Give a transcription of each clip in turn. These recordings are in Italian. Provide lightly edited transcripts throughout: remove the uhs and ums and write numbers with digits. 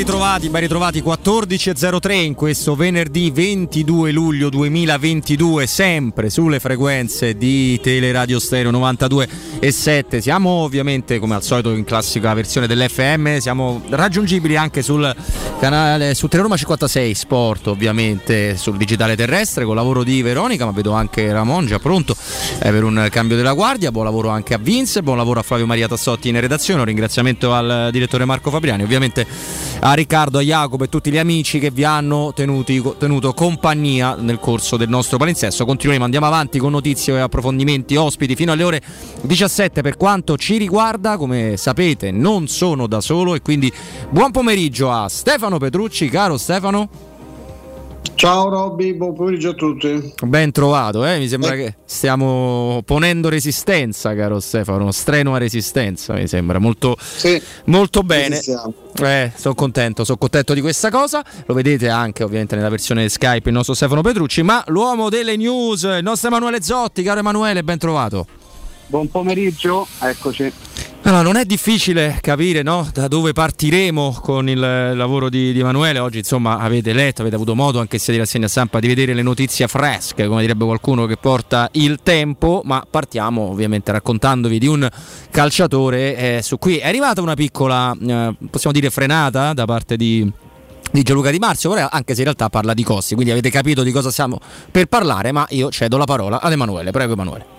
ritrovati 14.03 in questo venerdì 22 luglio 2022, sempre sulle frequenze di Teleradio Stereo 92.7. Siamo ovviamente come al solito in classica versione dell'FM, siamo raggiungibili anche sul canale, su Teleroma 56 Sport, ovviamente sul digitale terrestre, con lavoro di Veronica, ma vedo anche Ramon già pronto per un cambio della guardia. Buon lavoro anche a Vince, buon lavoro a Flavio Maria Tassotti in redazione, un ringraziamento al direttore Marco Fabriani, ovviamente a Riccardo, a Jacopo e tutti gli amici che vi hanno tenuto compagnia nel corso del nostro palinsesto. Continuiamo, andiamo avanti con notizie e approfondimenti, ospiti fino alle ore 17 per quanto ci riguarda. Come sapete non sono da solo e quindi buon pomeriggio a Stefano Petrucci. Caro Stefano. Ciao Robby, buon pomeriggio a tutti. Ben trovato, mi sembra che stiamo ponendo resistenza, caro Stefano, strenua resistenza, mi sembra, molto bene. Sono contento di questa cosa. Lo vedete anche ovviamente nella versione Skype il nostro Stefano Petrucci, ma l'uomo delle news, il nostro Emanuele Zotti. Caro Emanuele, ben trovato. Buon pomeriggio, eccoci. Allora, non è difficile capire, no, da dove partiremo con il lavoro di Emanuele. Oggi insomma avete letto, avete avuto modo anche se di rassegna stampa di vedere le notizie fresche, come direbbe qualcuno che porta il tempo, ma partiamo ovviamente raccontandovi di un calciatore su cui è arrivata una piccola, possiamo dire, frenata da parte di Gianluca Di Marzio, anche se in realtà parla di costi, quindi avete capito di cosa stiamo per parlare, ma io cedo la parola ad Emanuele. Prego Emanuele.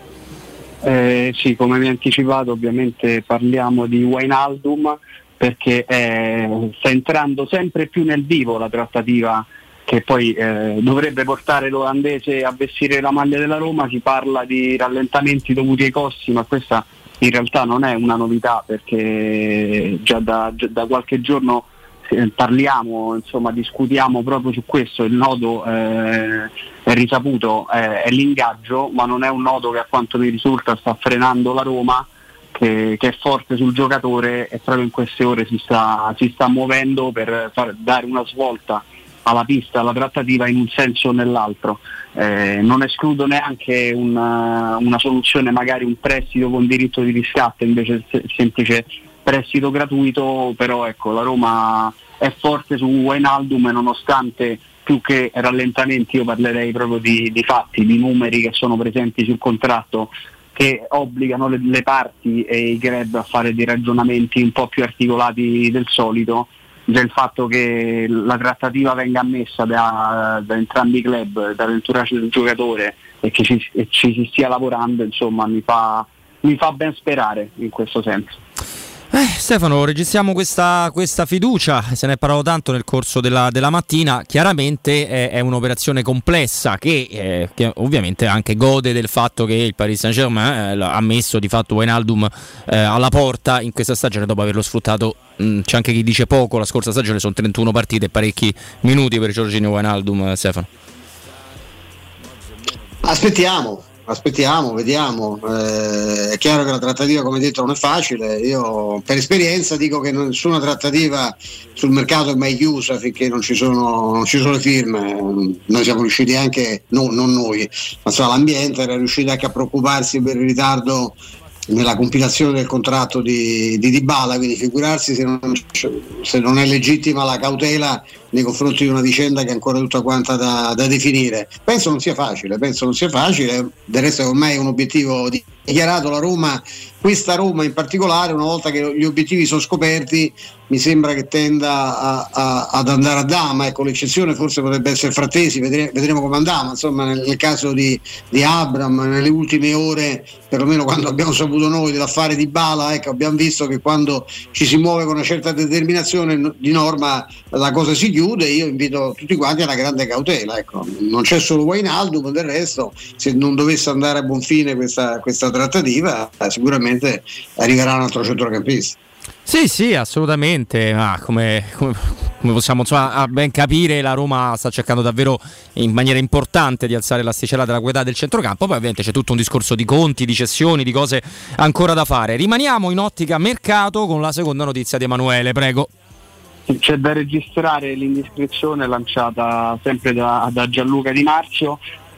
Sì, come mi ha anticipato, ovviamente parliamo di Wijnaldum, perché sta entrando sempre più nel vivo la trattativa che poi dovrebbe portare l'olandese a vestire la maglia della Roma. Si parla di rallentamenti dovuti ai costi, ma questa in realtà non è una novità, perché già da qualche giorno parliamo, insomma discutiamo proprio su questo. Il nodo è risaputo, è l'ingaggio, ma non è un nodo che a quanto mi risulta sta frenando la Roma, che è forte sul giocatore e proprio in queste ore si sta muovendo per dare una svolta alla pista, alla trattativa in un senso o nell'altro. Non escludo neanche una soluzione, magari un prestito con diritto di riscatto invece semplice prestito gratuito, però ecco, la Roma è forte su Wijnaldum e nonostante più che rallentamenti io parlerei proprio di fatti, di numeri che sono presenti sul contratto, che obbligano le parti e i club a fare dei ragionamenti un po' più articolati del solito. Già il fatto che la trattativa venga ammessa da entrambi i club, dall'entourage del giocatore, e che ci si stia lavorando, insomma mi fa ben sperare in questo senso. Stefano, registriamo questa fiducia, se ne è parlato tanto nel corso della mattina. Chiaramente è un'operazione complessa che ovviamente anche gode del fatto che il Paris Saint-Germain ha messo di fatto Wijnaldum alla porta in questa stagione dopo averlo sfruttato. C'è anche chi dice poco, la scorsa stagione sono 31 partite e parecchi minuti per Georginio Wijnaldum. Stefano, Aspettiamo, vediamo. È chiaro che la trattativa, come detto, non è facile. Io per esperienza dico che nessuna trattativa sul mercato è mai chiusa finché non ci sono le firme. Noi siamo riusciti anche, non noi, ma l'ambiente era riuscito anche a preoccuparsi per il ritardo nella compilazione del contratto di Dybala, quindi figurarsi se non è legittima la cautela nei confronti di una vicenda che è ancora tutta quanta da definire. Penso non sia facile, del resto ormai è un obiettivo dichiarato. Questa Roma in particolare, una volta che gli obiettivi sono scoperti, mi sembra che tenda ad andare a dama. Ecco, l'eccezione forse potrebbe essere Frattesi, vedremo come andiamo. Insomma, nel caso di Abraham, nelle ultime ore, perlomeno quando abbiamo saputo noi dell'affare di Dybala, ecco, abbiamo visto che quando ci si muove con una certa determinazione, di norma la cosa si chiude. Io invito tutti quanti alla grande cautela. Ecco, non c'è solo Wijnaldum, del resto, se non dovesse andare a buon fine questa trattativa, sicuramente arriverà un altro centrocampista. Sì, assolutamente. Come possiamo a ben capire, la Roma sta cercando davvero in maniera importante di alzare l'asticella della qualità del centrocampo. Poi ovviamente c'è tutto un discorso di conti, di cessioni, di cose ancora da fare. Rimaniamo in ottica mercato con la seconda notizia di Emanuele, prego. C'è da registrare l'indiscrezione lanciata sempre da Gianluca Di Marzio,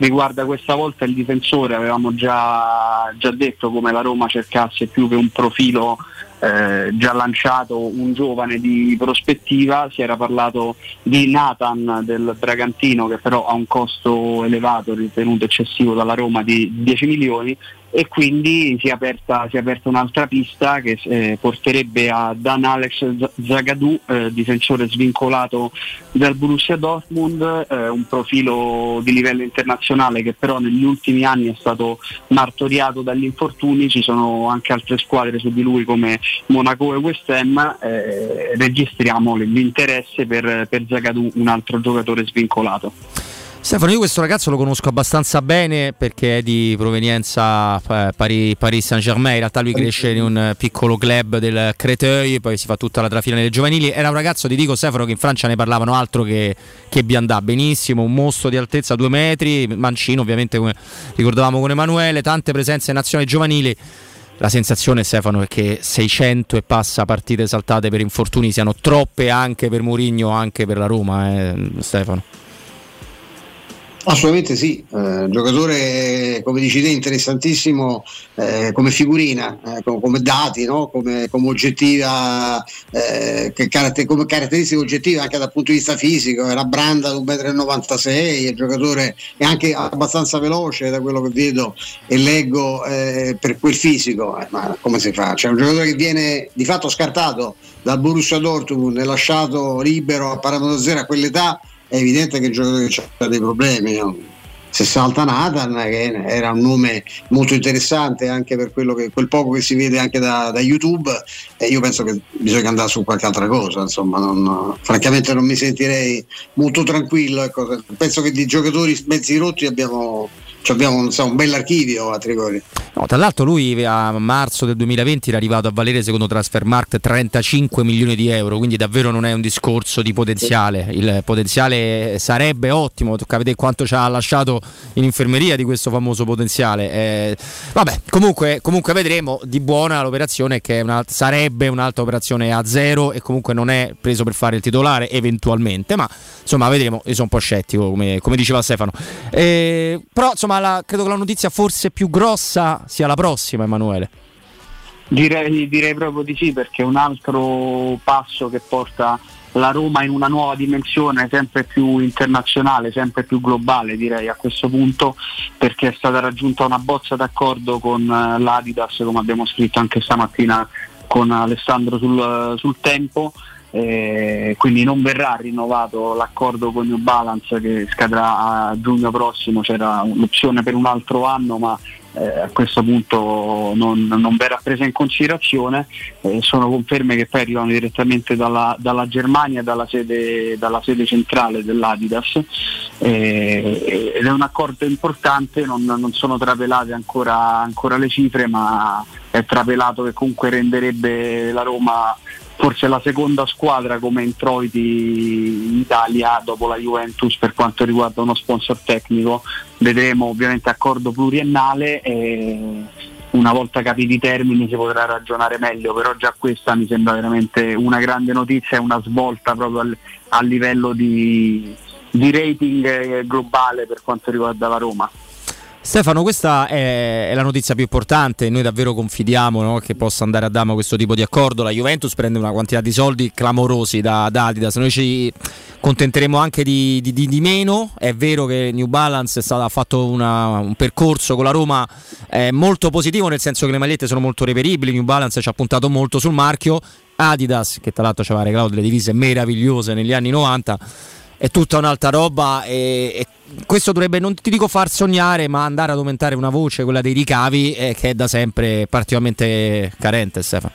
riguarda questa volta il difensore, avevamo già detto come la Roma cercasse più che un profilo già lanciato, un giovane di prospettiva. Si era parlato di Nathan del Bragantino, che però ha un costo elevato, ritenuto eccessivo dalla Roma, di 10 milioni, e quindi si è aperta un'altra pista che porterebbe a Dan Alex Zagadou, difensore svincolato dal Borussia Dortmund, un profilo di livello internazionale che però negli ultimi anni è stato martoriato dagli infortuni. Ci sono anche altre squadre su di lui come Monaco e West Ham. Registriamo l'interesse per Zagadou, un altro giocatore svincolato. Stefano, io questo ragazzo lo conosco abbastanza bene perché è di provenienza Paris Saint-Germain. In realtà lui cresce in un piccolo club del Créteil, poi si fa tutta la trafila nelle giovanili. Era un ragazzo, ti dico Stefano, che in Francia ne parlavano altro che Biandà, benissimo, un mostro di altezza 2 metri, mancino ovviamente come ricordavamo con Emanuele, tante presenze in nazionali giovanili. La sensazione, Stefano, è che 600 e passa partite saltate per infortuni siano troppe anche per Mourinho, anche per la Roma, Stefano. Assolutamente sì, giocatore come dici te interessantissimo, come figurina, come dati, no? come oggettiva, come caratteristiche oggettive anche dal punto di vista fisico. Era branda 1,96 m, il giocatore è anche abbastanza veloce da quello che vedo e leggo, per quel fisico, ma come si fa? C'è un giocatore che viene di fatto scartato dal Borussia Dortmund e lasciato libero a parametro zero a quell'età. È evidente che il giocatore ha dei problemi, no? Se salta Nathan, che era un nome molto interessante anche per quel poco che si vede anche da YouTube, e io penso che bisogna andare su qualche altra cosa, insomma, francamente non mi sentirei molto tranquillo, ecco. Penso che di giocatori mezzi rotti abbiamo un bell'archivio a Trigori. No, tra l'altro lui a marzo del 2020 era arrivato a valere, secondo Transfermarkt, 35 milioni di euro, quindi davvero non è un discorso di potenziale. Il potenziale sarebbe ottimo, tocca vedere quanto ci ha lasciato in infermeria di questo famoso potenziale. Vabbè, comunque vedremo. Di buona l'operazione, che sarebbe un'altra operazione a zero, e comunque non è preso per fare il titolare eventualmente, ma insomma vedremo. Io sono un po' scettico, come diceva Stefano, però insomma credo che la notizia forse più grossa sia la prossima, Emanuele. Direi proprio di sì, perché un altro passo che porta la Roma in una nuova dimensione, sempre più internazionale, sempre più globale, direi a questo punto, perché è stata raggiunta una bozza d'accordo con l'Adidas, come abbiamo scritto anche stamattina con Alessandro sul Tempo. Quindi non verrà rinnovato l'accordo con New Balance, che scadrà a giugno prossimo. C'era l'opzione per un altro anno, ma a questo punto non verrà presa in considerazione. Sono conferme che poi arrivano direttamente dalla Germania, dalla sede centrale dell'Adidas, ed è un accordo importante. Non sono trapelate ancora le cifre, ma è trapelato che comunque renderebbe la Roma forse la seconda squadra come introiti in Italia dopo la Juventus per quanto riguarda uno sponsor tecnico. Vedremo, ovviamente accordo pluriennale, e una volta capiti i termini si potrà ragionare meglio, però già questa mi sembra veramente una grande notizia e una svolta proprio a livello di rating globale per quanto riguarda la Roma. Stefano, questa è la notizia più importante. Noi davvero confidiamo, no, che possa andare a dama questo tipo di accordo. La Juventus prende una quantità di soldi clamorosi da Adidas. Noi ci contenteremo anche di meno. È vero che New Balance ha fatto un percorso con la Roma molto positivo, nel senso che le magliette sono molto reperibili. New Balance ci ha puntato molto sul marchio. Adidas, che tra l'altro ci aveva regalato delle divise meravigliose negli anni 90, è tutta un'altra roba, e questo dovrebbe, non ti dico far sognare, ma andare ad aumentare una voce, quella dei ricavi, che è da sempre particolarmente carente, Stefano.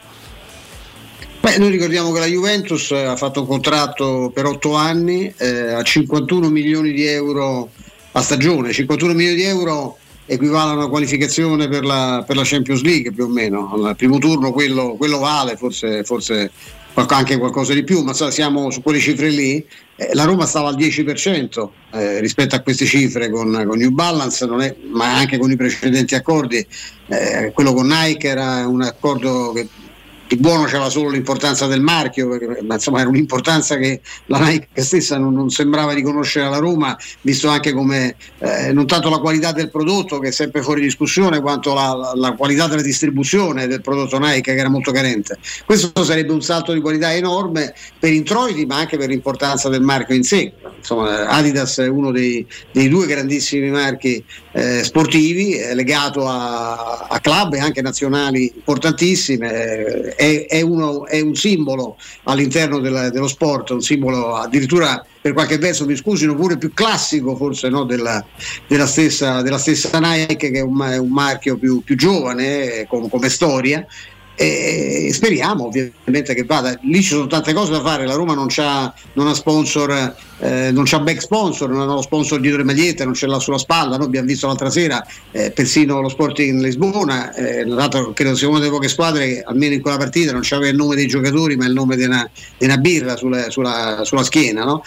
Noi ricordiamo che la Juventus ha fatto un contratto per 8 anni a 51 milioni di euro a stagione. 51 milioni di euro equivale a una qualificazione per la Champions League, più o meno. Al primo turno quello vale, forse anche qualcosa di più, ma siamo su quelle cifre lì. La Roma stava al 10% rispetto a queste cifre con New Balance, ma anche con i precedenti accordi. Quello con Nike era un accordo che di buono c'era solo l'importanza del marchio, perché, ma insomma era un'importanza che la Nike stessa non sembrava riconoscere alla Roma, visto anche come non tanto la qualità del prodotto, che è sempre fuori discussione, quanto la qualità della distribuzione del prodotto Nike, che era molto carente. Questo sarebbe un salto di qualità enorme per introiti, ma anche per l'importanza del marchio in sé. Insomma, Adidas è uno dei due grandissimi marchi sportivi, legato a club e anche nazionali importantissime, è un simbolo all'interno dello sport, un simbolo addirittura, per qualche verso, mi scusino, pure più classico forse, no, della stessa Nike, che è un marchio più giovane come storia. E speriamo ovviamente che vada. Lì ci sono tante cose da fare. La Roma non ha sponsor, non c'ha back sponsor, non ha lo sponsor dietro le magliette, non ce l'ha sulla spalla. Noi abbiamo visto l'altra sera persino lo Sporting Lisbona, credo sia una delle poche squadre che almeno in quella partita non c'aveva il nome dei giocatori, ma il nome di una birra sulla schiena, no?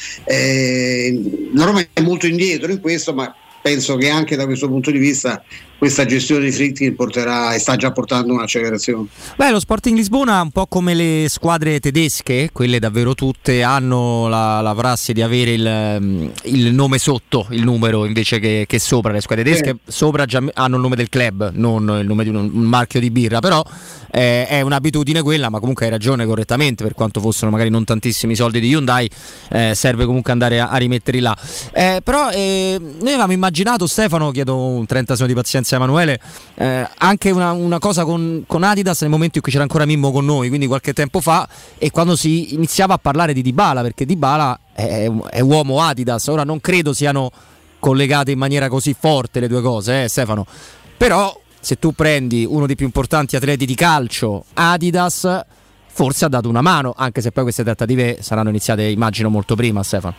La Roma è molto indietro in questo, ma penso che anche da questo punto di vista questa gestione di Friedkin porterà e sta già portando un'accelerazione. Beh, lo Sporting Lisbona, un po' come le squadre tedesche, quelle davvero tutte, hanno la prassi di avere il nome sotto il numero invece che sopra. Le squadre tedesche sopra già hanno il nome del club, non il nome di un marchio di birra, però è un'abitudine quella, ma comunque hai ragione correttamente, per quanto fossero magari non tantissimi soldi di Hyundai, serve comunque andare a rimetterli là. Però noi avevamo immaginato, Stefano, chiedo un 30 secondi di pazienza a Emanuele, anche una cosa con Adidas nel momento in cui c'era ancora Mimmo con noi, quindi qualche tempo fa, e quando si iniziava a parlare di Dybala, perché Dybala è uomo Adidas. Ora non credo siano collegate in maniera così forte le due cose, Stefano, però se tu prendi uno dei più importanti atleti di calcio, Adidas forse ha dato una mano, anche se poi queste trattative saranno iniziate, immagino, molto prima, Stefano.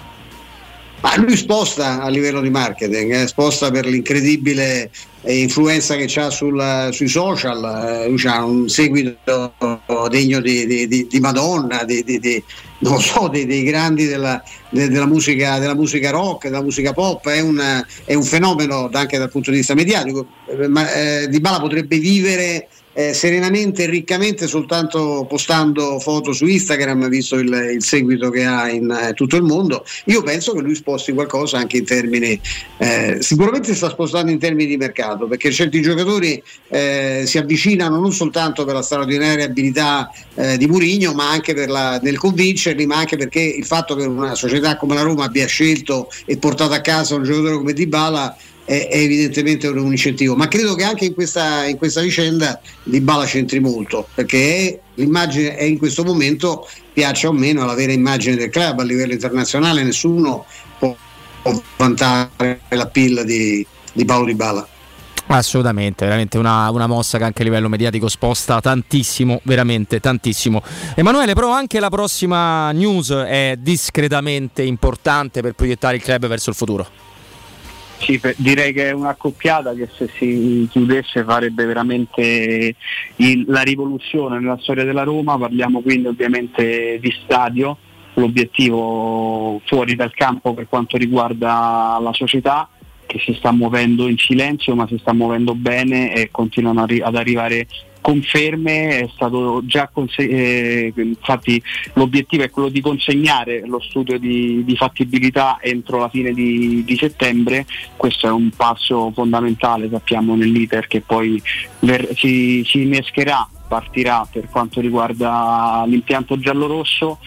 Ma lui sposta a livello di marketing, sposta per l'incredibile influenza che ha sui social. Lui ha un seguito degno di Madonna, non lo so, dei grandi della musica rock, della musica pop. È un fenomeno anche dal punto di vista mediatico. Dybala potrebbe vivere serenamente e riccamente soltanto postando foto su Instagram, visto il seguito che ha in tutto il mondo. Io penso che lui sposti qualcosa anche in termini, sicuramente sta spostando in termini di mercato, perché certi giocatori si avvicinano non soltanto per la straordinaria abilità di Mourinho, ma anche nel convincerli, ma anche perché il fatto che una società come la Roma abbia scelto e portato a casa un giocatore come Dybala è evidentemente un incentivo. Ma credo che anche in questa vicenda Dybala c'entri molto, perché l'immagine è, in questo momento, piaccia o meno, la vera immagine del club a livello internazionale. Nessuno può vantare l'appeal di Paulo Dybala. Assolutamente, veramente una mossa che anche a livello mediatico sposta tantissimo, veramente tantissimo. Emanuele, però anche la prossima news è discretamente importante per proiettare il club verso il futuro. Sì, direi che è un'accoppiata che, se si chiudesse, farebbe veramente la rivoluzione nella storia della Roma. Parliamo quindi ovviamente di stadio, l'obiettivo fuori dal campo per quanto riguarda la società, che si sta muovendo in silenzio ma si sta muovendo bene e continuano ad arrivare conferme. È stato già infatti l'obiettivo è quello di consegnare lo studio di fattibilità entro la fine di settembre. Questo è un passo fondamentale, sappiamo, nell'iter che poi si innescherà, partirà per quanto riguarda l'impianto giallorosso.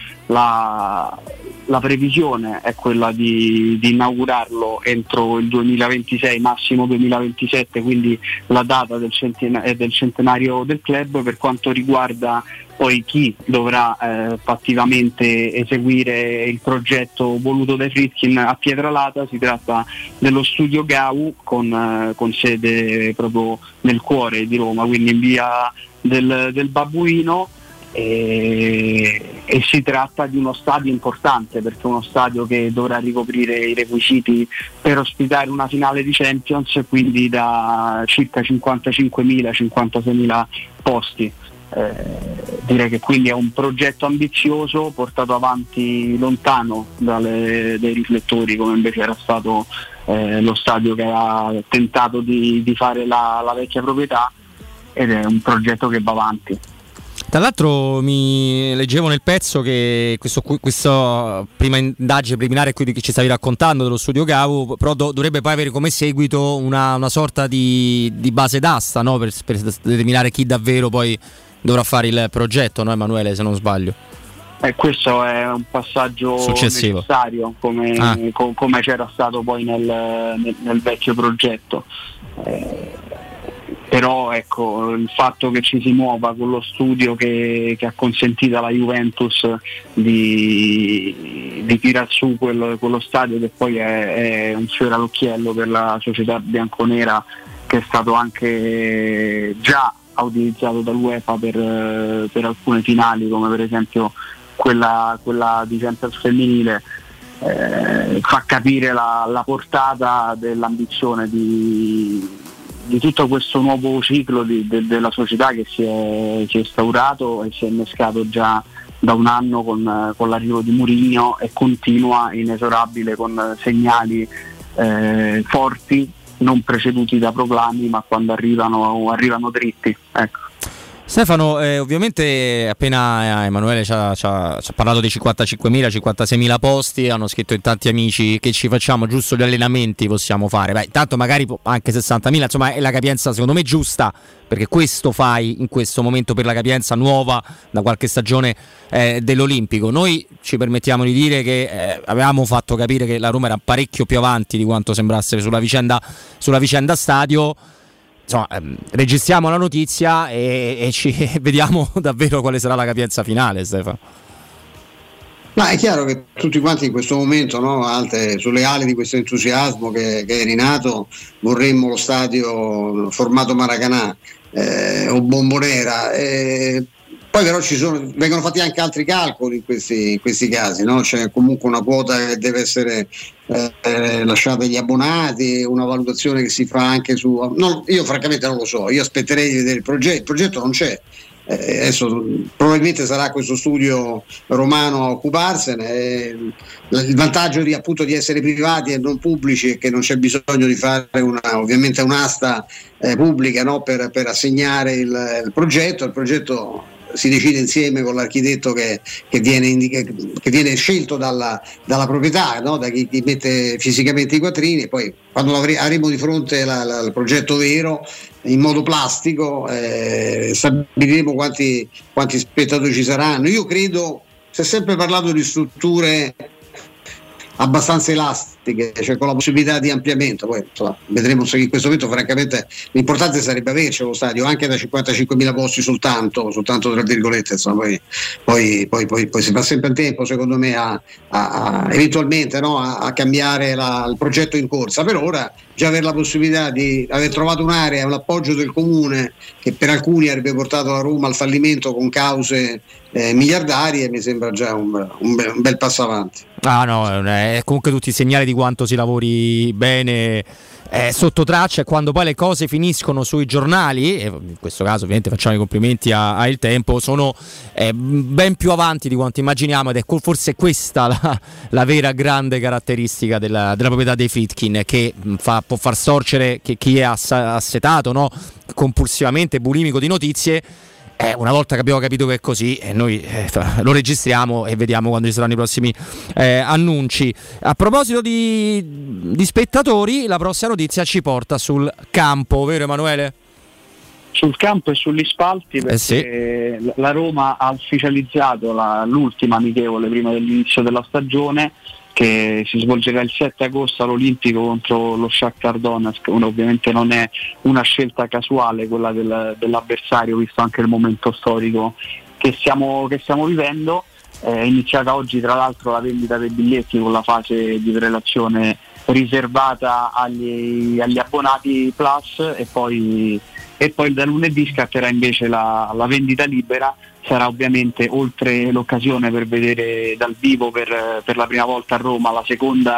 La previsione è quella di inaugurarlo entro il 2026, massimo 2027, quindi la data del centenario del club. Per quanto riguarda poi chi dovrà fattivamente eseguire il progetto voluto dai Friedkin a Pietralata, si tratta dello studio GAU con sede proprio nel cuore di Roma, quindi in via del Babbuino, e si tratta di uno stadio importante, perché è uno stadio che dovrà ricoprire i requisiti per ospitare una finale di Champions, quindi da circa 55.000-56.000 posti. Direi che quindi è un progetto ambizioso, portato avanti lontano dai riflettori, come invece era stato lo stadio che ha tentato di fare la vecchia proprietà, ed è un progetto che va avanti. Tra l'altro mi leggevo nel pezzo che questo prima indagine preliminare che ci stavi raccontando dello studio Cavu, però dovrebbe poi avere come seguito una sorta di base d'asta, no? per determinare chi davvero poi dovrà fare il progetto, no Emanuele, se non sbaglio? Questo è un passaggio successivo, necessario come c'era stato poi nel vecchio progetto. Però ecco, il fatto che ci si muova con lo studio che ha consentito alla Juventus di tirar su quello stadio, che poi è un fiore all'occhiello per la società bianconera, che è stato anche già utilizzato dall'UEFA per alcune finali, come per esempio quella di Champions femminile, fa capire la portata dell'ambizione di tutto questo nuovo ciclo della società che si è instaurato e si è innescato già da un anno con l'arrivo di Mourinho, e continua inesorabile con segnali forti, non preceduti da proclami, ma quando arrivano dritti. Ecco. Stefano, ovviamente appena Emanuele ci ha parlato di 55.000, 56.000 posti, hanno scritto in tanti amici che ci facciamo, giusto gli allenamenti possiamo fare, tanto magari anche 60.000, insomma è la capienza secondo me giusta, perché questo fai in questo momento per la capienza nuova da qualche stagione dell'Olimpico. Noi ci permettiamo di dire che avevamo fatto capire che la Roma era parecchio più avanti di quanto sembrasse sulla vicenda stadio. Insomma, registriamo la notizia e ci vediamo davvero quale sarà la capienza finale, Stefano. Ma è chiaro che tutti quanti in questo momento, no, sulle ali di questo entusiasmo che è rinato, vorremmo lo stadio formato Maracanã o Bombonera. Poi però vengono fatti anche altri calcoli in questi casi, no? C'è comunque una quota che deve essere lasciata agli abbonati, una valutazione che si fa anche su... No, io francamente non lo so, io aspetterei di vedere il progetto non c'è. Adesso probabilmente sarà questo studio romano a occuparsene. Il vantaggio di essere privati e non pubblici è che non c'è bisogno di fare ovviamente un'asta pubblica, no? per assegnare il progetto. Il progetto si decide insieme con l'architetto che viene scelto dalla proprietà, no? Da chi mette fisicamente i quattrini, e poi quando avremo di fronte il progetto vero in modo plastico stabiliremo quanti spettatori ci saranno. Io credo, si è sempre parlato di strutture abbastanza elastiche, cioè con la possibilità di ampliamento, poi insomma, vedremo se in questo momento francamente l'importante sarebbe averci lo stadio anche da 55.000 posti soltanto tra virgolette, insomma, poi si fa sempre il tempo secondo me a eventualmente, no, a cambiare il progetto in corsa. Per ora già avere la possibilità di aver trovato un'area, un appoggio del comune che per alcuni avrebbe portato la Roma al fallimento con cause miliardarie, mi sembra già un bel passo avanti. Comunque tutti i segnali di quanto si lavori bene sotto traccia, e quando poi le cose finiscono sui giornali, e in questo caso ovviamente facciamo i complimenti a Il Tempo, sono ben più avanti di quanto immaginiamo, ed è forse questa la vera grande caratteristica della proprietà dei Friedkin, che può far sorgere che chi è assetato, no, compulsivamente bulimico di notizie, una volta che abbiamo capito che è così, noi lo registriamo e vediamo quando ci saranno i prossimi annunci. A proposito di spettatori, la prossima notizia ci porta sul campo, vero Emanuele? Sul campo e sugli spalti, perché sì. La Roma ha ufficializzato l'ultima amichevole prima dell'inizio della stagione, che si svolgerà il 7 agosto all'Olimpico contro lo Shakhtar Donetsk. Ovviamente non è una scelta casuale quella dell'avversario, visto anche il momento storico che stiamo vivendo. È iniziata oggi tra l'altro la vendita dei biglietti, con la fase di prelazione riservata agli abbonati Plus, e poi da lunedì scatterà invece la vendita libera. Sarà ovviamente, oltre l'occasione per vedere dal vivo per la prima volta a Roma la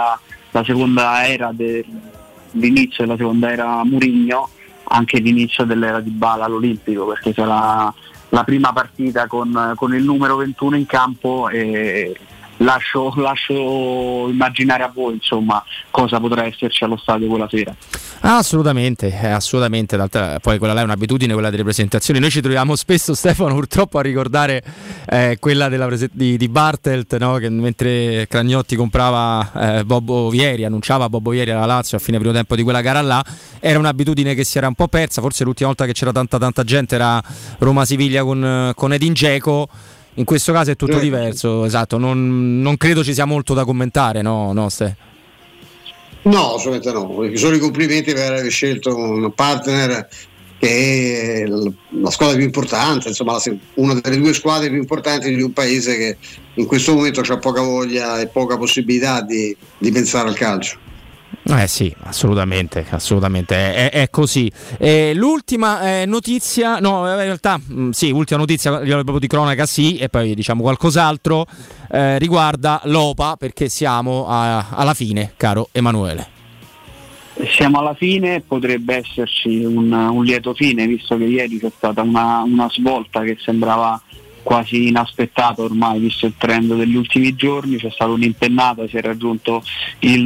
seconda era l'inizio della seconda era Mourinho, anche l'inizio dell'era Dybala all'Olimpico, perché sarà la prima partita con il numero 21 in campo, e lascio immaginare a voi insomma cosa potrà esserci allo stadio quella sera. Assolutamente. Poi quella là è un'abitudine, quella delle presentazioni. Noi ci troviamo spesso, Stefano, purtroppo a ricordare quella di Bartelt, no? Che mentre Cragnotti comprava Bobo Vieri, annunciava Bobo Vieri alla Lazio a fine primo tempo di quella gara là, era un'abitudine che si era un po' persa. Forse l'ultima volta che c'era tanta gente era Roma-Siviglia con Edin Dzeko. In questo caso è tutto diverso, esatto. Non credo ci sia molto da commentare, no Ste? No, assolutamente no. Solo i complimenti per aver scelto un partner che è la squadra più importante, insomma una delle due squadre più importanti di un paese che in questo momento ha poca voglia e poca possibilità di pensare al calcio. Sì, assolutamente, è così. L'ultima notizia, no, in realtà sì, ultima notizia proprio di cronaca, sì, e poi diciamo qualcos'altro, riguarda l'OPA, perché siamo alla fine, caro Emanuele. Siamo alla fine, potrebbe esserci un lieto fine, visto che ieri c'è stata una svolta che sembrava quasi inaspettato ormai, visto il trend degli ultimi giorni. C'è stata un'impennata, si è raggiunto il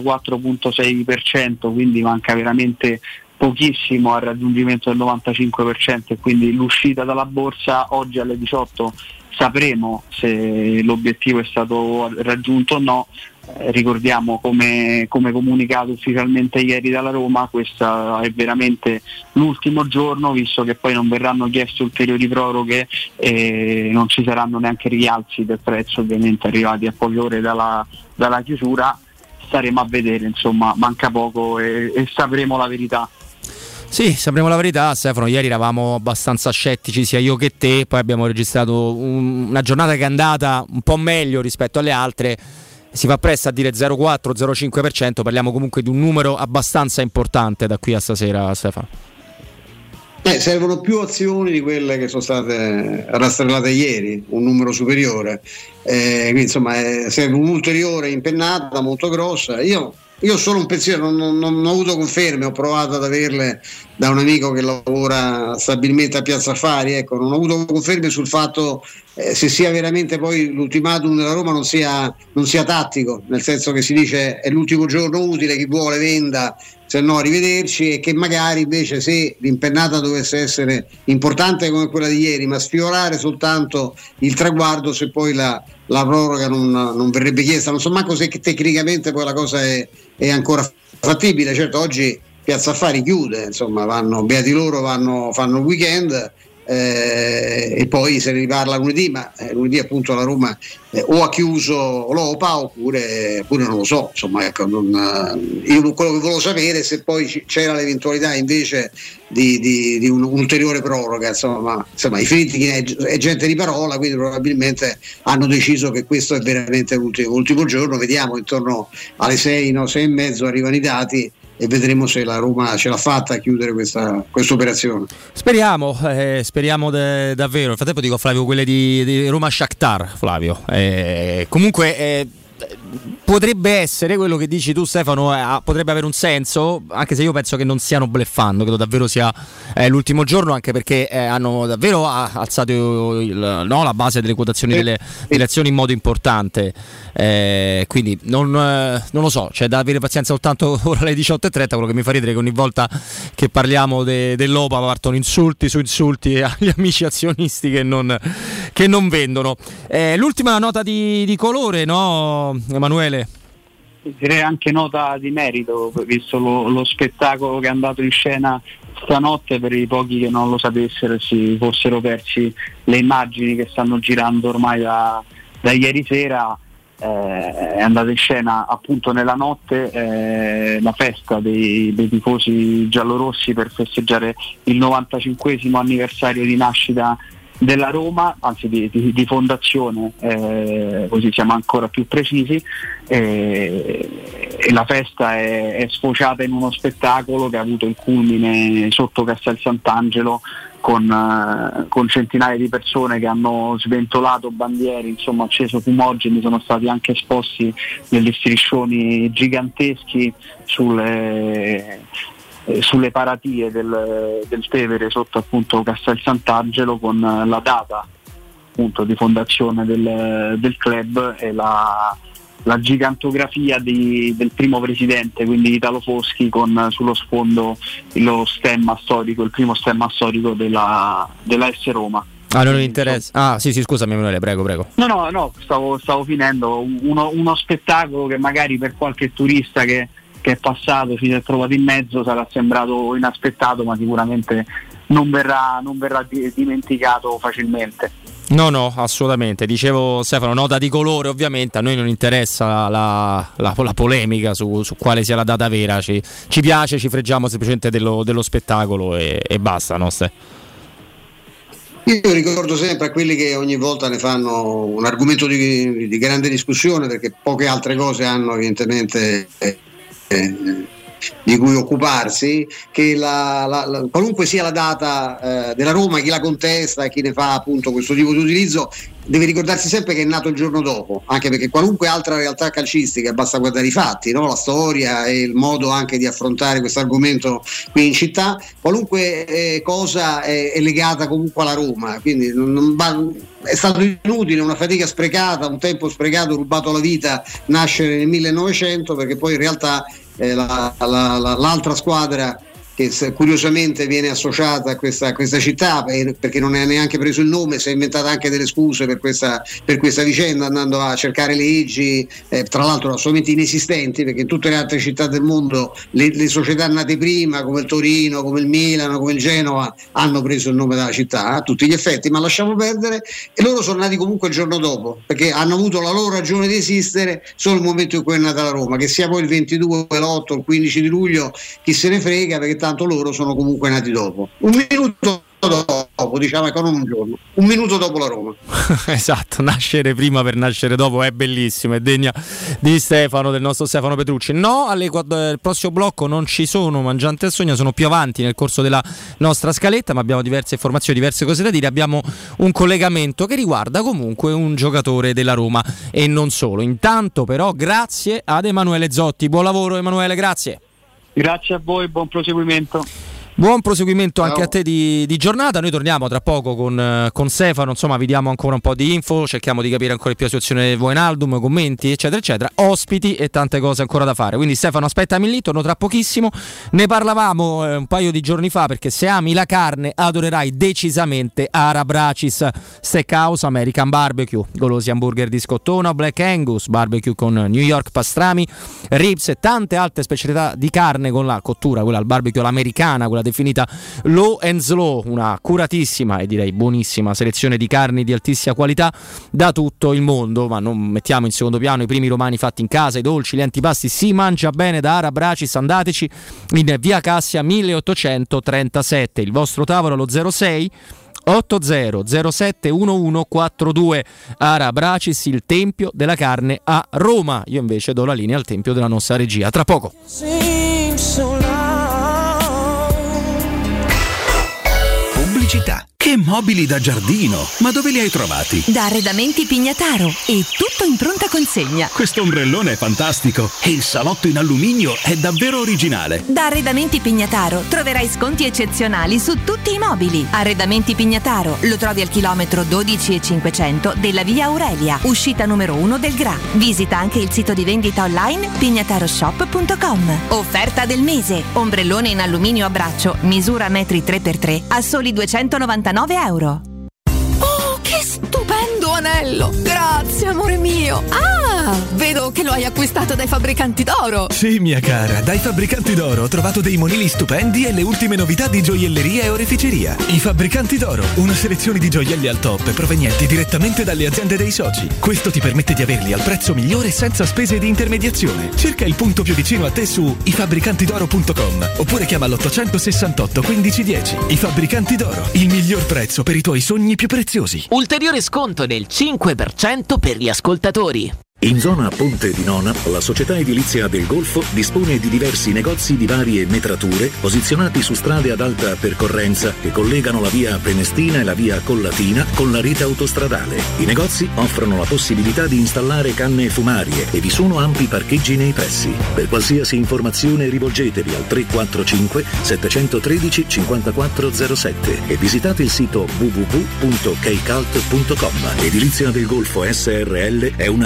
94,6%, quindi manca veramente pochissimo al raggiungimento del 95%, e quindi l'uscita dalla borsa oggi alle 18 sapremo se l'obiettivo è stato raggiunto o no. Ricordiamo, come comunicato ufficialmente ieri dalla Roma, questo è veramente l'ultimo giorno, visto che poi non verranno chieste ulteriori proroghe e non ci saranno neanche rialzi del prezzo, ovviamente arrivati a poche ore dalla chiusura. Staremo a vedere, insomma, manca poco e sapremo la verità. Sì, sapremo la verità, Stefano. Ieri eravamo abbastanza scettici, sia io che te, poi abbiamo registrato una giornata che è andata un po' meglio rispetto alle altre. Si fa presto a dire 0,4-0,5%, parliamo comunque di un numero abbastanza importante da qui a stasera, Stefano. Servono più azioni di quelle che sono state rastrellate ieri, un numero superiore, quindi insomma serve un'ulteriore impennata molto grossa. Io ho solo un pensiero, non ho avuto conferme, ho provato ad averle da un amico che lavora stabilmente a Piazza Affari, ecco, non ho avuto conferme sul fatto se sia veramente poi l'ultimatum della Roma non sia tattico, nel senso che si dice è l'ultimo giorno utile, chi vuole venda, se no arrivederci, e che magari invece se l'impennata dovesse essere importante come quella di ieri, ma sfiorare soltanto il traguardo, se poi la proroga non verrebbe chiesta. Non so manco se tecnicamente poi la cosa è ancora fattibile. Certo, oggi Piazza Affari chiude, insomma, beati loro, fanno il weekend, e poi se ne riparla lunedì, ma lunedì appunto la Roma o ha chiuso l'OPA oppure non lo so, insomma, ecco, io quello che volevo sapere è se poi c'era l'eventualità invece di un'ulteriore proroga, insomma i Fritti è gente di parola, quindi probabilmente hanno deciso che questo è veramente l'ultimo giorno. Vediamo, intorno alle 6 e mezzo arrivano i dati e vedremo se la Roma ce l'ha fatta a chiudere questa operazione. Speriamo davvero. Nel frattempo dico a Flavio quelle di Roma Shakhtar, Flavio. Comunque potrebbe essere quello che dici tu, Stefano, potrebbe avere un senso, anche se io penso che non stiano bluffando, credo davvero sia l'ultimo giorno, anche perché hanno davvero alzato la base delle quotazioni delle azioni in modo importante, quindi non lo so, c'è da avere pazienza. Soltanto ora alle 18:30, quello che mi fa ridere è che ogni volta che parliamo dell'OPA partono insulti su insulti agli amici azionisti che non vendono. L'ultima nota di colore, no, Emanuele? Direi anche nota di merito, visto lo spettacolo che è andato in scena stanotte, per i pochi che non lo sapessero e si fossero persi le immagini che stanno girando ormai da ieri sera. È andata in scena appunto nella notte la festa dei tifosi giallorossi per festeggiare il 95esimo anniversario di nascita della Roma, anzi di fondazione, così siamo ancora più precisi, e la festa è sfociata in uno spettacolo che ha avuto il culmine sotto Castel Sant'Angelo con centinaia di persone che hanno sventolato bandiere, insomma acceso fumogeni, sono stati anche esposti degli striscioni giganteschi sulle paratie del Tevere sotto appunto Castel Sant'Angelo, con la data appunto di fondazione del club e la gigantografia del primo presidente, quindi Italo Foschi, con sullo sfondo lo stemma storico, il primo stemma storico della S Roma. Non mi interessa. Sì, scusami Emanuele, prego. No, stavo finendo. Uno spettacolo che magari per qualche turista che è passato, si è trovato in mezzo, sarà sembrato inaspettato, ma sicuramente non verrà dimenticato facilmente. No, assolutamente. Dicevo, Stefano, nota di colore, ovviamente a noi non interessa la polemica su quale sia la data vera, ci piace, ci freggiamo semplicemente dello spettacolo e basta, no? Io ricordo sempre a quelli che ogni volta ne fanno un argomento di grande discussione, perché poche altre cose hanno evidentemente di cui occuparsi, che qualunque sia la data della Roma, chi la contesta e chi ne fa appunto questo tipo di utilizzo deve ricordarsi sempre che è nato il giorno dopo, anche perché qualunque altra realtà calcistica, basta guardare i fatti, no? La storia e il modo anche di affrontare questo argomento qui in città, qualunque cosa è legata comunque alla Roma, quindi è stato inutile, una fatica sprecata, un tempo sprecato, rubato la vita nascere nel 1900, perché poi in realtà l'altra squadra che curiosamente viene associata a questa città, perché non ne ha neanche preso il nome, si è inventata anche delle scuse per questa vicenda, andando a cercare leggi tra l'altro assolutamente inesistenti, perché in tutte le altre città del mondo le società nate prima, come il Torino, come il Milano, come il Genova, hanno preso il nome della città a tutti gli effetti, ma lasciamo perdere. E loro sono nati comunque il giorno dopo, perché hanno avuto la loro ragione di esistere solo il momento in cui è nata la Roma, che sia poi il 22, l'8, il 15 di luglio, chi se ne frega, perché tanto loro sono comunque nati dopo, un minuto dopo, diciamo, ecco, non un giorno, un minuto dopo la Roma. Esatto, nascere prima per nascere dopo è bellissimo, è degna di Stefano, del nostro Stefano Petrucci. No, il prossimo blocco non ci sono Mangiante e Sogna, sono più avanti nel corso della nostra scaletta, ma abbiamo diverse informazioni, diverse cose da dire. Abbiamo un collegamento che riguarda comunque un giocatore della Roma e non solo. Intanto però grazie ad Emanuele Zotti, buon lavoro Emanuele, grazie. Grazie a voi, buon proseguimento. Buon proseguimento anche a te di giornata. Noi torniamo tra poco con Stefano, insomma vi diamo ancora un po' di info, cerchiamo di capire ancora più la situazione del Wijnaldum, commenti eccetera eccetera, ospiti e tante cose ancora da fare. Quindi Stefano, aspettami lì, torno tra pochissimo. Ne parlavamo un paio di giorni fa, perché se ami la carne adorerai decisamente Ara Bracis Steakhouse, American Barbecue, golosi hamburger di scottona, Black Angus, barbecue con New York pastrami, ribs e tante altre specialità di carne con la cottura, quella al barbecue all'americana, quella definita low and slow, una accuratissima e direi buonissima selezione di carni di altissima qualità da tutto il mondo, ma non mettiamo in secondo piano i primi romani fatti in casa, i dolci, gli antipasti. Si mangia bene da Ara Bracis, andateci in via Cassia 1837, il vostro tavolo allo 06 80 07 1142. Ara Bracis, il tempio della carne a Roma. Io invece do la linea al tempio della nostra regia, tra poco. Pubblicità. Che mobili da giardino! Ma dove li hai trovati? Da Arredamenti Pignataro, e tutto in pronta consegna. Questo ombrellone è fantastico e il salotto in alluminio è davvero originale. Da Arredamenti Pignataro troverai sconti eccezionali su tutti i mobili. Arredamenti Pignataro lo trovi al chilometro 12,500 della via Aurelia, uscita numero 1 del GRA. Visita anche il sito di vendita online pignataroshop.com. Offerta del mese: ombrellone in alluminio a braccio, misura metri 3x3 a soli €299. Oh, che stupendo anello! Grazie, amore mio! Ah, vedo che lo hai acquistato dai Fabbricanti d'Oro! Sì, mia cara, dai Fabbricanti d'Oro ho trovato dei monili stupendi e le ultime novità di gioielleria e oreficeria. I Fabbricanti d'Oro, una selezione di gioielli al top provenienti direttamente dalle aziende dei soci. Questo ti permette di averli al prezzo migliore senza spese di intermediazione. Cerca il punto più vicino a te su ifabbricantidoro.com oppure chiama l'868 1510. I Fabbricanti d'Oro, il miglior prezzo per i tuoi sogni più preziosi. Ulteriore sconto del 5% per gli ascoltatori. In zona Ponte di Nona, la società edilizia del Golfo dispone di diversi negozi di varie metrature posizionati su strade ad alta percorrenza che collegano la via Prenestina e la via Collatina con la rete autostradale. I negozi offrono la possibilità di installare canne fumarie e vi sono ampi parcheggi nei pressi. Per qualsiasi informazione rivolgetevi al 345 713 5407 e visitate il sito www.kcalt.com. Edilizia del Golfo SRL è una società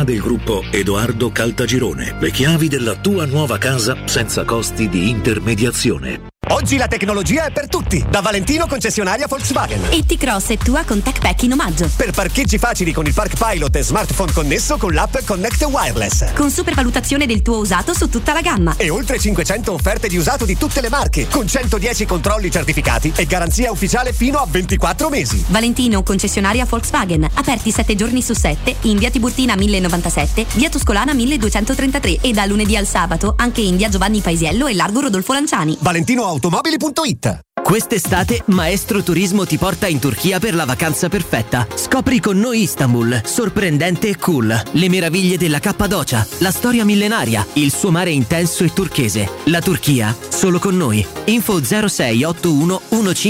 proprietà del gruppo Edoardo Caltagirone. Le chiavi della tua nuova casa senza costi di intermediazione. Oggi la tecnologia è per tutti, da Valentino concessionaria Volkswagen. E T-Cross è tua con Tech Pack in omaggio. Per parcheggi facili con il Park Pilot e smartphone connesso con l'app Connect Wireless. Con supervalutazione del tuo usato su tutta la gamma. E oltre 500 offerte di usato di tutte le marche, con 110 controlli certificati e garanzia ufficiale fino a 24 mesi. Valentino concessionaria Volkswagen, aperti 7 giorni su 7, in via Tiburtina 1097, via Tuscolana 1233 e da lunedì al sabato anche in via Giovanni Paisiello e largo Rodolfo Lanciani. ValentinoAutomobili.it. Quest'estate Maestro Turismo ti porta in Turchia per la vacanza perfetta. Scopri con noi Istanbul, sorprendente e cool, le meraviglie della Cappadocia, la storia millenaria, il suo mare intenso e turchese. La Turchia, solo con noi. Info 0681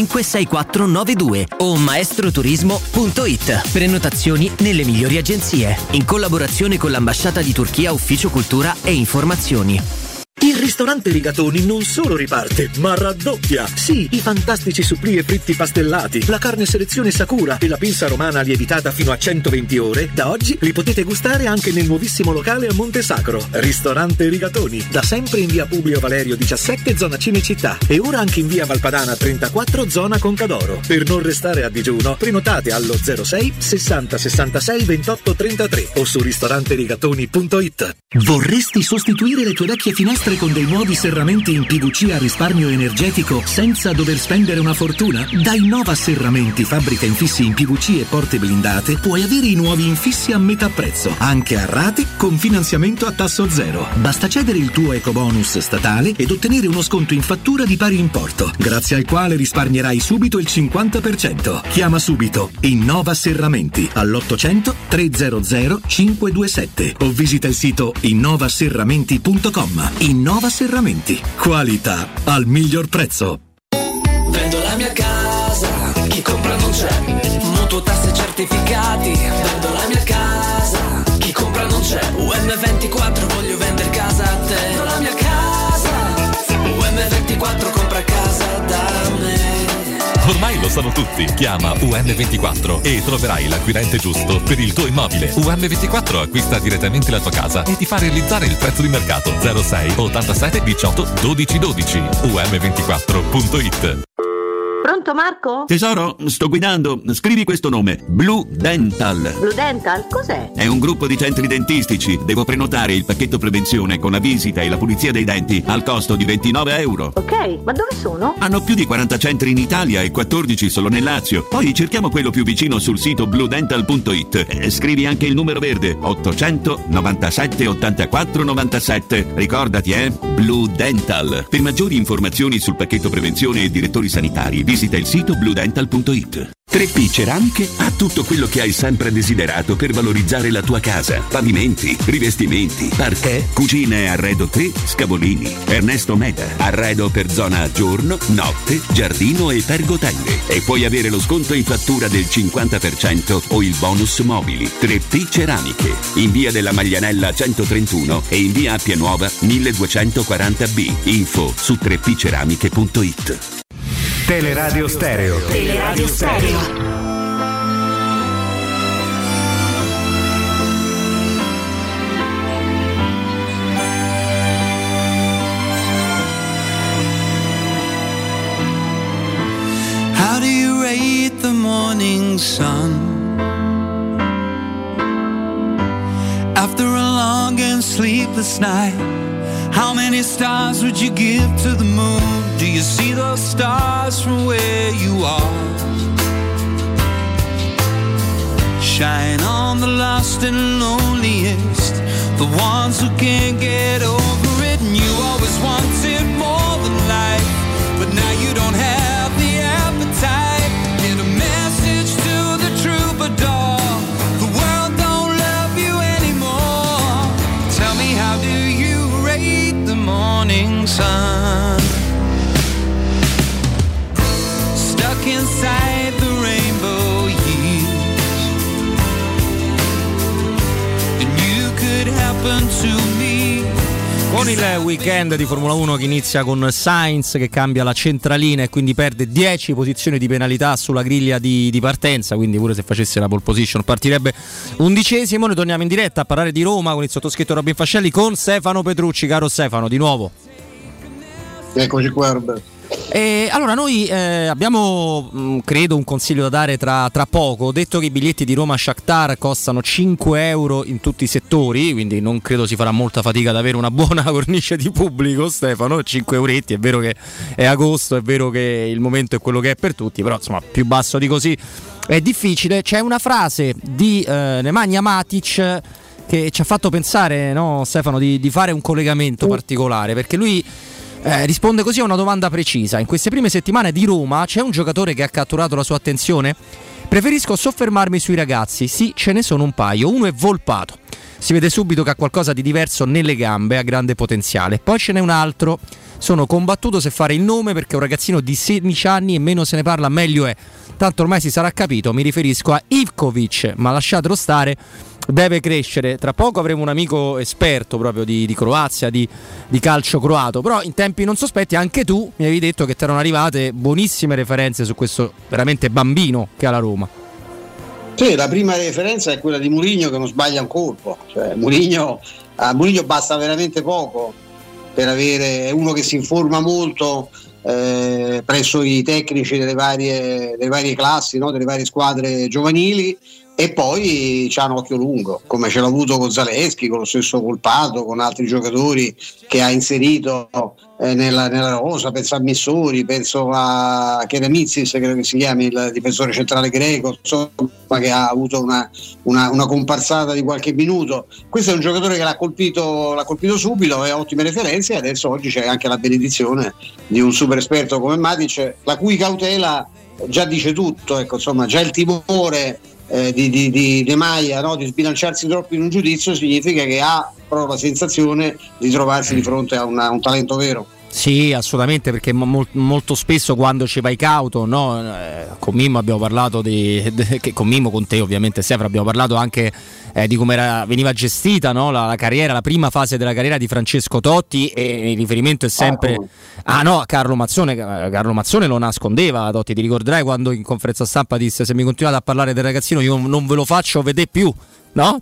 156492 o maestroturismo.it. Prenotazioni nelle migliori agenzie, in collaborazione con l'Ambasciata di Turchia Ufficio Cultura e Informazioni. Il ristorante Rigatoni non solo riparte, ma raddoppia. Sì, i fantastici supplì e fritti pastellati, la carne selezione Sakura e la pinza romana lievitata fino a 120 ore, da oggi li potete gustare anche nel nuovissimo locale a Monte Sacro. Ristorante Rigatoni, da sempre in via Publio Valerio 17, zona Cinecittà, e ora anche in via Valpadana 34, zona Concadoro. Per non restare a digiuno, prenotate allo 06 60 66 28 33 o su ristoranterigatoni.it. Vorresti sostituire le tue vecchie finestre con dei nuovi serramenti in PVC a risparmio energetico senza dover spendere una fortuna? Da Innova Serramenti, fabbrica infissi in PVC e porte blindate, puoi avere i nuovi infissi a metà prezzo, anche a rate con finanziamento a tasso zero. Basta cedere il tuo ecobonus statale ed ottenere uno sconto in fattura di pari importo, grazie al quale risparmierai subito il 50%. Chiama subito Innova Serramenti all'800 300 527 o visita il sito innovaserramenti.com. Innova Serramenti, qualità al miglior prezzo. Vendo la mia casa, chi compra non c'è. Mutuo, tasse, certificati. Vendo la mia casa, chi compra non c'è. UM24, voglio vendere casa a te. Vendo la mia casa, UM24, compra casa da me. Ormai lo sanno tutti. Chiama UM24 e troverai l'acquirente giusto per il tuo immobile. UM24 acquista direttamente la tua casa e ti fa realizzare il prezzo di mercato. 06 87 18 12 12. UM24.it. Pronto Marco? Tesoro, sto guidando. Scrivi questo nome: Blue Dental. Blue Dental? Cos'è? È un gruppo di centri dentistici. Devo prenotare il pacchetto prevenzione con la visita e la pulizia dei denti al costo di €29. Ok, ma dove sono? Hanno più di 40 centri in Italia e 14 solo nel Lazio. Poi cerchiamo quello più vicino sul sito bluedental.it. Scrivi anche il numero verde: 800 97 84 97. Ricordati, Blue Dental. Per maggiori informazioni sul pacchetto prevenzione e direttori sanitari, visita il sito bluedental.it. 3P Ceramiche ha tutto quello che hai sempre desiderato per valorizzare la tua casa: pavimenti, rivestimenti, parquet, cucine e arredo 3, Scavolini. Ernesto Meda, arredo per zona giorno, notte, giardino e pergotelle. E puoi avere lo sconto in fattura del 50% o il bonus mobili. 3P Ceramiche, in via della Maglianella 131 e in via Appia Nuova 1240B. Info su 3pceramiche.it. Teleradio Stereo. Teleradio Stereo. How do you rate the morning sun? After a long and sleepless night, how many stars would you give to the moon? Do you see those stars from where you are? Shine on the lost and loneliest, the ones who can't get over it. And you always wanted more than life, but now you don't have the appetite. Get a message to the troubadour, the world don't love you anymore. Tell me, how do you rate the morning sun? Stuck inside the rainbow years, and you could happen to me Con il weekend di Formula 1 che inizia con Sainz che cambia la centralina e quindi perde 10 posizioni di penalità sulla griglia di partenza, quindi pure se facesse la pole position partirebbe 11esimo. Noi torniamo in diretta a parlare di Roma con il sottoscritto Robin Fascelli, con Stefano Petrucci. Caro Stefano, di nuovo. Eccoci qua, Roberto. Allora noi abbiamo credo un consiglio da dare tra poco. Ho detto che i biglietti di Roma Shakhtar costano 5 euro in tutti i settori, quindi non credo si farà molta fatica ad avere una buona cornice di pubblico, Stefano. 5 euretti, è vero che è agosto, è vero che il momento è quello che è per tutti, però insomma più basso di così è difficile. C'è una frase di Nemanja Matic che ci ha fatto pensare, no, Stefano, di fare un collegamento particolare, perché lui risponde così a una domanda precisa. In queste prime settimane di Roma c'è un giocatore che ha catturato la sua attenzione? Preferisco soffermarmi sui ragazzi. Sì, ce ne sono un paio. Uno è Volpato, si vede subito che ha qualcosa di diverso nelle gambe, ha grande potenziale. Poi ce n'è un altro, sono combattuto se fare il nome perché è un ragazzino di 16 anni e meno se ne parla meglio è. Tanto ormai si sarà capito, mi riferisco a Ivkovic, ma lasciatelo stare, deve crescere. Tra poco avremo un amico esperto proprio di Croazia, di calcio croato, però in tempi non sospetti anche tu mi avevi detto che ti erano arrivate buonissime referenze su questo veramente bambino che ha la Roma. Sì, la prima referenza è quella di Mourinho che non sbaglia un colpo, cioè, a Mourinho basta veramente poco per avere uno che si informa molto presso i tecnici delle varie classi, no? Delle varie squadre giovanili, e poi c'ha un occhio lungo, come ce l'ha avuto con Zalewski, con lo stesso Volpato, con altri giocatori che ha inserito nella rosa. Penso a Missori, penso a Keremitsis, credo che si chiami il difensore centrale greco, insomma, che ha avuto una comparsata di qualche minuto. Questo è un giocatore che l'ha colpito subito, ha ottime referenze, e adesso oggi c'è anche la benedizione di un super esperto come Matic, la cui cautela già dice tutto, ecco, insomma, già il timore di Nemanja, no, di sbilanciarsi troppo in un giudizio, significa che ha proprio la sensazione di trovarsi di fronte a un talento vero. Sì, assolutamente, perché molto spesso quando ci vai cauto, no? Con Mimmo abbiamo parlato con Mimmo, con te ovviamente Stefano, abbiamo parlato anche di come veniva gestita, no? la carriera, la prima fase della carriera di Francesco Totti, e il riferimento è sempre Carlo Mazzone. Carlo Mazzone lo nascondeva, Totti, ti ricorderai quando in conferenza stampa disse: se mi continuate a parlare del ragazzino io non ve lo faccio vedere più, no?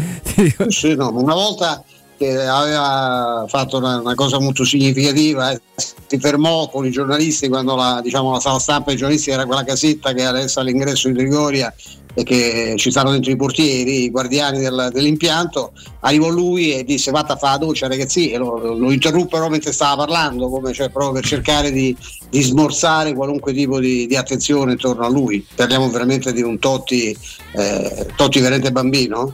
Sì, no, una volta che aveva fatto una cosa molto significativa, si fermò con i giornalisti quando la sala stampa dei giornalisti era quella casetta che adesso all'ingresso di Trigoria e che ci stanno dentro i portieri, i guardiani dell'impianto. Arrivò lui e disse: vatta a fare la doccia, ragazzi, e lo interruppe però mentre stava parlando, come, cioè, proprio per cercare di smorzare qualunque tipo di attenzione intorno a lui. Parliamo veramente di un Totti veramente bambino.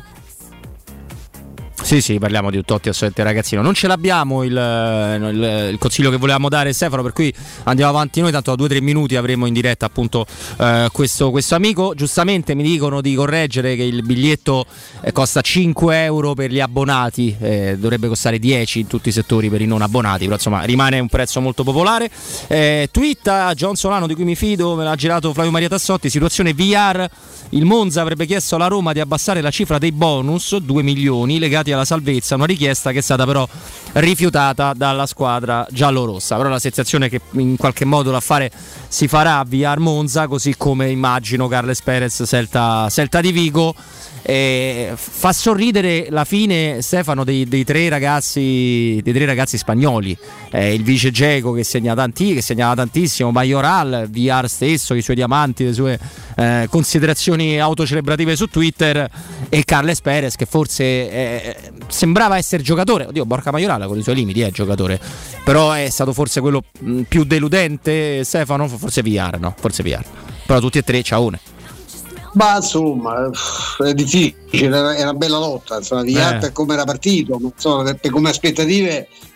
Sì, parliamo di un Totti assolutamente ragazzino. Non ce l'abbiamo il consiglio che volevamo dare, Stefano, per cui andiamo avanti noi, tanto a 2-3 minuti avremo in diretta appunto questo amico. Giustamente mi dicono di correggere che il biglietto costa 5 euro per gli abbonati, dovrebbe costare 10 in tutti i settori per i non abbonati, però insomma rimane un prezzo molto popolare. Tweet a John Solano, di cui mi fido, me l'ha girato Flavio Maria Tassotti. Situazione VR: il Monza avrebbe chiesto alla Roma di abbassare la cifra dei bonus, 2 milioni legati alla salvezza, una richiesta che è stata però rifiutata dalla squadra giallorossa. Però la sensazione è che in qualche modo l'affare si farà a VR Monza, così come immagino Carles Perez Celta di Vigo. Fa sorridere la fine, Stefano, dei tre ragazzi spagnoli, il vice Dzeko che segnava tantissimo, Mayoral, VR stesso, i suoi diamanti, le sue considerazioni autocelebrative su Twitter, e Carles Perez che forse sembrava essere giocatore. Oddio, Borja Mayoral con i suoi limiti è giocatore, però è stato forse quello più deludente, Stefano, forse VR, però tutti e tre ciaone. Ma insomma è difficile, è una bella lotta, insomma, Villar per come era partito, insomma, per come aspettative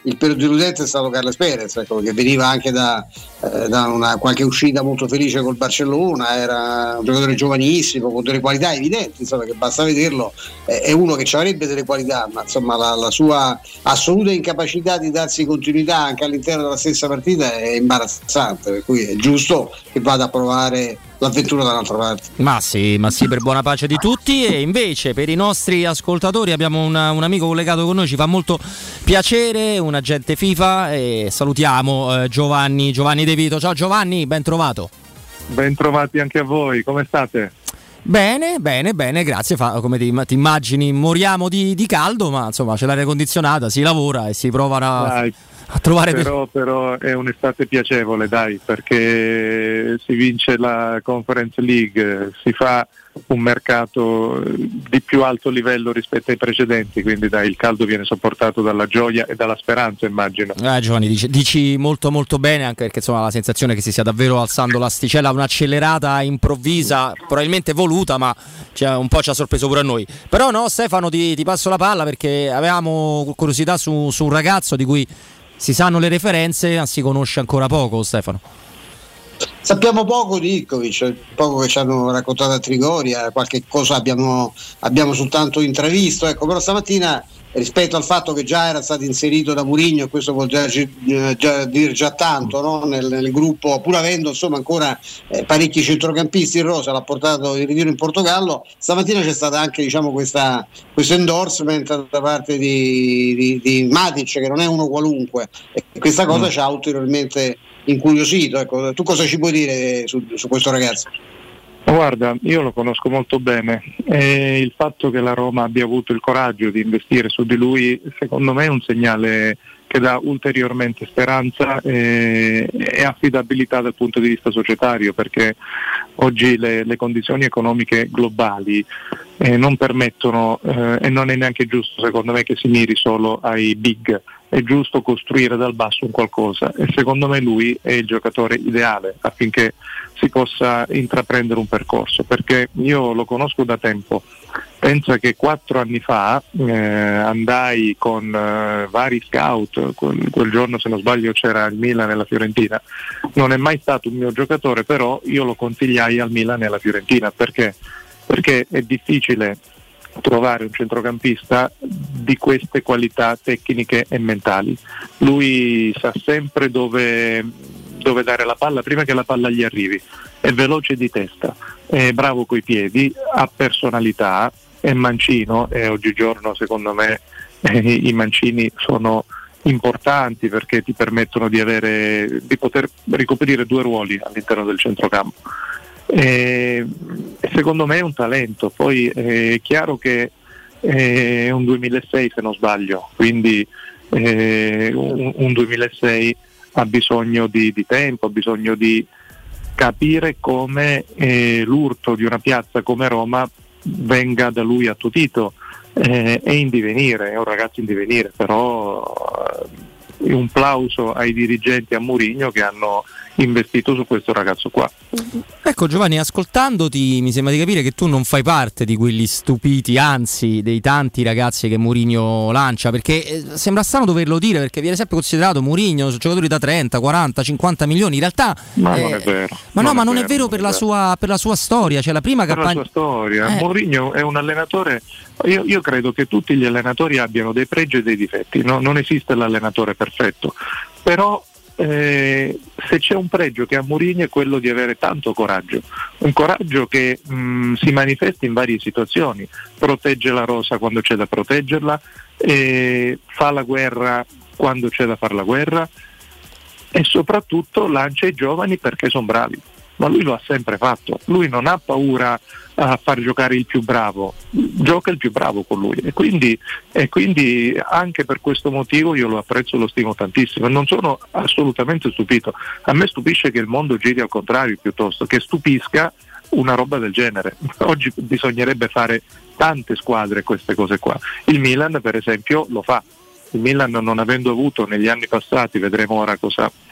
il periodo deludente è stato Carles Perez, ecco, che veniva anche da una qualche uscita molto felice col Barcellona, era un giocatore giovanissimo con delle qualità evidenti, insomma, che basta vederlo, è uno che ci avrebbe delle qualità, ma insomma la sua assoluta incapacità di darsi continuità anche all'interno della stessa partita è imbarazzante, per cui è giusto che vada a provare l'avventura dall'altra parte. Ma sì, per buona pace di tutti. E invece per i nostri ascoltatori abbiamo un amico collegato con noi, ci fa molto piacere, un agente FIFA, e salutiamo Giovanni De Vito. Ciao Giovanni, ben trovato. Ben trovati anche a voi, come state? Bene, grazie. Come ti immagini, moriamo di caldo, ma insomma c'è l'aria condizionata, si lavora e si prova a trovare però è un'estate piacevole, dai, perché si vince la Conference League, si fa un mercato di più alto livello rispetto ai precedenti, quindi dai, il caldo viene sopportato dalla gioia e dalla speranza, immagino. Giovanni, dici molto molto bene, anche perché insomma la sensazione è che si stia davvero alzando l'asticella, un'accelerata improvvisa, probabilmente voluta, ma un po' ci ha sorpreso pure a noi. Però no, Stefano, ti passo la palla perché avevamo curiosità su un ragazzo di cui si sanno le referenze, ma si conosce ancora poco, Stefano. Sappiamo poco di Ivkovic, poco che ci hanno raccontato a Trigoria, qualche cosa abbiamo soltanto intravisto, ecco, però stamattina, rispetto al fatto che già era stato inserito da Mourinho, e questo vuol dire già tanto, no? nel gruppo, pur avendo insomma ancora parecchi centrocampisti in rosa, l'ha portato in ritiro in Portogallo, stamattina c'è stata anche, diciamo, questo endorsement da parte di Matic, che non è uno qualunque, e questa cosa ci ha ulteriormente incuriosito, ecco. Tu cosa ci puoi dire su questo ragazzo? Guarda, io lo conosco molto bene e il fatto che la Roma abbia avuto il coraggio di investire su di lui, secondo me è un segnale che dà ulteriormente speranza e affidabilità dal punto di vista societario, perché oggi le condizioni economiche globali non permettono e non è neanche giusto, secondo me, che si miri solo ai big. È giusto costruire dal basso un qualcosa e secondo me lui è il giocatore ideale affinché si possa intraprendere un percorso, perché io lo conosco da tempo. Pensa che 4 anni fa andai con vari scout, quel giorno se non sbaglio c'era il Milan e la Fiorentina, non è mai stato un mio giocatore, però io lo consigliai al Milan e alla Fiorentina, perché è difficile trovare un centrocampista di queste qualità tecniche e mentali. Lui sa sempre dove dare la palla prima che la palla gli arrivi, è veloce di testa, è bravo coi piedi, ha personalità, è mancino e oggigiorno secondo me i mancini sono importanti perché ti permettono di poter ricoprire 2 ruoli all'interno del centrocampo. Secondo me è un talento, poi è chiaro che è un 2006 se non sbaglio, quindi un 2006 ha bisogno di tempo, ha bisogno di capire come l'urto di una piazza come Roma venga da lui attutito, è in divenire, è un ragazzo in divenire, però un plauso ai dirigenti, a Mourinho, che hanno investito su questo ragazzo qua. Ecco Giovanni, ascoltandoti mi sembra di capire che tu non fai parte di quelli stupiti, anzi dei tanti ragazzi che Mourinho lancia, perché sembra strano doverlo dire, perché viene sempre considerato Mourinho giocatori da 30, 40, 50 milioni, in realtà non è vero. Non è vero per la sua storia, cioè la prima campagna. Per la sua storia, Mourinho è un allenatore, io credo che tutti gli allenatori abbiano dei pregi e dei difetti, non esiste l'allenatore perfetto, però se c'è un pregio che ha Mourinho è quello di avere tanto coraggio, un coraggio che si manifesta in varie situazioni, protegge la rosa quando c'è da proteggerla, fa la guerra quando c'è da fare la guerra e soprattutto lancia i giovani perché sono bravi, ma lui lo ha sempre fatto, lui non ha paura a far giocare il più bravo, gioca il più bravo con lui e quindi anche per questo motivo io lo apprezzo, lo stimo tantissimo e non sono assolutamente stupito. A me stupisce che il mondo giri al contrario, piuttosto che stupisca una roba del genere. Oggi bisognerebbe fare tante squadre queste cose qua. Il Milan per esempio lo fa, il Milan non avendo avuto negli anni passati, vedremo ora cosa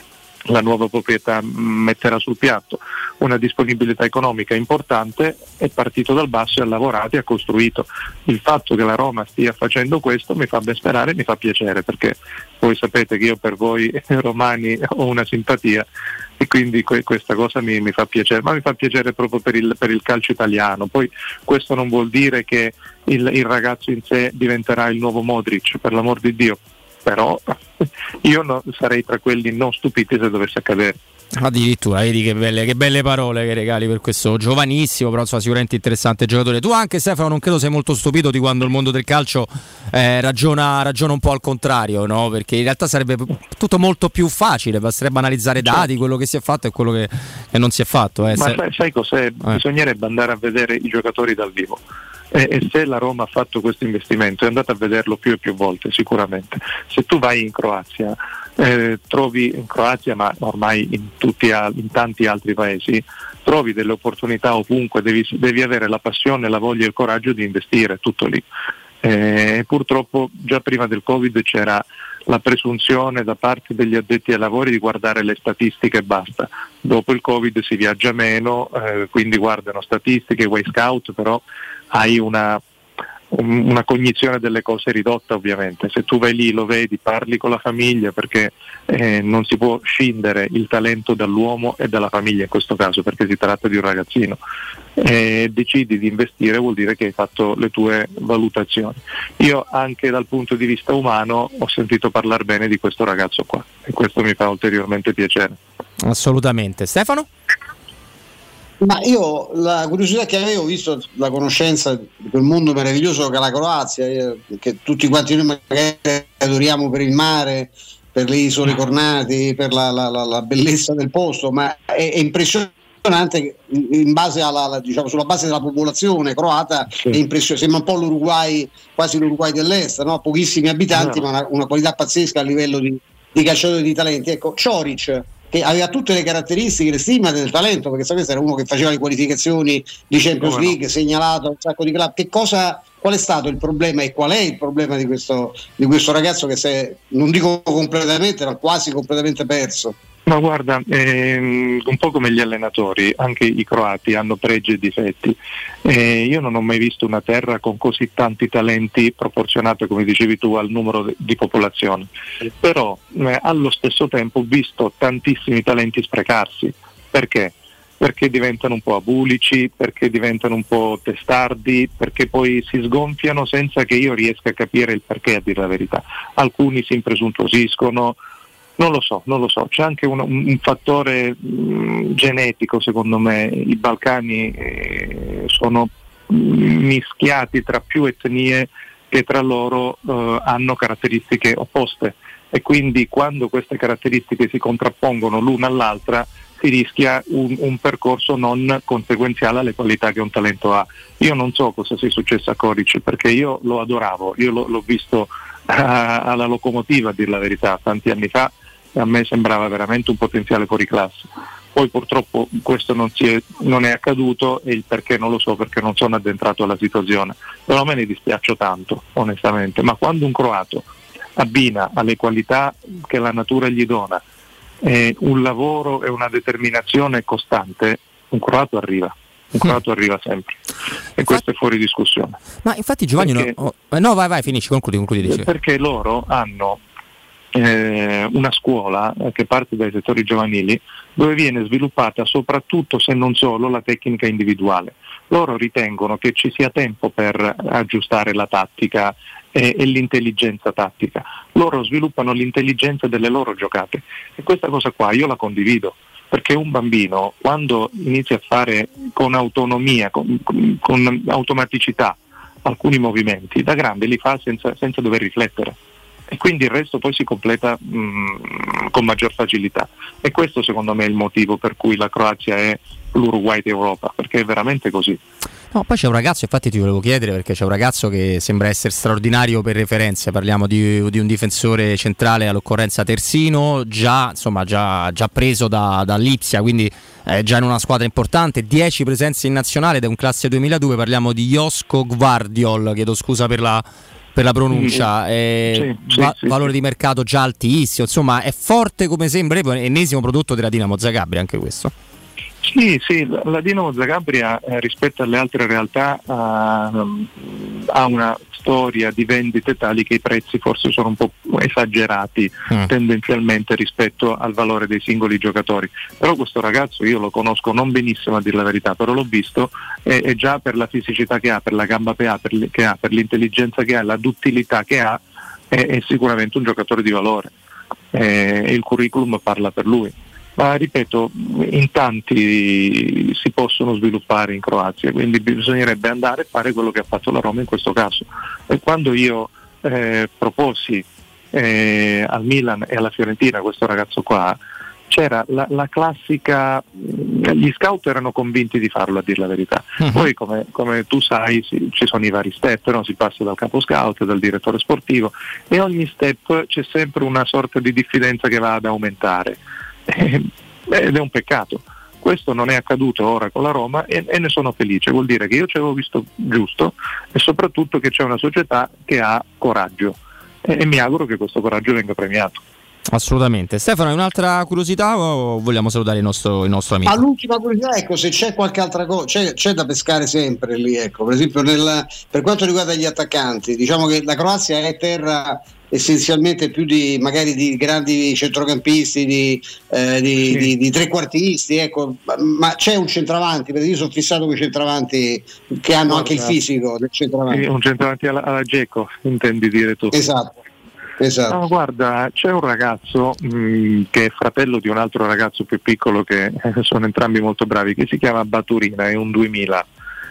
la nuova proprietà metterà sul piatto una disponibilità economica importante, è partito dal basso e ha lavorato e ha costruito. Il fatto che la Roma stia facendo questo mi fa ben sperare, mi fa piacere, perché voi sapete che io per voi romani ho una simpatia e quindi questa cosa mi fa piacere, ma mi fa piacere proprio per il calcio italiano. Poi questo non vuol dire che il ragazzo in sé diventerà il nuovo Modric, per l'amor di Dio, però io sarei tra quelli non stupiti se dovesse accadere. Addirittura, vedi che belle parole che regali per questo giovanissimo, però insomma, sicuramente interessante giocatore. Tu anche, Stefano, non credo sei molto stupito di quando il mondo del calcio ragiona un po' al contrario, no? Perché in realtà sarebbe tutto molto più facile, basterebbe analizzare dati, quello che si è fatto e quello che non si è fatto. Ma sai cos'è? Bisognerebbe andare a vedere i giocatori dal vivo. E se la Roma ha fatto questo investimento è andata a vederlo più e più volte sicuramente. Se tu vai in Croazia, trovi in Croazia, ma ormai in tanti altri paesi, trovi delle opportunità ovunque, devi avere la passione, la voglia e il coraggio di investire, tutto lì. Purtroppo già prima del Covid c'era la presunzione da parte degli addetti ai lavori di guardare le statistiche e basta. Dopo il Covid si viaggia meno, quindi guardano statistiche, Way Scout, però hai una cognizione delle cose ridotta ovviamente. Se tu vai lì, lo vedi, parli con la famiglia, perché non si può scindere il talento dall'uomo e dalla famiglia in questo caso, perché si tratta di un ragazzino, decidi di investire, vuol dire che hai fatto le tue valutazioni. Io anche dal punto di vista umano ho sentito parlare bene di questo ragazzo qua e questo mi fa ulteriormente piacere. Assolutamente. Stefano? Ma io la curiosità che avevo, visto la conoscenza di quel mondo meraviglioso che è la Croazia, che tutti quanti noi magari adoriamo per il mare, per le isole Cornati, per la bellezza del posto, ma è impressionante che in base alla diciamo sulla base della popolazione croata è impressionante, sembra un po' l'Uruguay, quasi l'Uruguay dell'est, no? Pochissimi abitanti, ma una qualità pazzesca a livello di calciatori di talenti. Ecco, Ćorić, che aveva tutte le caratteristiche, le stigma del talento, perché questo era uno che faceva le qualificazioni di Champions League, segnalato a un sacco di club. Qual è stato il problema e qual è il problema di questo ragazzo che si è, non dico completamente, ma quasi completamente perso? Ma guarda, un po' come gli allenatori, anche i croati hanno pregi e difetti. Io non ho mai visto una terra con così tanti talenti proporzionato, come dicevi tu, al numero di popolazione. Però allo stesso tempo ho visto tantissimi talenti sprecarsi. Perché? Perché diventano un po' abulici, perché diventano un po' testardi, perché poi si sgonfiano senza che io riesca a capire il perché, a dire la verità. Alcuni si impresuntuosiscono. Non lo so, c'è anche un fattore genetico, secondo me. I Balcani sono mischiati tra più etnie che tra loro hanno caratteristiche opposte, e quindi quando queste caratteristiche si contrappongono l'una all'altra si rischia un percorso non conseguenziale alle qualità che un talento ha. Io non so cosa sia successo a Ćorić, perché io lo adoravo, io l'ho visto alla Locomotiva, a dir la verità, tanti anni fa. A me sembrava veramente un potenziale fuori classe. Poi purtroppo questo non è accaduto, e il perché non lo so, perché non sono addentrato alla situazione. Però me ne dispiaccio tanto, onestamente. Ma quando un croato abbina alle qualità che la natura gli dona un lavoro e una determinazione costante, un croato arriva. Un croato arriva sempre, e questo è fuori discussione. Ma infatti Giovanni, no, vai, finisci, concludi. Dice. Perché loro hanno una scuola che parte dai settori giovanili, dove viene sviluppata soprattutto, se non solo, la tecnica individuale. Loro ritengono che ci sia tempo per aggiustare la tattica e l'intelligenza tattica. Loro sviluppano l'intelligenza delle loro giocate, e questa cosa qua io la condivido, perché un bambino, quando inizia a fare con autonomia, con automaticità alcuni movimenti, da grande li fa senza dover riflettere, e quindi il resto poi si completa con maggior facilità. E questo secondo me è il motivo per cui la Croazia è l'Uruguay d'Europa, perché è veramente così. No, poi c'è un ragazzo, infatti ti volevo chiedere, perché c'è un ragazzo che sembra essere straordinario per referenze. Parliamo di un difensore centrale all'occorrenza terzino, già preso da Lipsia, quindi già in una squadra importante, 10 presenze in nazionale ed è un classe 2002. Parliamo di Josko Gvardiol, chiedo scusa per la per la pronuncia, valore di mercato già altissimo, insomma è forte come sembra, ennesimo prodotto della Dinamo Zagabria anche questo. Sì, la Dinamo Zagabria rispetto alle altre realtà ha una storia di vendite tali che i prezzi forse sono un po' esagerati tendenzialmente rispetto al valore dei singoli giocatori, però questo ragazzo io lo conosco non benissimo a dire la verità, però l'ho visto e già per la fisicità che ha, per la gamba che ha, per l'intelligenza che ha, la duttilità che ha, è sicuramente un giocatore di valore, il curriculum parla per lui. Ma ripeto, in tanti si possono sviluppare in Croazia, quindi bisognerebbe andare a fare quello che ha fatto la Roma in questo caso. E quando io proposi al Milan e alla Fiorentina questo ragazzo qua, c'era la classica, gli scout erano convinti di farlo, a dire la verità. Poi come tu sai ci sono i vari step, no? Si passa dal capo scout, dal direttore sportivo, e ogni step c'è sempre una sorta di diffidenza che va ad aumentare. Ed è un peccato. Questo non è accaduto ora con la Roma e ne sono felice, vuol dire che io ci avevo visto giusto e soprattutto che c'è una società che ha coraggio e mi auguro che questo coraggio venga premiato. Assolutamente. Stefano, hai un'altra curiosità o vogliamo salutare il nostro amico? Ma l'ultima curiosità, ecco, se c'è qualche altra cosa, c'è da pescare sempre lì, ecco. Per esempio per quanto riguarda gli attaccanti, diciamo che la Croazia è terra essenzialmente più di magari di grandi centrocampisti, di trequartisti, ecco, ma c'è un centravanti, perché io sono fissato con i centravanti che hanno anche il fisico del centravanti. Un centravanti alla Dzeko, intendi dire tu? Esatto. No, guarda, c'è un ragazzo che è fratello di un altro ragazzo più piccolo, che sono entrambi molto bravi, che si chiama Baturina, è un 2000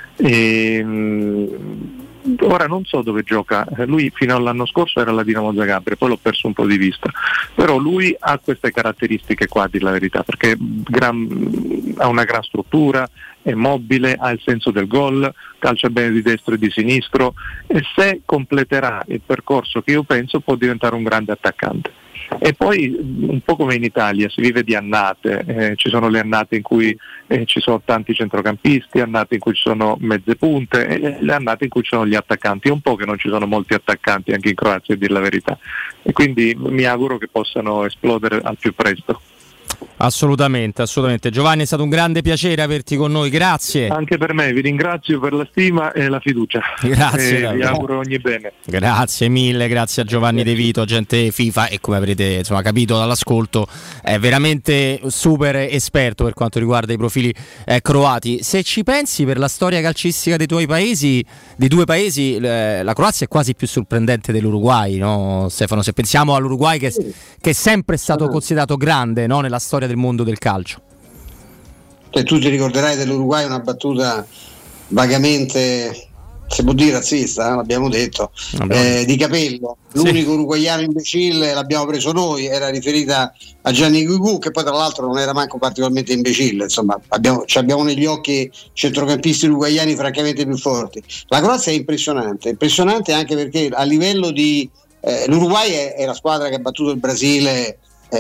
ora non so dove gioca, lui fino all'anno scorso era alla Dinamo Zagabria, poi l'ho perso un po' di vista, però lui ha queste caratteristiche qua, a dire la verità, perché ha una gran struttura, è mobile, ha il senso del gol, calcia bene di destro e di sinistro, e se completerà il percorso che io penso può diventare un grande attaccante. E poi un po' come in Italia si vive di annate, ci sono le annate in cui ci sono tanti centrocampisti, annate in cui ci sono mezze punte e le annate in cui ci sono gli attaccanti. È un po' che non ci sono molti attaccanti anche in Croazia, a dire la verità, e quindi mi auguro che possano esplodere al più presto. Assolutamente. Giovanni, è stato un grande piacere averti con noi, grazie. Anche per me, vi ringrazio per la stima e la fiducia. Grazie. Vi auguro ogni bene. Grazie mille, grazie a Giovanni De Vito, agente FIFA, e come avrete capito dall'ascolto è veramente super esperto per quanto riguarda i profili croati. Se ci pensi, per la storia calcistica dei due paesi, la Croazia è quasi più sorprendente dell'Uruguay, no Stefano? Se pensiamo all'Uruguay che è sempre stato considerato grande, no, nella storia del mondo del calcio. E tu ti ricorderai dell'Uruguay una battuta vagamente, si può dire razzista, l'abbiamo detto, di Capello, l'unico uruguaiano imbecille l'abbiamo preso noi, era riferita a Gianni Guigù, che poi tra l'altro non era manco particolarmente imbecille, insomma abbiamo negli occhi centrocampisti uruguaiani francamente più forti. La Croazia è impressionante anche perché a livello di l'Uruguay è la squadra che ha battuto il Brasile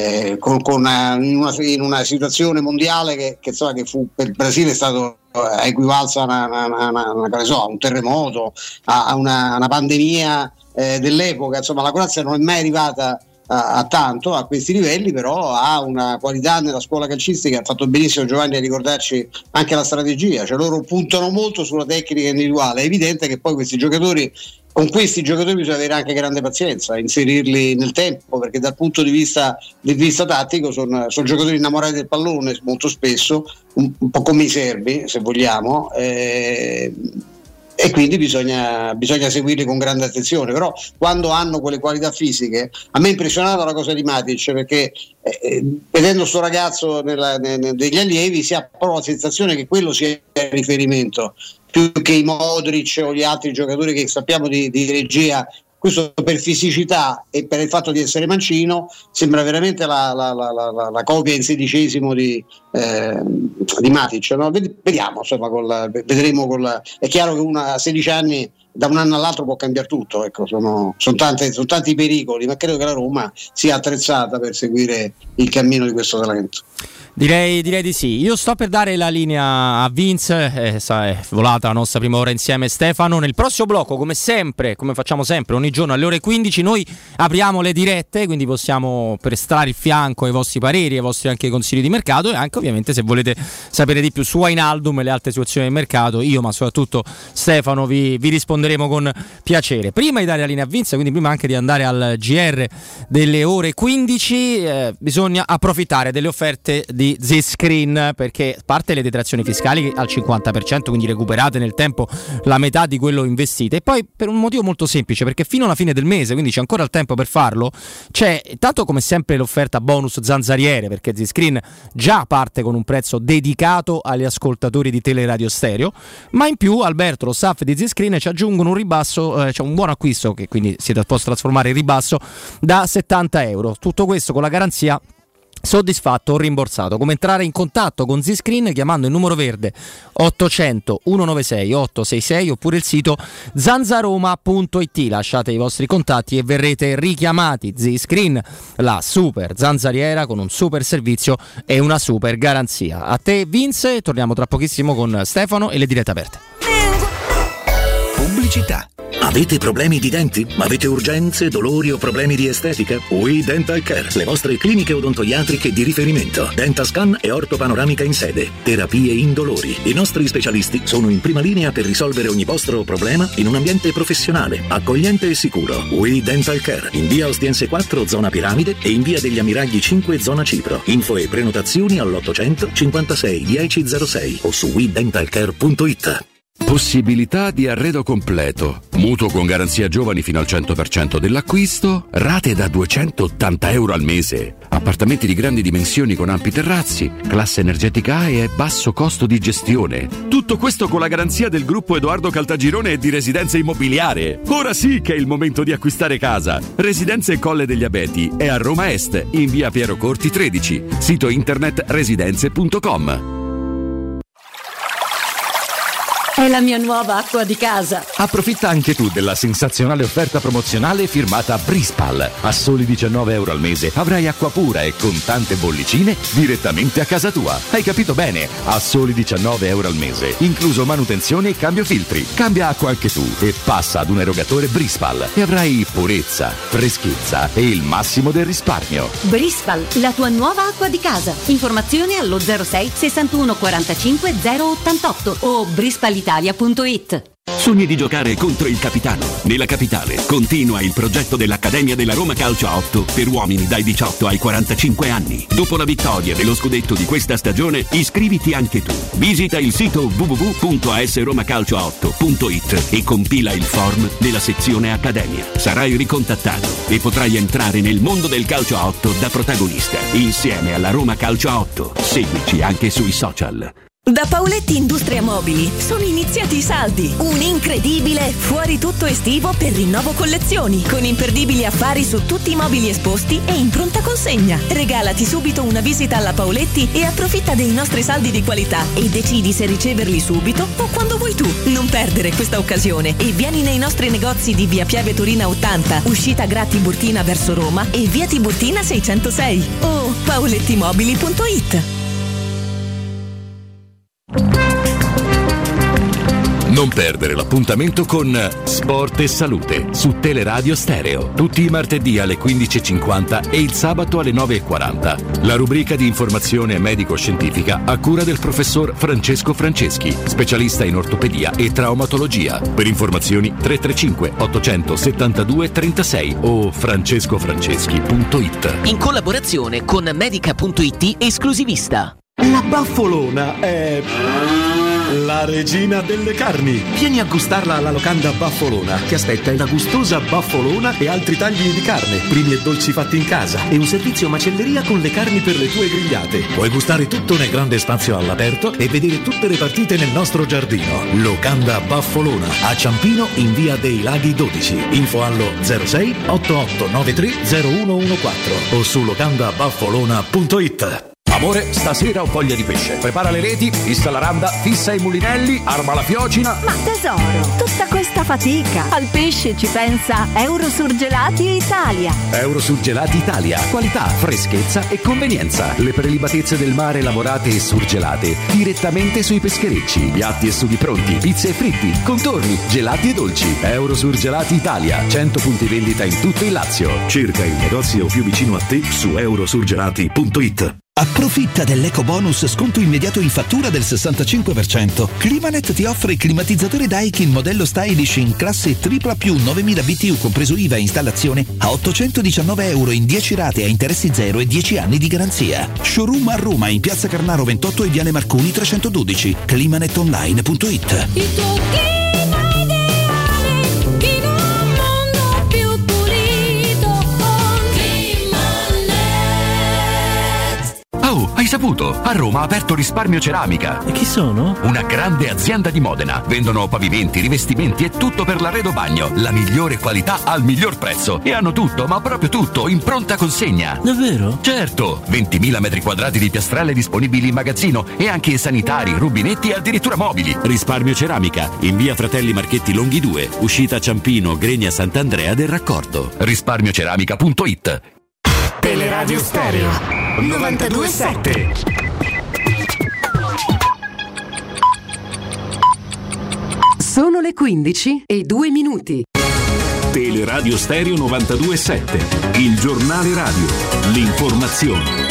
in una situazione mondiale che fu per il Brasile è stato equivalsa a un terremoto, a una pandemia dell'epoca. Insomma, la Croazia non è mai arrivata a tanto, a questi livelli, però ha una qualità nella scuola calcistica. Ha fatto benissimo Giovanni a ricordarci anche la strategia, cioè loro puntano molto sulla tecnica individuale. È evidente che poi con questi giocatori bisogna avere anche grande pazienza, inserirli nel tempo, perché dal punto di vista tattico sono giocatori innamorati del pallone molto spesso, un po' come i serbi, se vogliamo, e quindi bisogna seguirli con grande attenzione. Però quando hanno quelle qualità fisiche, a me è impressionata la cosa di Matic, perché vedendo sto ragazzo degli allievi si ha proprio la sensazione che quello sia il riferimento, più che i Modric o gli altri giocatori che sappiamo di regia. Questo per fisicità e per il fatto di essere mancino sembra veramente la copia in 16esimo di Matic, no? Vediamo, insomma, vedremo è chiaro che uno a 16 anni da un anno all'altro può cambiare tutto, ecco, sono tanti i pericoli, ma credo che la Roma sia attrezzata per seguire il cammino di questo talento. Direi di sì. Io sto per dare la linea a Vince, è volata la nostra prima ora insieme Stefano. Nel prossimo blocco, come sempre, come facciamo sempre ogni giorno alle ore 15, noi apriamo le dirette, quindi possiamo prestare il fianco ai vostri pareri, ai vostri anche consigli di mercato, e anche ovviamente se volete sapere di più su Wijnaldum e le altre situazioni del mercato, io ma soprattutto Stefano vi risponderemo con piacere. Prima di dare la linea a Vince, quindi prima anche di andare al GR delle ore 15, bisogna approfittare delle offerte di Zscreen, perché parte le detrazioni fiscali al 50%, quindi recuperate nel tempo la metà di quello investite, e poi per un motivo molto semplice, perché fino alla fine del mese, quindi c'è ancora il tempo per farlo, c'è tanto come sempre l'offerta bonus zanzariere, perché Zscreen già parte con un prezzo dedicato agli ascoltatori di Teleradio Stereo, ma in più Alberto, lo staff di Zscreen ci aggiungono un ribasso, cioè un buon acquisto che quindi si può trasformare in ribasso da €70. Tutto questo con la garanzia soddisfatto o rimborsato. Come entrare in contatto con Zscreen? Chiamando il numero verde 800 196 866 oppure il sito zanzaroma.it. Lasciate i vostri contatti e verrete richiamati. Zscreen, la super zanzariera con un super servizio e una super garanzia. A te Vince, torniamo tra pochissimo con Stefano e le dirette aperte. Pubblicità. Avete problemi di denti? Avete urgenze, dolori o problemi di estetica? We Dental Care, le vostre cliniche odontoiatriche di riferimento. Dentascan e ortopanoramica in sede. Terapie indolori. I nostri specialisti sono in prima linea per risolvere ogni vostro problema in un ambiente professionale, accogliente e sicuro. We Dental Care, in via Ostiense 4, zona Piramide, e in via degli Ammiragli 5, zona Cipro. Info e prenotazioni all'800 56 1006 o su wedentalcare.it. Possibilità di arredo completo, mutuo con garanzia giovani fino al 100% dell'acquisto, rate da €280 al mese, appartamenti di grandi dimensioni con ampi terrazzi, classe energetica A e basso costo di gestione. Tutto questo con la garanzia del gruppo Edoardo Caltagirone e di Residenza Immobiliare. Ora sì che è il momento di acquistare casa. Residenze Colle degli Abeti è a Roma Est, in via Piero Corti 13, sito internet residenze.com. È la mia nuova acqua di casa. Approfitta anche tu della sensazionale offerta promozionale firmata Brispal. A soli €19 al mese avrai acqua pura e con tante bollicine direttamente a casa tua. Hai capito bene? A soli €19 al mese, incluso manutenzione e cambio filtri. Cambia acqua anche tu e passa ad un erogatore Brispal e avrai purezza, freschezza e il massimo del risparmio. Brispal, la tua nuova acqua di casa. Informazioni allo 06 61 45 088 o brispalitalia.it. Sogni di giocare contro il capitano? Nella capitale continua il progetto dell'Accademia della Roma Calcio a 8 per uomini dai 18 ai 45 anni. Dopo la vittoria dello scudetto di questa stagione, iscriviti anche tu. Visita il sito www.asromacalcio8.it e compila il form nella sezione Accademia. Sarai ricontattato e potrai entrare nel mondo del calcio a 8 da protagonista, insieme alla Roma Calcio a 8. Seguici anche sui social. Da Paoletti Industria Mobili sono iniziati i saldi. Un incredibile fuori tutto estivo per rinnovo collezioni, con imperdibili affari su tutti i mobili esposti e in pronta consegna. Regalati subito una visita alla Paoletti e approfitta dei nostri saldi di qualità e decidi se riceverli subito o quando vuoi tu. Non perdere questa occasione e vieni nei nostri negozi di via Pieve Torina 80, uscita Gra Tiburtina verso Roma, e via Tiburtina 606 o paolettimobili.it. Non perdere l'appuntamento con Sport e Salute su Teleradio Stereo, tutti i martedì alle 15.50 e il sabato alle 9.40. La rubrica di informazione medico-scientifica a cura del professor Francesco Franceschi, specialista in ortopedia e traumatologia. Per informazioni 335 872 36 o francescofranceschi.it. In collaborazione con Medica.it esclusivista. La Baffolona è la regina delle carni. Vieni a gustarla alla locanda Baffolona. Ti aspetta una gustosa baffolona e altri tagli di carne, primi e dolci fatti in casa e un servizio macelleria con le carni per le tue grigliate. Puoi gustare tutto nel grande spazio all'aperto e vedere tutte le partite nel nostro giardino. Locanda Baffolona a Ciampino in via dei Laghi 12. Info allo 06 8893 0114 o su locandabaffolona.it. Amore, stasera ho voglia di pesce. Prepara le reti, fissa la randa, fissa i mulinelli, arma la fiocina. Ma tesoro, tutta questa fatica. Al pesce ci pensa Eurosurgelati Italia. Eurosurgelati Italia. Qualità, freschezza e convenienza. Le prelibatezze del mare lavorate e surgelate direttamente sui pescherecci. Piatti e sughi pronti, pizze e fritti, contorni, gelati e dolci. Eurosurgelati Italia. 100 punti vendita in tutto il Lazio. Cerca il negozio più vicino a te su eurosurgelati.it. Approfitta dell'eco bonus sconto immediato in fattura del 65%. Climanet ti offre il climatizzatore Daikin modello Stylish in classe tripla più 9000 BTU compreso IVA e installazione a €819 in 10 rate a interessi zero e 10 anni di garanzia. Showroom a Roma in Piazza Carnaro 28 e Viale Marconi 312. climanetonline.it. Il tuo clima ideale in un mondo più pulito con Climanet. Oh, hai saputo? A Roma ha aperto Risparmio Ceramica. E chi sono? Una grande azienda di Modena. Vendono pavimenti, rivestimenti e tutto per l'arredo bagno. La migliore qualità al miglior prezzo. E hanno tutto, ma proprio tutto, in pronta consegna. Davvero? Certo! 20.000 metri quadrati di piastrelle disponibili in magazzino e anche sanitari, rubinetti e addirittura mobili. Risparmio Ceramica, in via Fratelli Marchetti Longhi 2, uscita Ciampino, Gregna Sant'Andrea del Raccordo. Risparmioceramica.it. Teleradio Stereo 92.7. Sono le 15:02. Teleradio Stereo 92.7, il giornale radio, l'informazione.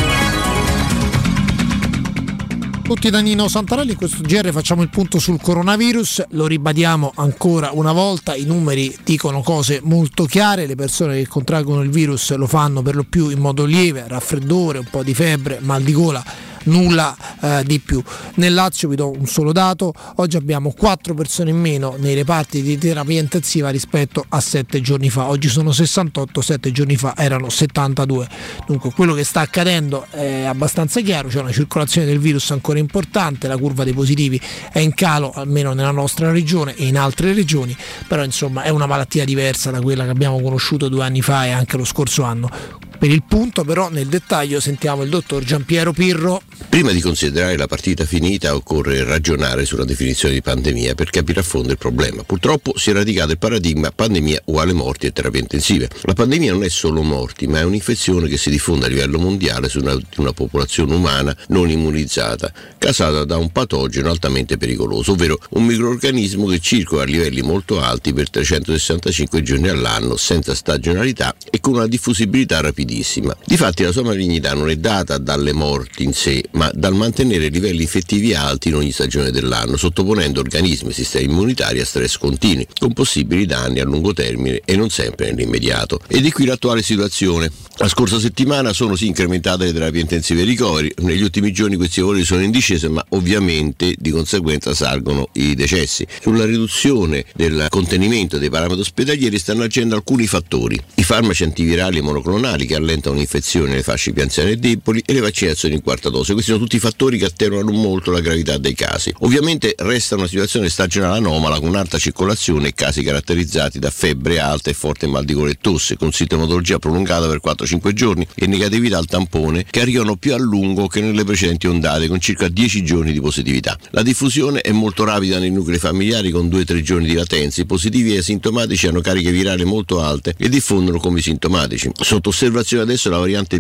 Tutti da Nino Santarelli. In questo GR facciamo il punto sul coronavirus, lo ribadiamo ancora una volta, i numeri dicono cose molto chiare, le persone che contraggono il virus lo fanno per lo più in modo lieve, raffreddore, un po' di febbre, mal di gola, nulla di più. Nel Lazio vi do un solo dato: oggi abbiamo 4 persone in meno nei reparti di terapia intensiva rispetto a 7 giorni fa. Oggi sono 68, 7 giorni fa erano 72. Dunque quello che sta accadendo è abbastanza chiaro, c'è una circolazione del virus ancora importante, la curva dei positivi è in calo almeno nella nostra regione e in altre regioni, però insomma è una malattia diversa da quella che abbiamo conosciuto 2 anni fa e anche lo scorso anno. Per il punto però nel dettaglio sentiamo il dottor Giampiero Pirro. Prima di considerare la partita finita occorre ragionare sulla definizione di pandemia per capire a fondo il problema. Purtroppo si è radicato il paradigma pandemia uguale morti e terapie intensive. La pandemia non è solo morti, ma è un'infezione che si diffonde a livello mondiale su una popolazione umana non immunizzata, causata da un patogeno altamente pericoloso, ovvero un microrganismo che circola a livelli molto alti per 365 giorni all'anno, senza stagionalità e con una diffusibilità rapidissima. Difatti la sua malignità non è data dalle morti in sé, ma dal mantenere livelli infettivi alti in ogni stagione dell'anno, sottoponendo organismi e sistemi immunitari a stress continui, con possibili danni a lungo termine e non sempre nell'immediato. Ed è qui l'attuale situazione. La scorsa settimana sono sì incrementate le terapie intensive e ricoveri, negli ultimi giorni questi valori sono in discesa, ma ovviamente di conseguenza salgono i decessi. Sulla riduzione del contenimento dei parametri ospedalieri stanno agendo alcuni fattori: i farmaci antivirali e monoclonali che allentano l'infezione nelle fasce più anziane e deboli e le vaccinazioni in quarta dose. Questi sono tutti fattori che attenuano molto la gravità dei casi. Ovviamente resta una situazione stagionale anomala con alta circolazione e casi caratterizzati da febbre alta e forte mal di gola e tosse, con sintomatologia prolungata per 4-5 giorni e negatività al tampone che arrivano più a lungo che nelle precedenti ondate, con circa 10 giorni di positività. La diffusione è molto rapida nei nuclei familiari con 2-3 giorni di latenza. I positivi e asintomatici hanno cariche virali molto alte e diffondono come i sintomatici. Sotto osservazione adesso la variante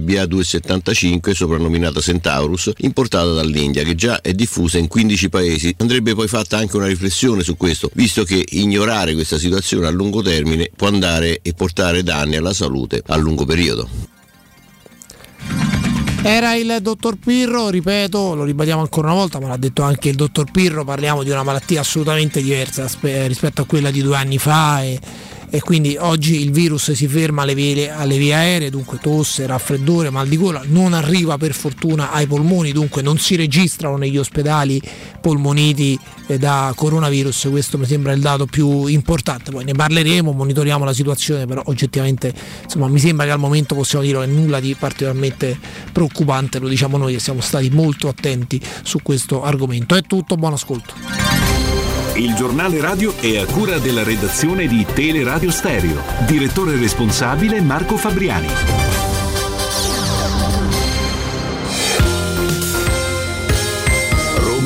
BA275, soprannominata Centaurus, importata dall'India, che già è diffusa in 15 paesi. Andrebbe poi fatta anche una riflessione su questo, visto che ignorare questa situazione a lungo termine può andare e portare danni alla salute a lungo periodo. Era il dottor Pirro, ripeto, lo ribadiamo ancora una volta, ma l'ha detto anche il dottor Pirro, parliamo di una malattia assolutamente diversa rispetto a quella di 2 anni fa e quindi oggi il virus si ferma alle vie aeree, dunque tosse, raffreddore, mal di gola, non arriva per fortuna ai polmoni, dunque non si registrano negli ospedali polmoniti da coronavirus. Questo mi sembra il dato più importante, poi ne parleremo, monitoriamo la situazione, però oggettivamente insomma mi sembra che al momento possiamo dire che nulla di particolarmente preoccupante, lo diciamo noi che siamo stati molto attenti su questo argomento. È tutto, buon ascolto. Il giornale radio è a cura della redazione di Teleradio Stereo. Direttore responsabile Marco Fabriani.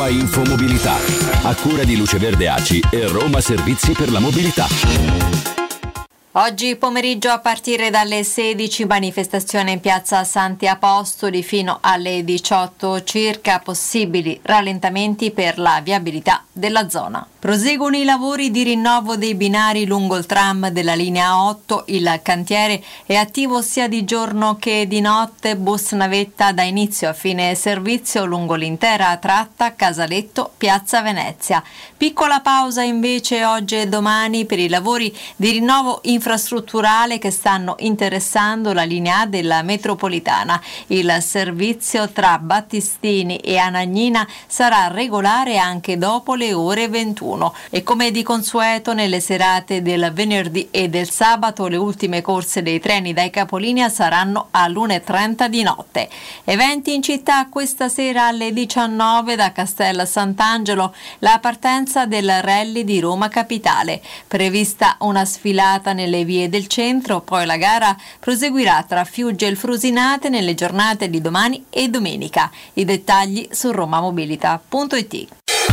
nuova Infomobilità, a cura di Luce Verde ACI e Roma Servizi per la Mobilità. Oggi pomeriggio a partire dalle 16 manifestazione in piazza Santi Apostoli fino alle 18 circa, possibili rallentamenti per la viabilità della zona. Proseguono i lavori di rinnovo dei binari lungo il tram della linea 8, il cantiere è attivo sia di giorno che di notte, bus navetta da inizio a fine servizio lungo l'intera tratta Casaletto-Piazza Venezia. Piccola pausa invece oggi e domani per i lavori di rinnovo infrastrutturale che stanno interessando la linea della metropolitana. Il servizio tra Battistini e Anagnina sarà regolare anche dopo le ore 21 e come di consueto nelle serate del venerdì e del sabato le ultime corse dei treni dai capolinea saranno all'1:30 di notte. Eventi in città questa sera alle 19 da Castel Sant'Angelo, la partenza del rally di Roma Capitale, prevista una sfilata nelle vie del centro, poi la gara proseguirà tra Fiugge e il Frusinate nelle giornate di domani e domenica. I dettagli su romamobilita.it.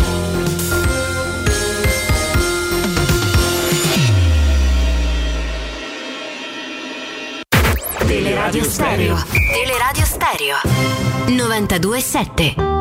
Teleradio Stereo. Teleradio Stereo 92.7.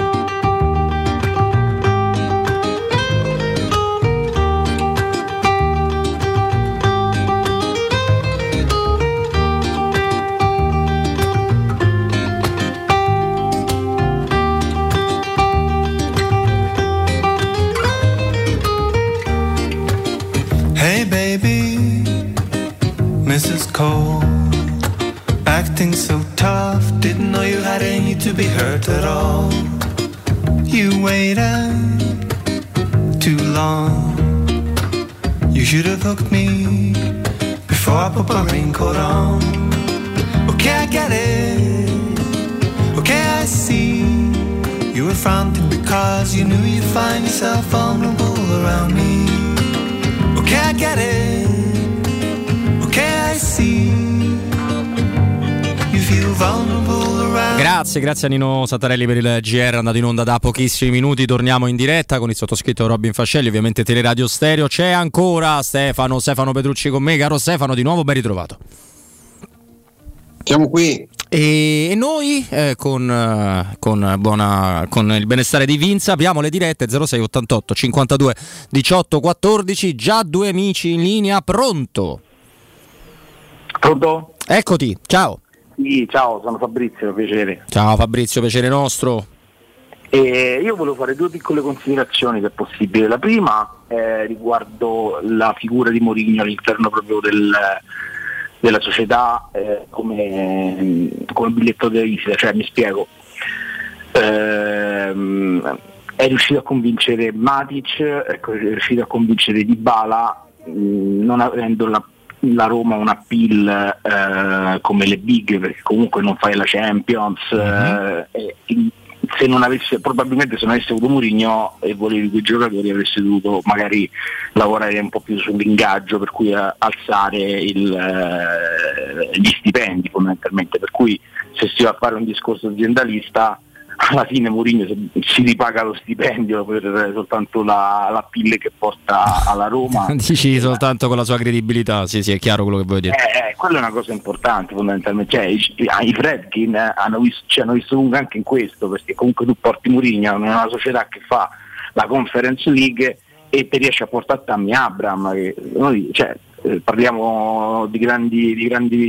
Hey baby, Mrs. Cole, acting so tough, didn't know you had any to be hurt at all. You waited too long, you should have hooked me before I put my raincoat on. Okay, I get it, okay, I see. You were fronting because you knew you'd find yourself vulnerable around me. Okay, I get it, okay, I see. You feel vulnerable around. Grazie a Nino Santarelli per il GR andato in onda da pochissimi minuti. Torniamo in diretta con il sottoscritto Robin Fascelli, ovviamente Teleradio Stereo. C'è ancora Stefano Petrucci con me. Caro Stefano, di nuovo ben ritrovato. Siamo qui. E noi con il benestare di Vinza abbiamo le dirette 06 88 52 18 14. Già due amici in linea. Pronto? Eccoti, ciao. Sì, ciao, sono Fabrizio, piacere. Ciao Fabrizio, piacere nostro. Io volevo fare due piccole considerazioni, se è possibile. La prima riguardo la figura di Mourinho all'interno proprio della società come biglietto da visita, cioè mi spiego. È riuscito a convincere Matic, è riuscito a convincere Dybala, non avendo la Roma un appeal come le big, perché comunque non fai la Champions, se non avesse, probabilmente se non avesse avuto Mourinho e volevi quei giocatori avresti dovuto magari lavorare un po' più sull'ingaggio, per cui alzare gli stipendi fondamentalmente, per cui se si va a fare un discorso aziendalista alla fine Mourinho si ripaga lo stipendio per soltanto la PIL che porta alla Roma. Dici soltanto con la sua credibilità, sì, è chiaro quello che vuoi dire. Quella è una cosa importante fondamentalmente, cioè, i Fredkin hanno visto lungo anche in questo, perché comunque tu porti Mourinho in una società che fa la Conference League e ti riesci a portare Tammy Abraham, che noi, parliamo di grandi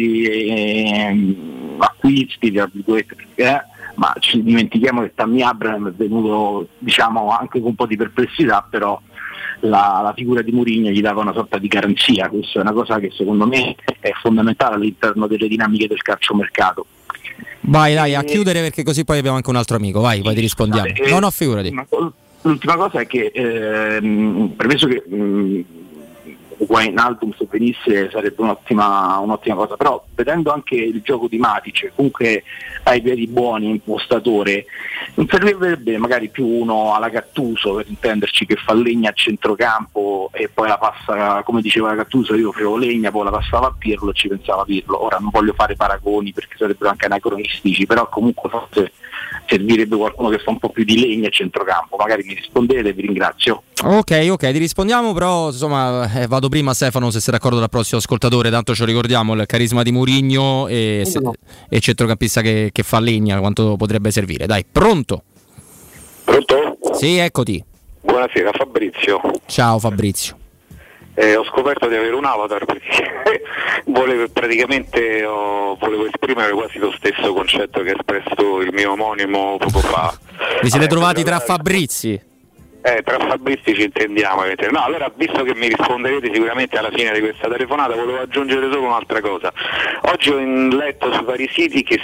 acquisti, tra virgolette, ma ci dimentichiamo che Tammy Abraham è venuto, diciamo, anche con un po' di perplessità, però la figura di Mourinho gli dava una sorta di garanzia. Questa è una cosa che secondo me è fondamentale all'interno delle dinamiche del calciomercato. Vai dai, a chiudere, perché così poi abbiamo anche un altro amico, vai ti rispondiamo. No, figurati. L'ultima cosa è che premesso che Wijnaldum se venisse sarebbe un'ottima cosa, però vedendo anche il gioco di Matic, comunque ha i piedi buoni, impostatore, non servirebbe magari più uno alla Gattuso, per intenderci, che fa legna a centrocampo e poi la passa, come diceva la Gattuso, io facevo legna, poi la passava a Pirlo e ci pensava Pirlo. Ora non voglio fare paragoni perché sarebbero anche anacronistici, però comunque forse servirebbe qualcuno che fa un po' più di legna a centrocampo. Magari mi rispondete, vi ringrazio. Ok, ti rispondiamo, però insomma vado prima, Stefano, se sei d'accordo, dal prossimo ascoltatore, tanto ci ricordiamo il carisma di Mourinho e centrocampista che fa legna, quanto potrebbe servire. Dai, pronto? Pronto? Sì, eccoti. Buonasera, Fabrizio. Ciao Fabrizio. Ho scoperto di avere un avatar perché volevo esprimere quasi lo stesso concetto che ha espresso il mio omonimo poco fa. Vi siete trovati tra Fabrizi? Tra Fabrizi ci intendiamo. No, allora, visto che mi risponderete sicuramente alla fine di questa telefonata, volevo aggiungere solo un'altra cosa. Oggi ho letto su vari siti che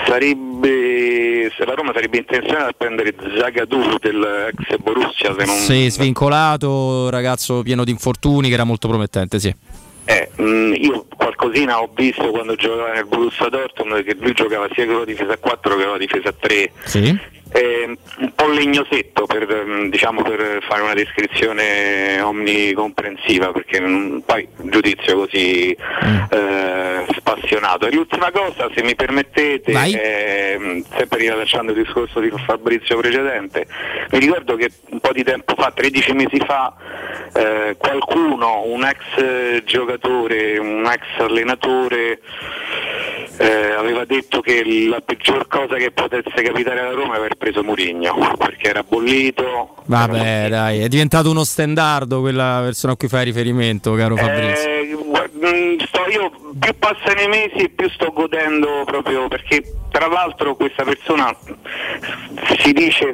la Roma sarebbe intenzionata a prendere Zagadou dell'ex Borussia, se non... Sì, svincolato, ragazzo pieno di infortuni, che era molto promettente, sì. Io qualcosina ho visto quando giocava nel Borussia Dortmund, che lui giocava sia con la difesa a 4 che con la difesa a 3. Sì. Un po' legnosetto per fare una descrizione omnicomprensiva, perché poi un giudizio così spassionato. E l'ultima cosa, se mi permettete, sempre rilasciando il discorso di Fabrizio precedente, mi ricordo che un po' di tempo fa, 13 mesi fa, qualcuno, un ex giocatore, un ex allenatore, aveva detto che la peggior cosa che potesse capitare alla Roma è aver preso Mourinho, perché era bollito. Vabbè, dai, è diventato uno stendardo quella persona a cui fai riferimento, caro Fabrizio. Io più passano i mesi e più sto godendo, proprio perché tra l'altro questa persona si dice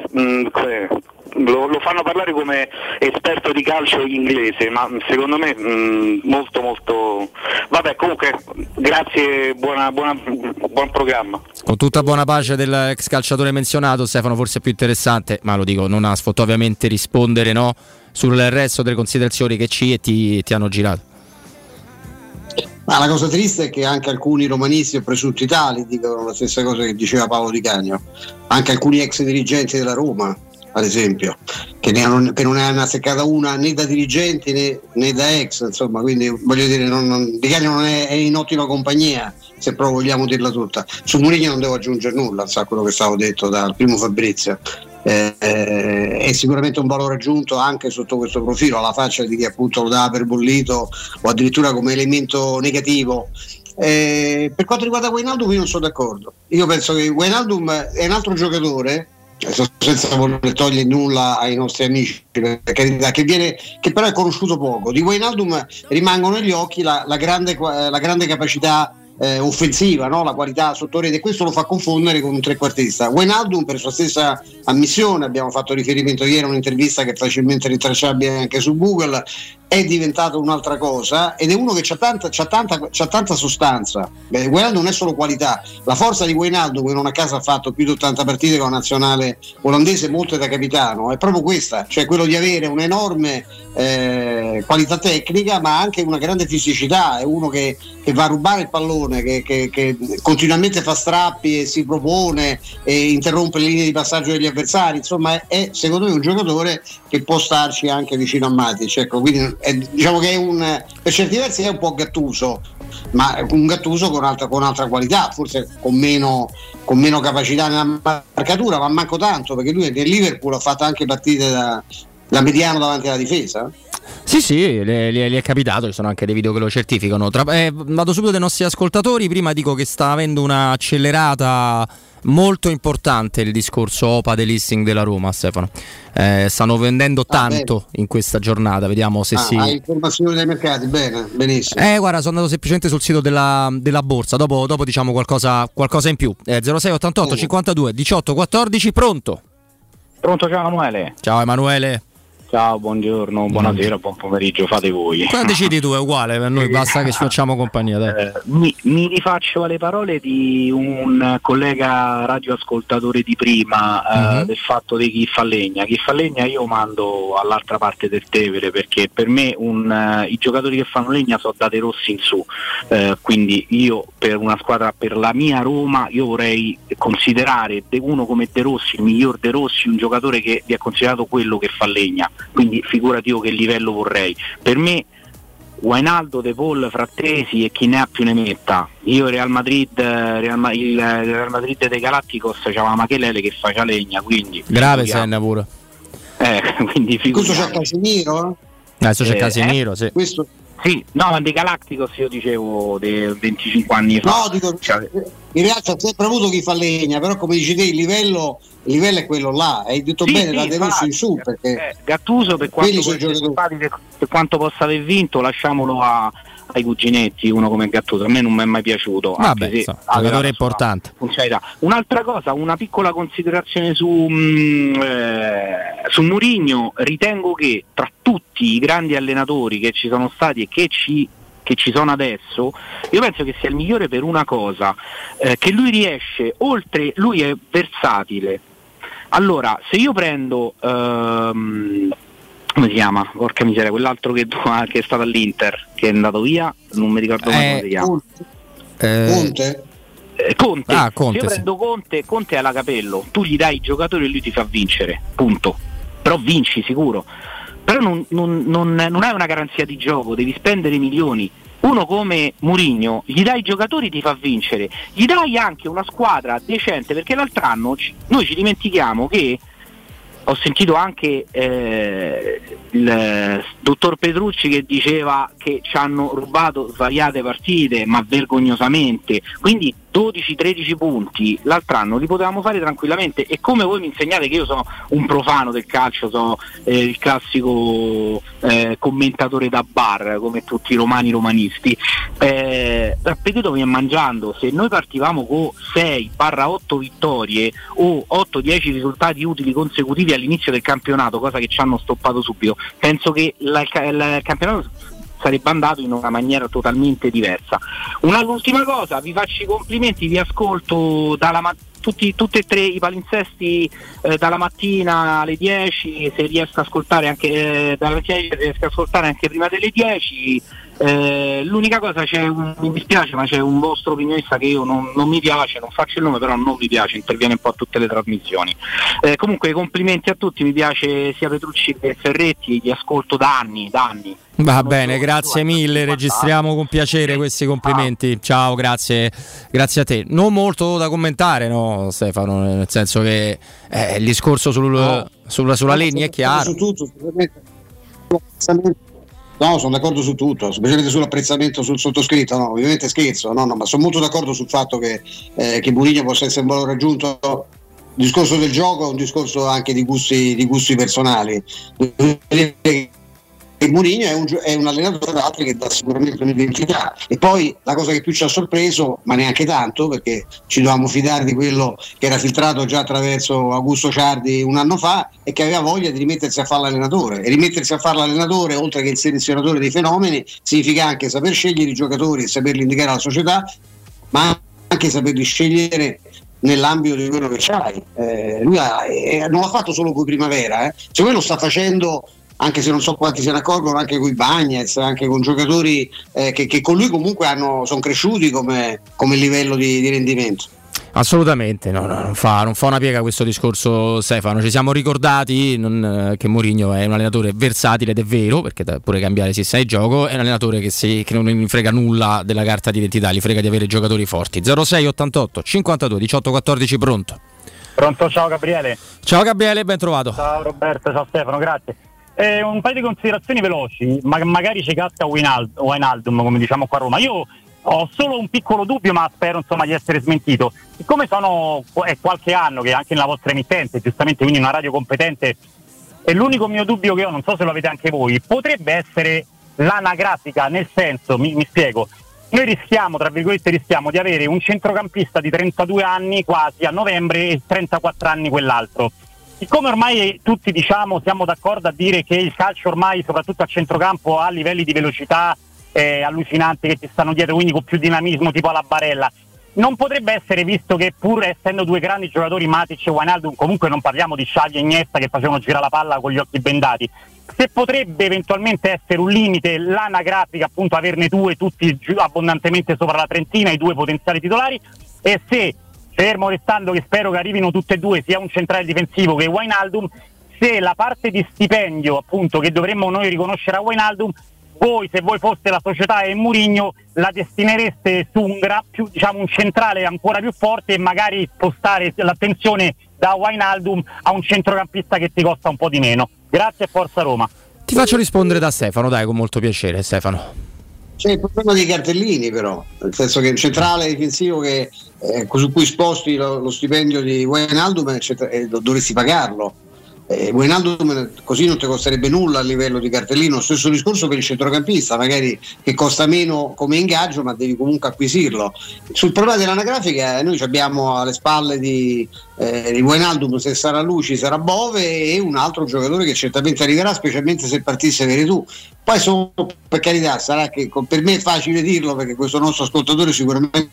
lo fanno parlare come esperto di calcio inglese, ma secondo me molto molto. Vabbè, comunque grazie, buon programma. Con tutta buona pace dell'ex calciatore menzionato, Stefano, forse è più interessante, ma lo dico, non ha sfotto ovviamente rispondere sul resto delle considerazioni che ti hanno girato. Ma la cosa triste è che anche alcuni romanisti o presunti tali dicono la stessa cosa che diceva Paolo Di Canio, anche alcuni ex dirigenti della Roma, ad esempio, che non ne hanno azzeccata una né da dirigenti né da ex, insomma, quindi voglio dire, Di Canio non è in ottima compagnia, se proprio vogliamo dirla tutta. Su Mourinho non devo aggiungere nulla, sa quello che stavo detto dal primo Fabrizio. È sicuramente un valore aggiunto anche sotto questo profilo, alla faccia di chi appunto lo dà per bollito o addirittura come elemento negativo. Per quanto riguarda Wijnaldum, io non sono d'accordo. Io penso che Wijnaldum è un altro giocatore, senza voler togliere nulla ai nostri amici, per carità, che però è conosciuto poco. Di Wijnaldum rimangono negli occhi la grande capacità offensiva, no? La qualità sotto rete, questo lo fa confondere con un trequartista. Wijnaldum, per sua stessa ammissione, abbiamo fatto riferimento ieri a un'intervista che è facilmente rintracciabile anche su Google, è diventato un'altra cosa ed è uno che c'ha tanta sostanza. Wijnaldum non è solo qualità, la forza di Wijnaldum, che non a caso ha fatto più di 80 partite con la nazionale olandese, molte da capitano, è proprio questa, cioè quello di avere un'enorme qualità tecnica ma anche una grande fisicità. È uno che va a rubare il pallone, che continuamente fa strappi e si propone e interrompe le linee di passaggio degli avversari, insomma è secondo me un giocatore che può starci anche vicino a Matic, ecco, quindi diciamo che è per certi versi è un po' Gattuso, ma un Gattuso con altra qualità, forse con meno capacità nella marcatura, ma manco tanto, perché lui nel Liverpool ha fatto anche partite da mediano davanti alla difesa. Sì, gli è capitato, ci sono anche dei video che lo certificano. Vado subito dai nostri ascoltatori, prima dico che sta avendo un'accelerata molto importante il discorso OPA del listing della Roma, Stefano. Stanno vendendo tanto in questa giornata, vediamo se si... Hai informazioni dai mercati, benissimo. Guarda, sono andato semplicemente sul sito della borsa, dopo diciamo qualcosa in più. 0688 52 18 14, pronto? Pronto, ciao Emanuele. Ciao Emanuele. Ciao, buongiorno, buonasera, buon pomeriggio, fate voi. Cosa decidi tu, è uguale, per noi basta che ci facciamo compagnia. Dai. Mi rifaccio alle parole di un collega radioascoltatore di prima, del fatto di chi fa legna. Chi fa legna io mando all'altra parte del Tevere, perché per me i giocatori che fanno legna sono da De Rossi in su, quindi io per una squadra, per la mia Roma, io vorrei considerare uno come De Rossi, il miglior De Rossi, un giocatore che vi è considerato quello che fa legna. Quindi figurati io che livello vorrei. Per me Wijnaldum, De Paul, Frattesi e chi ne ha più ne metta. Io Real Madrid dei Galacticos c'aveva Machelele che faccia legna, quindi grave Senna pure. Quindi questo c'è Casemiro? Adesso c'è Casemiro, sì. Questo... Sì, no, ma dei Galacticos io dicevo dei 25 anni fa. No, dico, in realtà ha sempre avuto chi fa legna, però come dici te il livello è quello là, hai detto bene, da De Rossi in su, perché Gattuso per quanto possa aver vinto, lasciamolo ai cuginetti, uno come Gattuso a me non mi è mai piaciuto. Vabbè, giocatore importante. Un'altra cosa, una piccola considerazione su Mourinho. Ritengo che tra tutti i grandi allenatori che ci sono stati e che ci sono adesso, io penso che sia il migliore per una cosa, che lui riesce, lui è versatile. Allora, se io prendo come si chiama? Porca miseria, quell'altro che è stato all'Inter, che è andato via, non mi ricordo come si chiama. Conte. Se io prendo Conte alla Capello, tu gli dai i giocatori e lui ti fa vincere, punto. Però vinci sicuro. Però non hai una garanzia di gioco, devi spendere milioni. Uno come Mourinho gli dai i giocatori, ti fa vincere, gli dai anche una squadra decente, perché l'altro anno noi ci dimentichiamo che ho sentito anche il dottor Petrucci che diceva che ci hanno rubato svariate partite, ma vergognosamente, quindi 12-13 punti l'altro anno li potevamo fare tranquillamente. E come voi mi insegnate che io sono un profano del calcio, sono il classico commentatore da bar come tutti i romanisti, l'appetito mi è mangiando. Se noi partivamo con 6-8 vittorie o 8-10 risultati utili consecutivi all'inizio del campionato, cosa che ci hanno stoppato subito, penso che il campionato sarebbe andato in una maniera totalmente diversa. Un'ultima cosa, vi faccio i complimenti, vi ascolto tutti e tre i palinsesti dalla mattina alle 10, se riesco a ascoltare anche dalle 10, riesco a ascoltare anche prima delle 10. L'unica cosa, mi dispiace, ma c'è un vostro opinionista che io non mi piace, non faccio il nome, però non mi piace, interviene un po' a tutte le trasmissioni. Comunque complimenti a tutti, mi piace sia Petrucci che Ferretti, li ascolto da anni. Va bene, grazie mille, registriamo con piacere questi complimenti. Ciao, grazie a te. Non molto da commentare, no Stefano, nel senso che il discorso sulla legna è chiaro. Su tutto, no, sono d'accordo su tutto, specialmente sull'apprezzamento sul sottoscritto, no, ovviamente scherzo, no, ma sono molto d'accordo sul fatto che Mourinho possa essere un valore aggiunto. Il discorso del gioco è un discorso anche di gusti personali. Mourinho è un allenatore che dà sicuramente un'identità, e poi la cosa che più ci ha sorpreso, ma neanche tanto, perché ci dovevamo fidare di quello che era filtrato già attraverso Augusto Ciardi un anno fa, e che aveva voglia di rimettersi a fare l'allenatore. E rimettersi a fare l'allenatore, oltre che il selezionatore dei fenomeni, significa anche saper scegliere i giocatori e saperli indicare alla società, ma anche saperli scegliere nell'ambito di quello che c'hai. Lui non l'ha fatto solo con Primavera, secondo me lo sta facendo, anche se non so quanti se ne accorgono, anche con i Bagnez, anche con giocatori che con lui comunque sono cresciuti come livello di rendimento. Assolutamente, no, non fa una piega questo discorso Stefano. Ci siamo ricordati che Mourinho è un allenatore versatile, ed è vero, perché pure cambiare sistema di gioco, è un allenatore che non gli frega nulla della carta d'identità, gli frega di avere giocatori forti. 06 88 52 18 14, pronto? Pronto, ciao Gabriele. Ciao Gabriele, ben trovato. Ciao Roberto, ciao Stefano, grazie. Un paio di considerazioni veloci, magari ci casca Wijnaldum, come diciamo qua a Roma. Io ho solo un piccolo dubbio, ma spero insomma di essere smentito. Siccome è qualche anno che anche nella vostra emittente, giustamente, quindi una radio competente, è l'unico mio dubbio che ho, non so se lo avete anche voi, potrebbe essere l'anagrafica, nel senso, mi spiego, noi rischiamo di avere un centrocampista di 32 anni quasi a novembre e 34 anni quell'altro. Siccome ormai tutti siamo d'accordo a dire che il calcio ormai, soprattutto a centrocampo, ha livelli di velocità allucinanti che ci stanno dietro, quindi con più dinamismo tipo alla Barella, non potrebbe essere, visto che pur essendo due grandi giocatori, Matic e Wijnaldum, comunque non parliamo di Xavi e Iniesta che facevano girare la palla con gli occhi bendati, se potrebbe eventualmente essere un limite l'anagrafica, appunto averne due tutti abbondantemente sopra la trentina, i due potenziali titolari, e se, fermo restando che spero che arrivino tutte e due, sia un centrale difensivo che Wijnaldum, se la parte di stipendio appunto che dovremmo noi riconoscere a Wijnaldum voi, se voi foste la società e Mourinho, la destinereste su un centrale ancora più forte e magari spostare l'attenzione da Wijnaldum a un centrocampista che ti costa un po' di meno. Grazie e forza Roma. Ti faccio rispondere da Stefano, dai, con molto piacere, Stefano. C'è il problema dei cartellini, però, nel senso che il centrale difensivo su cui sposti lo stipendio di Wijnaldum dovresti pagarlo. Wijnaldum così non ti costerebbe nulla a livello di cartellino. Stesso discorso per il centrocampista, magari che costa meno come ingaggio, ma devi comunque acquisirlo. Sul problema dell'anagrafica, noi abbiamo alle spalle di Wijnaldum, se sarà lui ci sarà Bove e un altro giocatore che certamente arriverà, specialmente se partisse Veretù. Poi per carità, sarà che per me è facile dirlo, perché questo nostro ascoltatore sicuramente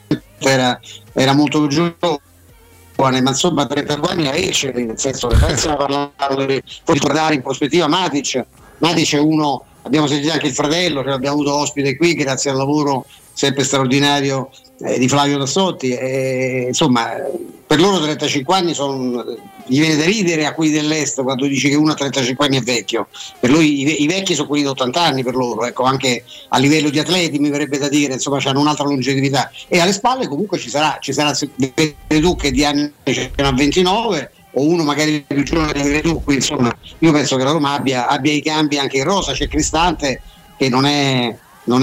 era molto giovane, ma insomma 32 anni a Ecce, nel senso che stiamo parlando di ricordare in prospettiva Matic è uno, abbiamo sentito anche il fratello che l'abbiamo avuto ospite qui grazie al lavoro sempre straordinario di Flavio Tassotti, insomma per loro 35 anni gli viene da ridere a quelli dell'est quando dici che uno a 35 anni è vecchio. Per lui i vecchi sono quelli da 80 anni per loro, ecco, anche a livello di atleti mi verrebbe da dire, insomma hanno un'altra longevità, e alle spalle comunque ci sarà tu che di anni ce ne ha 29 o uno magari più giovane di Veretù, quindi insomma io penso che la Roma abbia i cambi anche in rosa. C'è Cristante che non è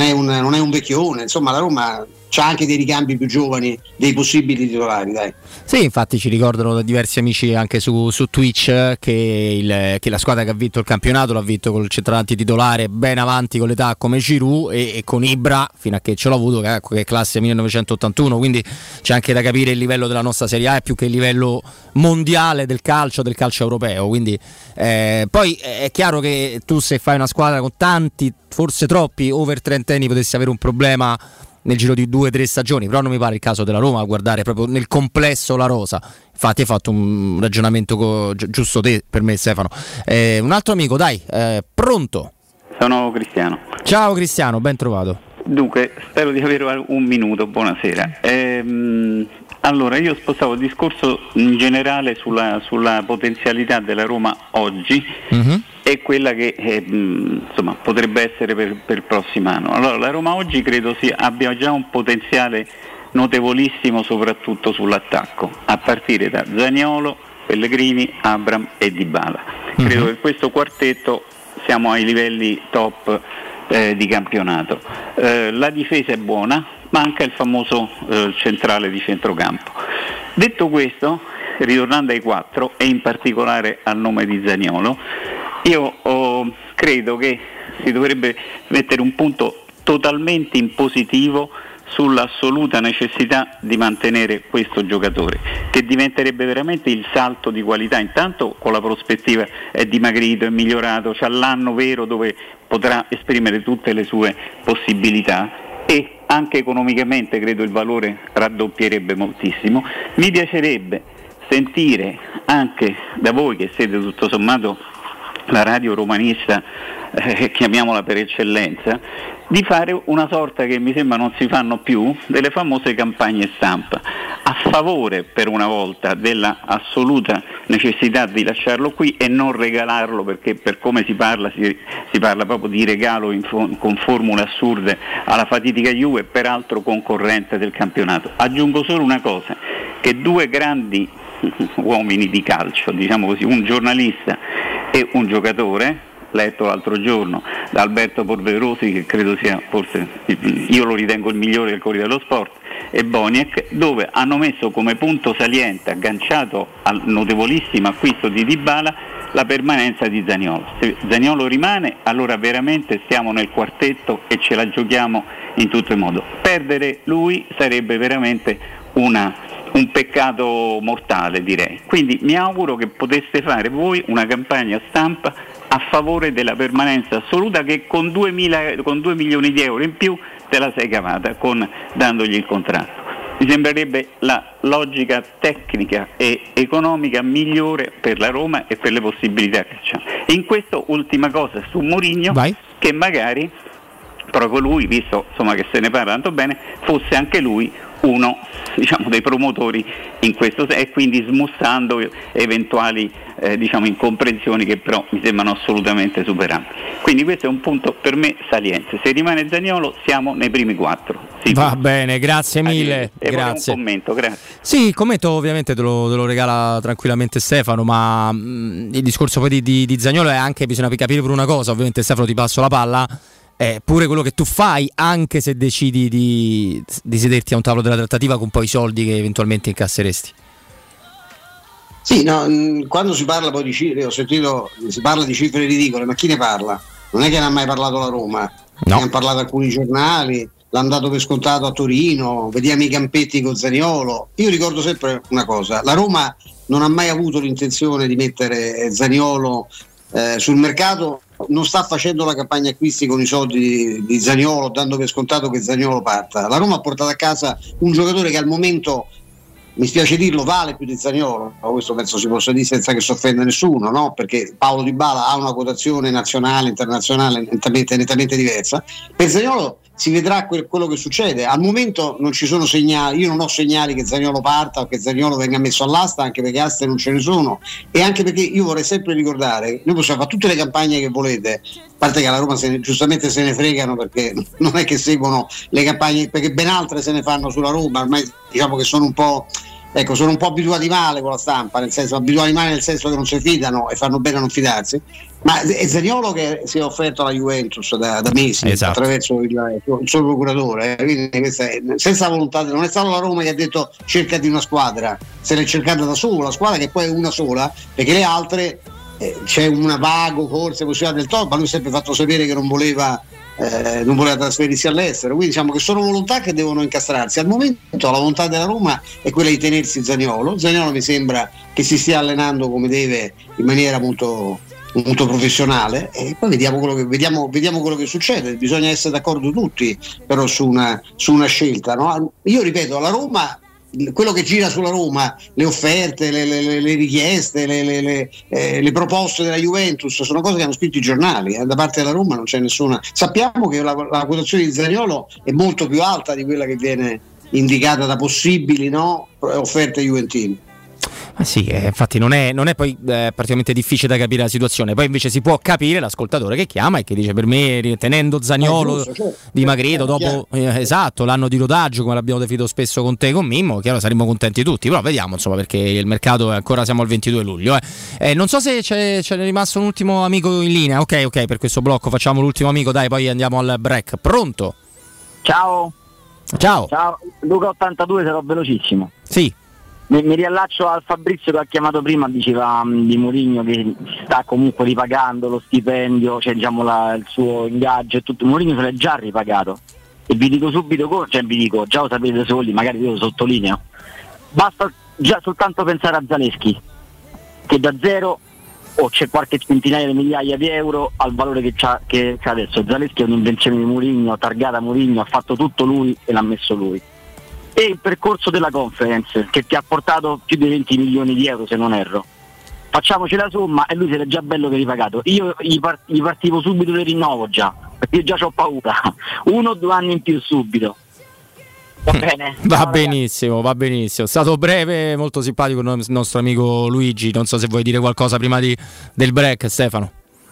un vecchione, insomma la Roma c'ha anche dei ricambi più giovani, dei possibili titolari, dai. Sì, infatti ci ricordano da diversi amici anche su Twitch che la squadra che ha vinto il campionato l'ha vinto col centravanti titolare ben avanti con l'età come Giroud e con Ibra, fino a che ce l'ho avuto, che è classe 1981, quindi c'è anche da capire il livello della nostra Serie A è più che il livello mondiale del calcio europeo, quindi poi è chiaro che tu, se fai una squadra con tanti, forse troppi over trentenni, potessi avere un problema nel giro di 2 o 3 stagioni, però non mi pare il caso della Roma, a guardare proprio nel complesso la rosa. Infatti hai fatto un ragionamento giusto te, per me, Stefano. Un altro amico, dai, pronto? Sono Cristiano. Ciao Cristiano, ben trovato. Dunque, spero di avere un minuto, buonasera. Allora, io spostavo il discorso in generale sulla potenzialità della Roma oggi e quella che insomma potrebbe essere per il prossimo anno. Allora, la Roma oggi credo abbia già un potenziale notevolissimo, soprattutto sull'attacco, a partire da Zaniolo, Pellegrini, Abraham e Dybala. Credo che questo quartetto siamo ai livelli top di campionato. La difesa è buona, manca il famoso centrale di centrocampo. Detto questo, ritornando ai 4 e in particolare al nome di Zaniolo, io credo che si dovrebbe mettere un punto totalmente in positivo sull'assoluta necessità di mantenere questo giocatore, che diventerebbe veramente il salto di qualità. Intanto con la prospettiva è dimagrito, è migliorato, c'ha l'anno vero dove potrà esprimere tutte le sue possibilità e anche economicamente credo il valore raddoppierebbe moltissimo. Mi piacerebbe sentire anche da voi, che siete tutto sommato la radio romanista, chiamiamola per eccellenza, di fare una sorta, che mi sembra non si fanno più, delle famose campagne stampa a favore per una volta della assoluta necessità di lasciarlo qui e non regalarlo, perché per come si parla proprio di regalo con formule assurde alla fatidica Juve, peraltro concorrente del campionato. Aggiungo solo una cosa, che 2 grandi uomini di calcio, diciamo così, un giornalista e un giocatore, letto l'altro giorno da Alberto Polverosi, che credo sia, forse io lo ritengo il migliore del Corriere dello Sport, e Boniek, dove hanno messo come punto saliente, agganciato al notevolissimo acquisto di Dybala, la permanenza di Zaniolo. Se Zaniolo rimane, allora veramente stiamo nel quartetto e ce la giochiamo in tutto il modo. Perdere lui sarebbe veramente un peccato mortale, direi. Quindi mi auguro che poteste fare voi una campagna stampa a favore della permanenza assoluta, che con 2 milioni di euro in più te la sei cavata dandogli il contratto. Mi sembrerebbe la logica tecnica e economica migliore per la Roma e per le possibilità che c'ha. In questo, ultima cosa su Mourinho, che magari proprio lui, visto insomma che se ne parla tanto bene, fosse anche lui uno, diciamo, dei promotori in questo e quindi smussando eventuali diciamo incomprensioni che però mi sembrano assolutamente superabili. Quindi questo è un punto per me saliente. Se rimane Zaniolo siamo nei primi 4. Sì, va bene, grazie mille. Grazie. Un commento, grazie. Sì, il commento ovviamente te lo regala tranquillamente Stefano, ma il discorso poi di Zaniolo è anche, bisogna capire per una cosa, ovviamente Stefano ti passo la palla, è pure quello che tu fai anche se decidi di sederti a un tavolo della trattativa con poi i soldi che eventualmente incasseresti. Sì, no, quando si parla poi di cifre, ho sentito, si parla di cifre ridicole, ma chi ne parla? Non è che ne ha mai parlato la Roma, no. Ne hanno parlato alcuni giornali, l'hanno dato per scontato a Torino, vediamo i campetti con Zaniolo. Io ricordo sempre una cosa, la Roma non ha mai avuto l'intenzione di mettere Zaniolo sul mercato, non sta facendo la campagna acquisti con i soldi di Zaniolo, dando per scontato che Zaniolo parta. La Roma ha portato a casa un giocatore che al momento, mi spiace dirlo, vale più di Zaniolo, questo penso si possa dire senza che si offenda nessuno, no? Perché Paolo Dybala ha una quotazione nazionale, internazionale nettamente diversa. Per Zaniolo si vedrà quello che succede. Al momento non ci sono segnali, io non ho segnali che Zaniolo parta o che Zaniolo venga messo all'asta, anche perché aste non ce ne sono, e anche perché io vorrei sempre ricordare, noi possiamo fare tutte le campagne che volete, a parte che alla Roma giustamente se ne fregano, perché non è che seguono le campagne, perché ben altre se ne fanno sulla Roma, ormai diciamo che sono un po', ecco, sono un po' abituati male con la stampa, nel senso abituati male nel senso che non si fidano e fanno bene a non fidarsi, ma è Zaniolo che si è offerto alla Juventus da mesi, esatto, attraverso il suo procuratore, quindi questa è, senza volontà, non è stato la Roma che ha detto cercati una squadra, se l'è cercata da sola, la squadra che poi è una sola, perché le altre c'è una vago forse possibilità del top, ma lui ha sempre fatto sapere che non voleva trasferirsi all'estero, quindi diciamo che sono volontà che devono incastrarsi. Al momento la volontà della Roma è quella di tenersi Zaniolo mi sembra che si stia allenando come deve, in maniera molto professionale, e poi vediamo quello che succede. Bisogna essere d'accordo tutti però su una scelta, no? Io ripeto, la Roma, quello che gira sulla Roma, le offerte, le richieste, le proposte della Juventus sono cose che hanno scritto i giornali, da parte della Roma non c'è nessuna. Sappiamo che la quotazione di Zaniolo è molto più alta di quella che viene indicata da possibili, no, offerte juventine. Sì, infatti non è poi praticamente difficile da capire la situazione. Poi invece si può capire l'ascoltatore che chiama e che dice: per me, tenendo Zaniolo dimagrito dopo esatto l'anno di rodaggio, come l'abbiamo definito spesso con te e con Mimmo, chiaro saremmo contenti tutti, però vediamo insomma, perché il mercato è ancora, siamo al 22 luglio. Non so se c'è rimasto un ultimo amico in linea. Ok, per questo blocco facciamo l'ultimo amico, dai, poi andiamo al break. Pronto? Ciao Luca 82, sarò velocissimo. Sì. Mi riallaccio al Fabrizio che ha chiamato prima, diceva di Mourinho che sta comunque ripagando lo stipendio, cioè diciamo il suo ingaggio e tutto. Mourinho se l'è già ripagato, e vi dico subito, già lo sapete soli, magari io lo sottolineo, basta già soltanto pensare a Zalewski, che da zero c'è qualche centinaia di migliaia di euro al valore che c'ha adesso. Zalewski è un'invenzione di Mourinho, targata Mourinho, ha fatto tutto lui e l'ha messo lui. E il percorso della Conference che ti ha portato più di 20 milioni di euro, se non erro, facciamoci la somma, e lui se l'è già bello che ripagato. Io gli partivo subito del rinnovo già, perché io già ho paura 1 o 2 anni in più subito. Va bene? Va benissimo. È stato breve, molto simpatico il nostro amico Luigi. Non so se vuoi dire qualcosa prima del break, Stefano.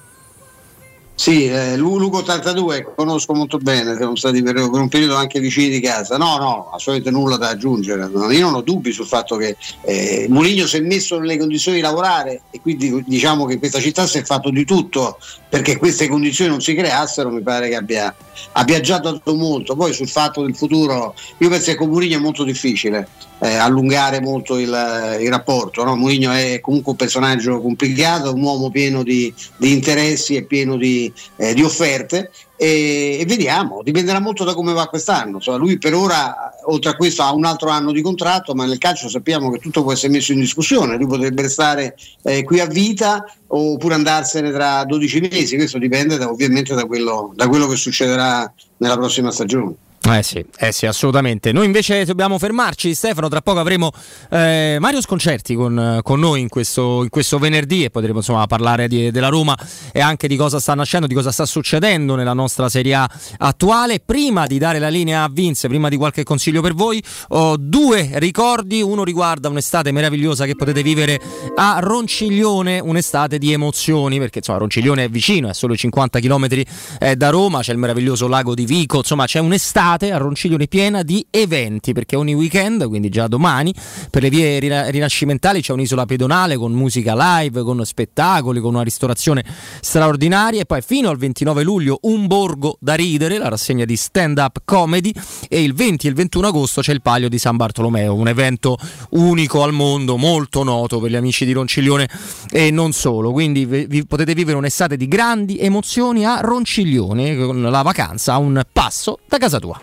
Sì, Luca 82 conosco molto bene, siamo stati per un periodo anche vicini di casa. No, assolutamente nulla da aggiungere. Io non ho dubbi sul fatto che Mourinho si è messo nelle condizioni di lavorare, e quindi diciamo che in questa città si è fatto di tutto perché queste condizioni non si creassero. Mi pare che abbia già dato molto. Poi sul fatto del futuro, io penso che con Mourinho è molto difficile allungare molto il rapporto, no? Mourinho è comunque un personaggio complicato, un uomo pieno di interessi e pieno di offerte, e vediamo, dipenderà molto da come va quest'anno. Insomma, lui per ora, oltre a questo, ha un altro anno di contratto, ma nel calcio sappiamo che tutto può essere messo in discussione. Lui potrebbe restare qui a vita oppure andarsene tra 12 mesi, questo dipende ovviamente da quello che succederà nella prossima stagione. Sì, assolutamente. Noi invece dobbiamo fermarci, Stefano. Tra poco avremo Mario Sconcerti con noi in questo venerdì e potremo parlare della Roma e anche di cosa sta nascendo, di cosa sta succedendo nella nostra Serie A attuale. Prima di dare la linea a Vince, prima di qualche consiglio per voi, ho due ricordi. Uno riguarda un'estate meravigliosa che potete vivere a Ronciglione, un'estate di emozioni, perché Ronciglione è vicino, è solo 50 km da Roma, c'è il meraviglioso lago di Vico, c'è un'estate a Ronciglione piena di eventi, perché ogni weekend, quindi già domani, per le vie rinascimentali c'è un'isola pedonale con musica live, con spettacoli, con una ristorazione straordinaria, e poi fino al 29 luglio un borgo da ridere, la rassegna di stand-up comedy, e il 20 e il 21 agosto c'è il Palio di San Bartolomeo, un evento unico al mondo, molto noto per gli amici di Ronciglione e non solo, quindi potete vivere un'estate di grandi emozioni a Ronciglione, con la vacanza a un passo da casa tua.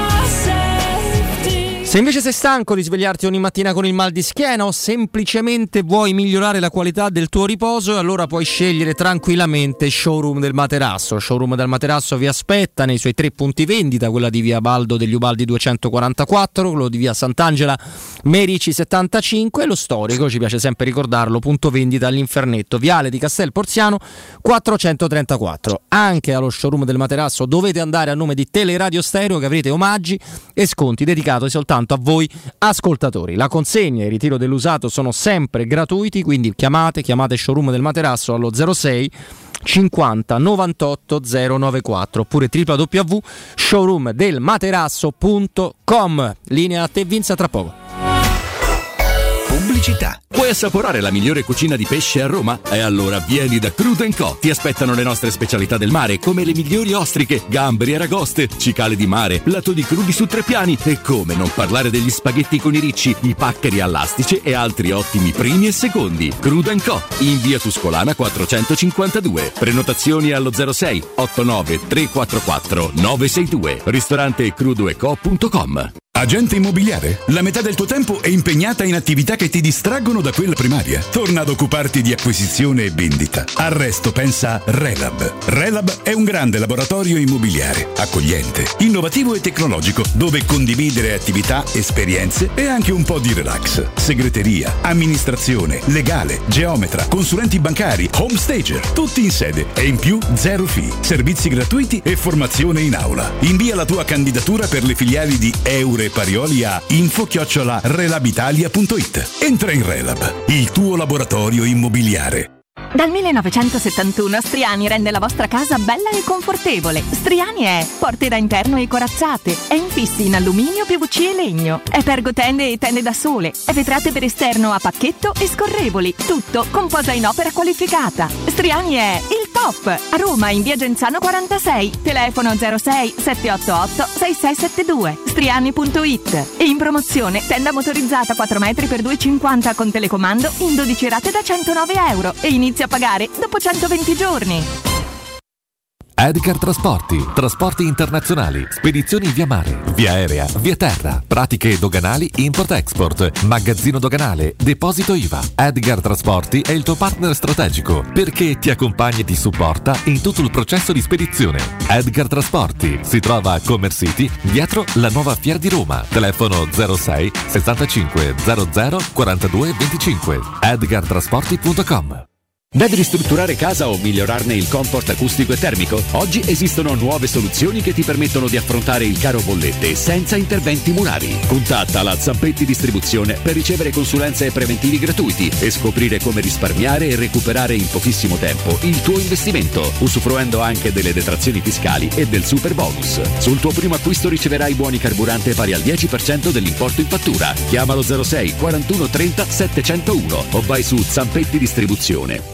Se invece sei stanco di svegliarti ogni mattina con il mal di schiena o semplicemente vuoi migliorare la qualità del tuo riposo, allora puoi scegliere tranquillamente Showroom del Materasso. Showroom del Materasso vi aspetta nei suoi 3 punti vendita, quella di via Baldo degli Ubaldi 244, quello di via Sant'Angela Merici 75 e lo storico, ci piace sempre ricordarlo, punto vendita all'Infernetto, viale di Castel Porziano 434. Anche allo Showroom del Materasso dovete andare a nome di Teleradio Stereo, che avrete omaggi e sconti dedicati soltanto a voi ascoltatori. La consegna e il ritiro dell'usato sono sempre gratuiti, quindi chiamate Showroom del Materasso allo 06 50 98 094 oppure www.showroomdelmaterasso.com. Linea a te, Vinza, tra poco. Pubblicità. Vuoi assaporare la migliore cucina di pesce a Roma? E allora vieni da Crudo & Co. Ti aspettano le nostre specialità del mare, come le migliori ostriche, gamberi e aragoste, cicale di mare, latoni crudi su 3 piani e come non parlare degli spaghetti con i ricci, i paccheri all'astice e altri ottimi primi e secondi. Crudo & Co. in via Tuscolana 452. Prenotazioni allo 06 89 344 962. Ristorante crudoeco.com. Agente immobiliare? La metà del tuo tempo è impegnata in attività che ti distraggono da quella primaria. Torna ad occuparti di acquisizione e vendita. Al resto pensa Relab. Relab è un grande laboratorio immobiliare, accogliente, innovativo e tecnologico, dove condividere attività, esperienze e anche un po' di relax. Segreteria, amministrazione, legale, geometra, consulenti bancari, home stager, tutti in sede e in più zero fee, servizi gratuiti e formazione in aula. Invia la tua candidatura per le filiali di Euro Parioli a info@relabitalia.it. Entra in Relab, il tuo laboratorio immobiliare. Dal 1971 Striani rende la vostra casa bella e confortevole. Striani è porte da interno e corazzate, è infissi in alluminio, PVC e legno, è pergotende e tende da sole, è vetrate per esterno a pacchetto e scorrevoli, tutto con posa in opera qualificata. Striani è il top! A Roma in via Genzano 46, telefono 06 788 6672, striani.it. E in promozione tenda motorizzata 4 metri per 2,50 con telecomando in 12 rate da €109 e inizia a pagare dopo 120 giorni. Edgar trasporti internazionali, spedizioni via mare, via aerea, via terra, pratiche doganali import-export, magazzino doganale, deposito IVA. Edgar Trasporti è il tuo partner strategico perché ti accompagna e ti supporta in tutto il processo di spedizione. Edgar Trasporti si trova a Commerce City, dietro la nuova Fiera di Roma. Telefono 06 65 00 42 25. edgartrasporti.com. Devi ristrutturare casa o migliorarne il comfort acustico e termico? Oggi esistono nuove soluzioni che ti permettono di affrontare il caro bollette senza interventi murari. Contatta la Zampetti Distribuzione per ricevere consulenze e preventivi gratuiti e scoprire come risparmiare e recuperare in pochissimo tempo il tuo investimento, usufruendo anche delle detrazioni fiscali e del super bonus. Sul tuo primo acquisto riceverai buoni carburante pari al 10% dell'importo in fattura. Chiamalo 06 41 30 701 o vai su zampettidistribuzione.it.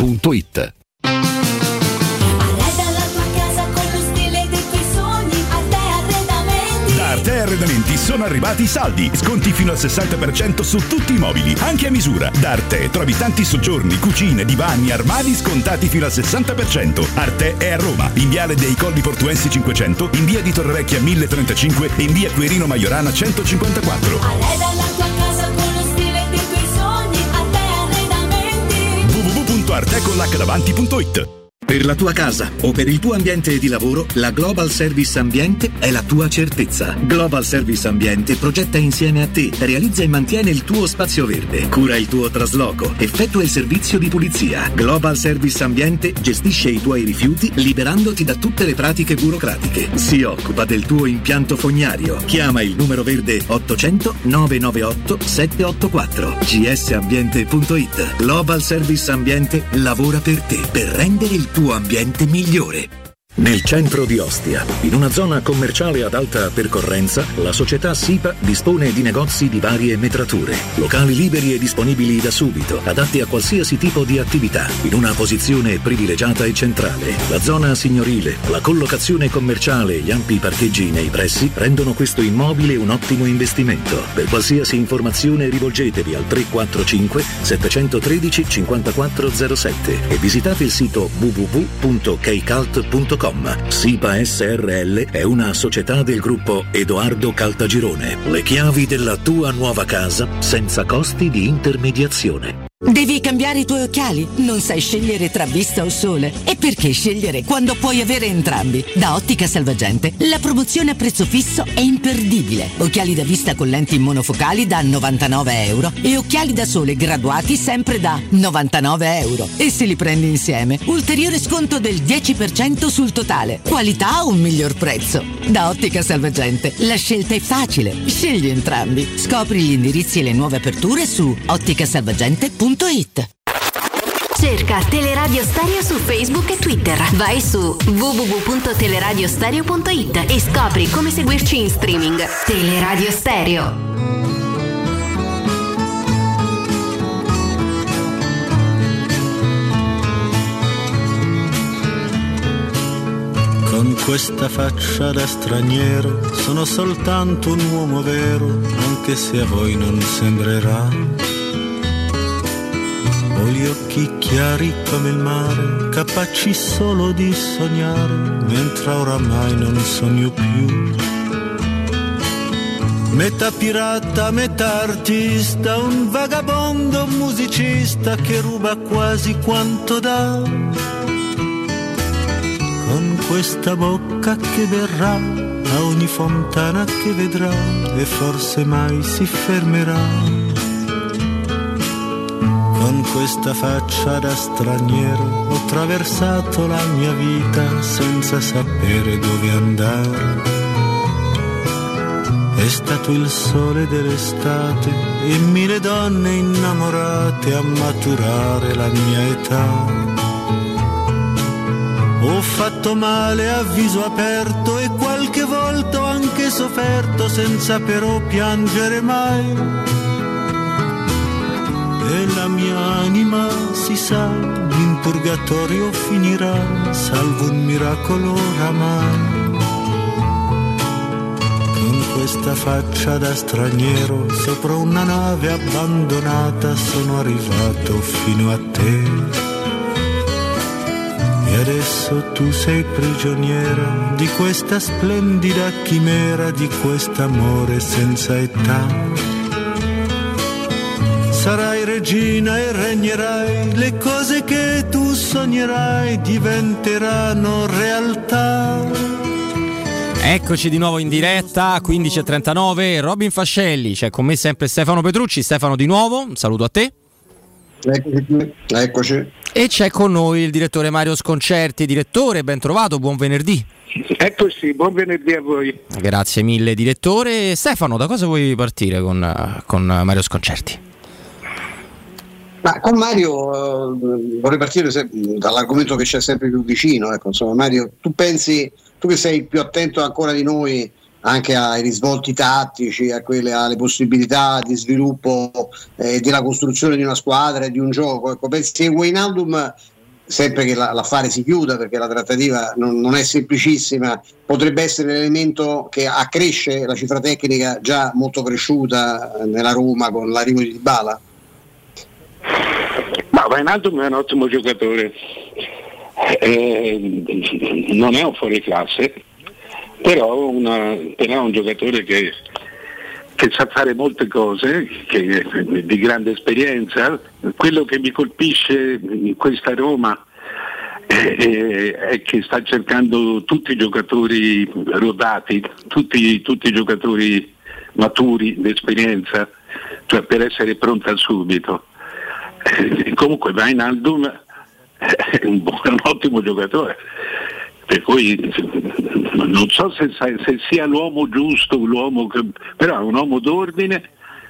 Arte Arredamenti sono arrivati i saldi, sconti fino al 60% su tutti i mobili, anche a misura. Da Arte trovi tanti soggiorni, cucine, divani, armadi scontati fino al 60%. Arte è a Roma, in viale dei Colli Portuensi 500, in via di Torrevecchia 1035 e in via Quirino Maiorana 154. Arreda la tua casa con lo stile dei tuoi sogni. Arte Arredamenti. www.artecolacdavanti.it. Per la tua casa o per il tuo ambiente di lavoro, la Global Service Ambiente è la tua certezza. Global Service Ambiente progetta insieme a te, realizza e mantiene il tuo spazio verde, cura il tuo trasloco, effettua il servizio di pulizia. Global Service Ambiente gestisce i tuoi rifiuti liberandoti da tutte le pratiche burocratiche. Si occupa del tuo impianto fognario. Chiama il numero verde 800 998 784. gsambiente.it. Global Service Ambiente lavora per te, per rendere il tuo ambiente migliore. Nel centro di Ostia, in una zona commerciale ad alta percorrenza, la società SIPA dispone di negozi di varie metrature, locali liberi e disponibili da subito, adatti a qualsiasi tipo di attività, in una posizione privilegiata e centrale. La zona signorile, la collocazione commerciale e gli ampi parcheggi nei pressi rendono questo immobile un ottimo investimento. Per qualsiasi informazione rivolgetevi al 345 713 5407 e visitate il sito www.keicalt.com. SIPA SRL è una società del gruppo Edoardo Caltagirone. Le chiavi della tua nuova casa senza costi di intermediazione. Devi cambiare i tuoi occhiali? Non sai scegliere tra vista o sole? E perché scegliere quando puoi avere entrambi? Da Ottica Salvagente la promozione a prezzo fisso è imperdibile. Occhiali da vista con lenti monofocali da €99 e occhiali da sole graduati sempre da €99. E se li prendi insieme, ulteriore sconto del 10% sul totale. Qualità o un miglior prezzo? Da Ottica Salvagente la scelta è facile. Scegli entrambi. Scopri gli indirizzi e le nuove aperture su otticasalvagente.it. Cerca Teleradio Stereo su Facebook e Twitter. Vai su www.teleradiostereo.it e scopri come seguirci in streaming. Teleradio Stereo. Con questa faccia da straniero sono soltanto un uomo vero, anche se a voi non sembrerà. Ho gli occhi chiari come il mare, capaci solo di sognare, mentre oramai non sogno più. Metà pirata, metà artista, un vagabondo musicista che ruba quasi quanto dà. Con questa bocca che verrà a ogni fontana che vedrà e forse mai si fermerà. Con questa faccia da straniero ho attraversato la mia vita senza sapere dove andare. È stato il sole dell'estate e 1000 donne innamorate a maturare la mia età. Ho fatto male a viso aperto e qualche volta ho anche sofferto senza però piangere mai. E la mia anima, si sa, in purgatorio finirà, salvo un miracolo oramai. Con questa faccia da straniero, sopra una nave abbandonata, sono arrivato fino a te. E adesso tu sei prigioniera di questa splendida chimera, di quest'amore senza età. Sarai regina e regnerai, le cose che tu sognerai diventeranno realtà. Eccoci di nuovo in diretta, 15:39, Robin Fascelli, c'è con me sempre Stefano Petrucci. Stefano, di nuovo, un saluto a te. Eccoci. E c'è con noi il direttore Mario Sconcerti. Direttore, ben trovato, buon venerdì. Eccoci, buon venerdì a voi. Grazie mille direttore. Stefano, da cosa vuoi partire con Mario Sconcerti? Ma con Mario vorrei partire dall'argomento che c'è sempre più vicino. Ecco, insomma, Mario, tu pensi, tu che sei più attento ancora di noi anche ai risvolti tattici, alle possibilità di sviluppo della costruzione di una squadra e di un gioco, ecco, pensi che Wijnaldum, sempre che l'affare si chiuda perché la trattativa non è semplicissima, potrebbe essere l'elemento che accresce la cifra tecnica già molto cresciuta nella Roma con l'arrivo di Dybala? Ma Wijnaldum è un ottimo giocatore, non è un fuoriclasse, però è un giocatore che sa fare molte cose, che di grande esperienza. Quello che mi colpisce in questa Roma è che sta cercando tutti i giocatori rodati, tutti i giocatori maturi d'esperienza, cioè per essere pronta subito. Comunque Wijnaldum è un ottimo giocatore, per cui non so se sia l'uomo giusto, però è un uomo d'ordine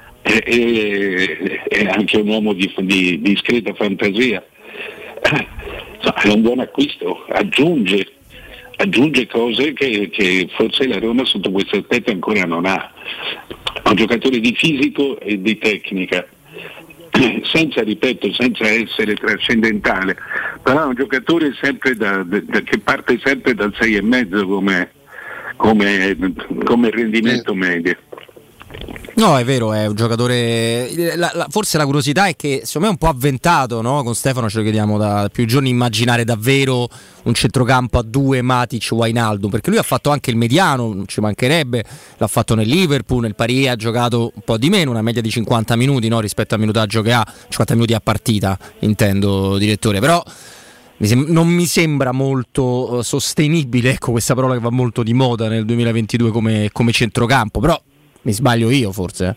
e anche un uomo di discreta fantasia. È un buon acquisto, aggiunge cose che forse la Roma sotto questo aspetto ancora non ha. Un giocatore di fisico e di tecnica, senza essere trascendentale, però è un giocatore sempre che parte sempre dal 6,5 come rendimento medio. No, è vero, è un giocatore. Forse la curiosità è che secondo me è un po' avventato, no? Con Stefano ce lo chiediamo da più giorni, immaginare davvero un centrocampo a due Matic-Wijnaldum, perché lui ha fatto anche il mediano, non ci mancherebbe, l'ha fatto nel Liverpool, nel Paris ha giocato un po' di meno, una media di 50 minuti, no? Rispetto al minutaggio che ha, 50 minuti a partita, intendo, direttore, però non mi sembra molto sostenibile, ecco, questa parola che va molto di moda nel 2022 come centrocampo, però mi sbaglio io forse?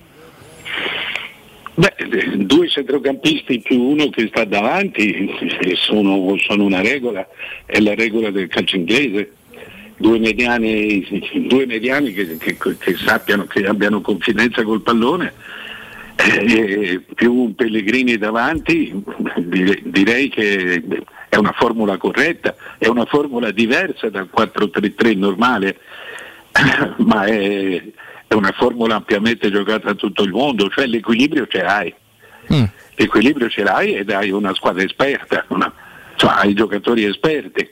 Due centrocampisti più uno che sta davanti sono una regola, è la regola del calcio inglese. Due mediani che sappiano, che abbiano confidenza col pallone, più un Pellegrini davanti, direi che è una formula corretta, è una formula diversa dal 4-3-3 normale, ma è una formula ampiamente giocata a tutto il mondo, cioè l'equilibrio ce l'hai. L'equilibrio ce l'hai ed hai una squadra esperta, cioè hai giocatori esperti.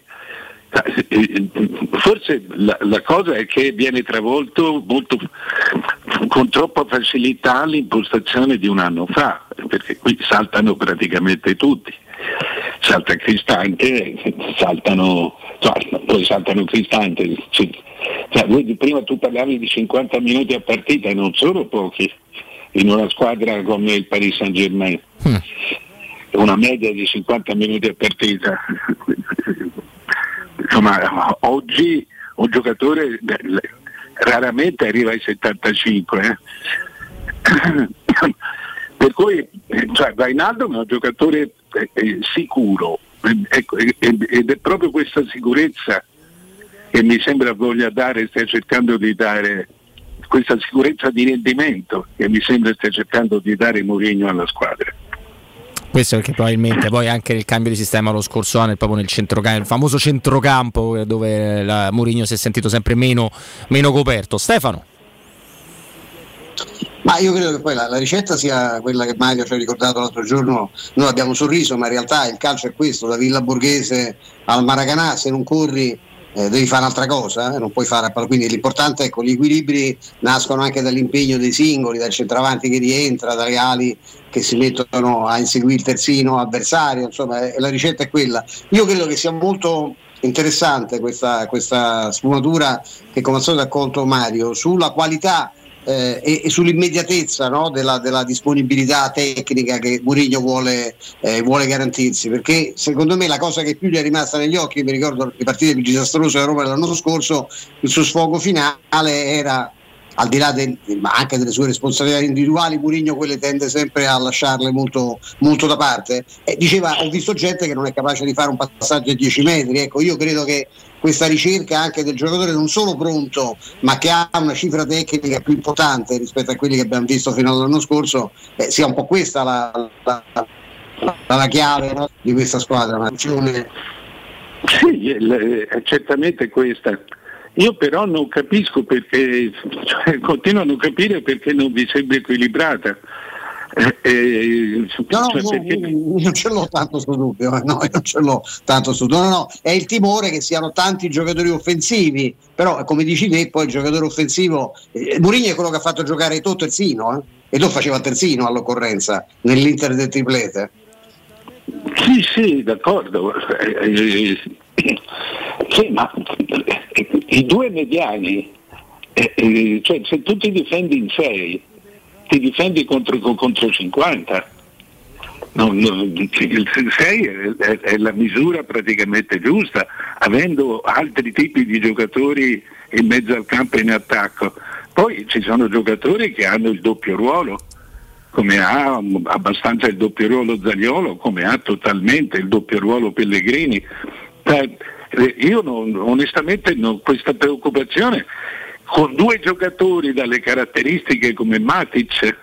Forse la cosa è che viene travolto molto con troppa facilità l'impostazione di un anno fa, perché qui saltano praticamente tutti. Salta Cristante, poi saltano Cristante. Prima tu parlavi di 50 minuti a partita e non sono pochi in una squadra come il Paris Saint-Germain. Una media di 50 minuti a partita. Insomma, oggi un giocatore raramente arriva ai 75. Per cui Wijnaldum è un giocatore sicuro, ed è proprio questa sicurezza che mi sembra stia cercando di dare, questa sicurezza di rendimento che mi sembra stia cercando di dare Mourinho alla squadra. Questo perché probabilmente poi anche nel cambio di sistema lo scorso anno, proprio nel centrocampo, il famoso centrocampo dove Mourinho si è sentito sempre meno coperto. Stefano? Ma io credo che poi la ricetta sia quella che Mario ci ha ricordato l'altro giorno. Noi abbiamo sorriso, ma in realtà il calcio è questo: da Villa Borghese al Maracanã, se non corri devi fare un'altra cosa, non puoi fare. Quindi l'importante è che gli equilibri nascono anche dall'impegno dei singoli, dal centravanti che rientra, dalle ali che si mettono a inseguire il terzino avversario, insomma la ricetta è quella. Io credo che sia molto interessante questa sfumatura che come al solito ha colto Mario sulla qualità e sull'immediatezà, no, della disponibilità tecnica che Mourinho vuole garantirsi, perché secondo me la cosa che più gli è rimasta negli occhi, mi ricordo le partite più disastrose della Roma dell'anno scorso, il suo sfogo finale era, al di là ma anche delle sue responsabilità individuali, Mourinho quelle tende sempre a lasciarle molto, molto da parte, diceva: ho visto gente che non è capace di fare un passaggio a 10 metri. Ecco, io credo che questa ricerca anche del giocatore non solo pronto, ma che ha una cifra tecnica più importante rispetto a quelli che abbiamo visto fino all'anno scorso, sia un po' questa la chiave, no, di questa squadra. Sì, è certamente questa. Io però non capisco perché, continuo a non capire perché non vi sembra equilibrata. Non ce l'ho tanto sto dubbio, no, è il timore che siano tanti giocatori offensivi, però come dici te, poi il giocatore offensivo, Mourinho è quello che ha fatto giocare Eto'o terzino, e lo faceva terzino all'occorrenza nell'Inter del triplete. Sì, d'accordo. Sì, ma i due mediani, cioè se tu ti difendi in 6, ti difendi contro 50. Il 6 è la misura praticamente giusta, avendo altri tipi di giocatori in mezzo al campo e in attacco. Poi ci sono giocatori che hanno il doppio ruolo, come ha abbastanza il doppio ruolo Zaniolo, come ha totalmente il doppio ruolo Pellegrini. Io onestamente questa preoccupazione con due giocatori dalle caratteristiche come Matic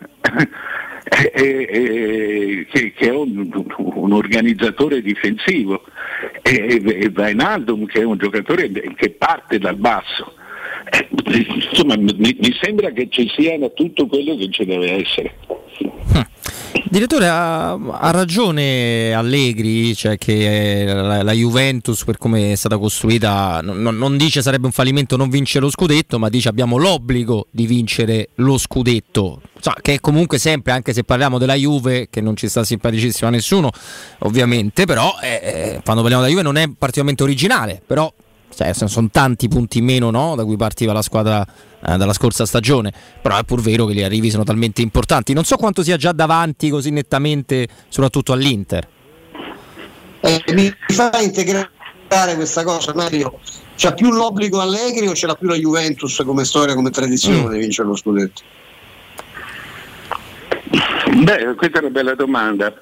che è un organizzatore difensivo, e Wijnaldum che è un giocatore che parte dal basso. Insomma, mi sembra che ci sia tutto quello che ci deve essere. Direttore, ha ragione Allegri, cioè che la Juventus, per come è stata costruita, non dice sarebbe un fallimento non vincere lo scudetto, ma dice abbiamo l'obbligo di vincere lo scudetto, che è comunque sempre, anche se parliamo della Juve, che non ci sta simpaticissimo a nessuno ovviamente, però quando parliamo della Juve non è particolarmente originale, però sono tanti punti in meno, no? Da cui partiva la squadra dalla scorsa stagione, però è pur vero che gli arrivi sono talmente importanti. Non so quanto sia già davanti così nettamente, soprattutto all'Inter. Mi fa integrare questa cosa, Mario. C'ha più l'obbligo Allegri o ce l'ha più la Juventus come storia, come tradizione di vincere lo scudetto? Beh, questa è una bella domanda.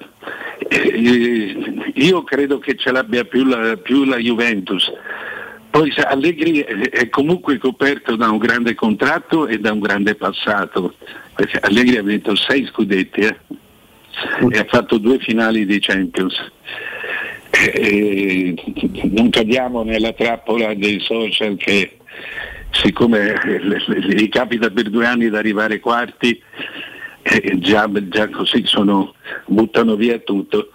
Io credo che ce l'abbia più la Juventus. Poi Allegri è comunque coperto da un grande contratto e da un grande passato, perché Allegri ha vinto 6 scudetti e ha fatto 2 finali di Champions. Non cadiamo nella trappola dei social che, siccome gli capita per 2 anni di arrivare quarti, già così buttano via tutto.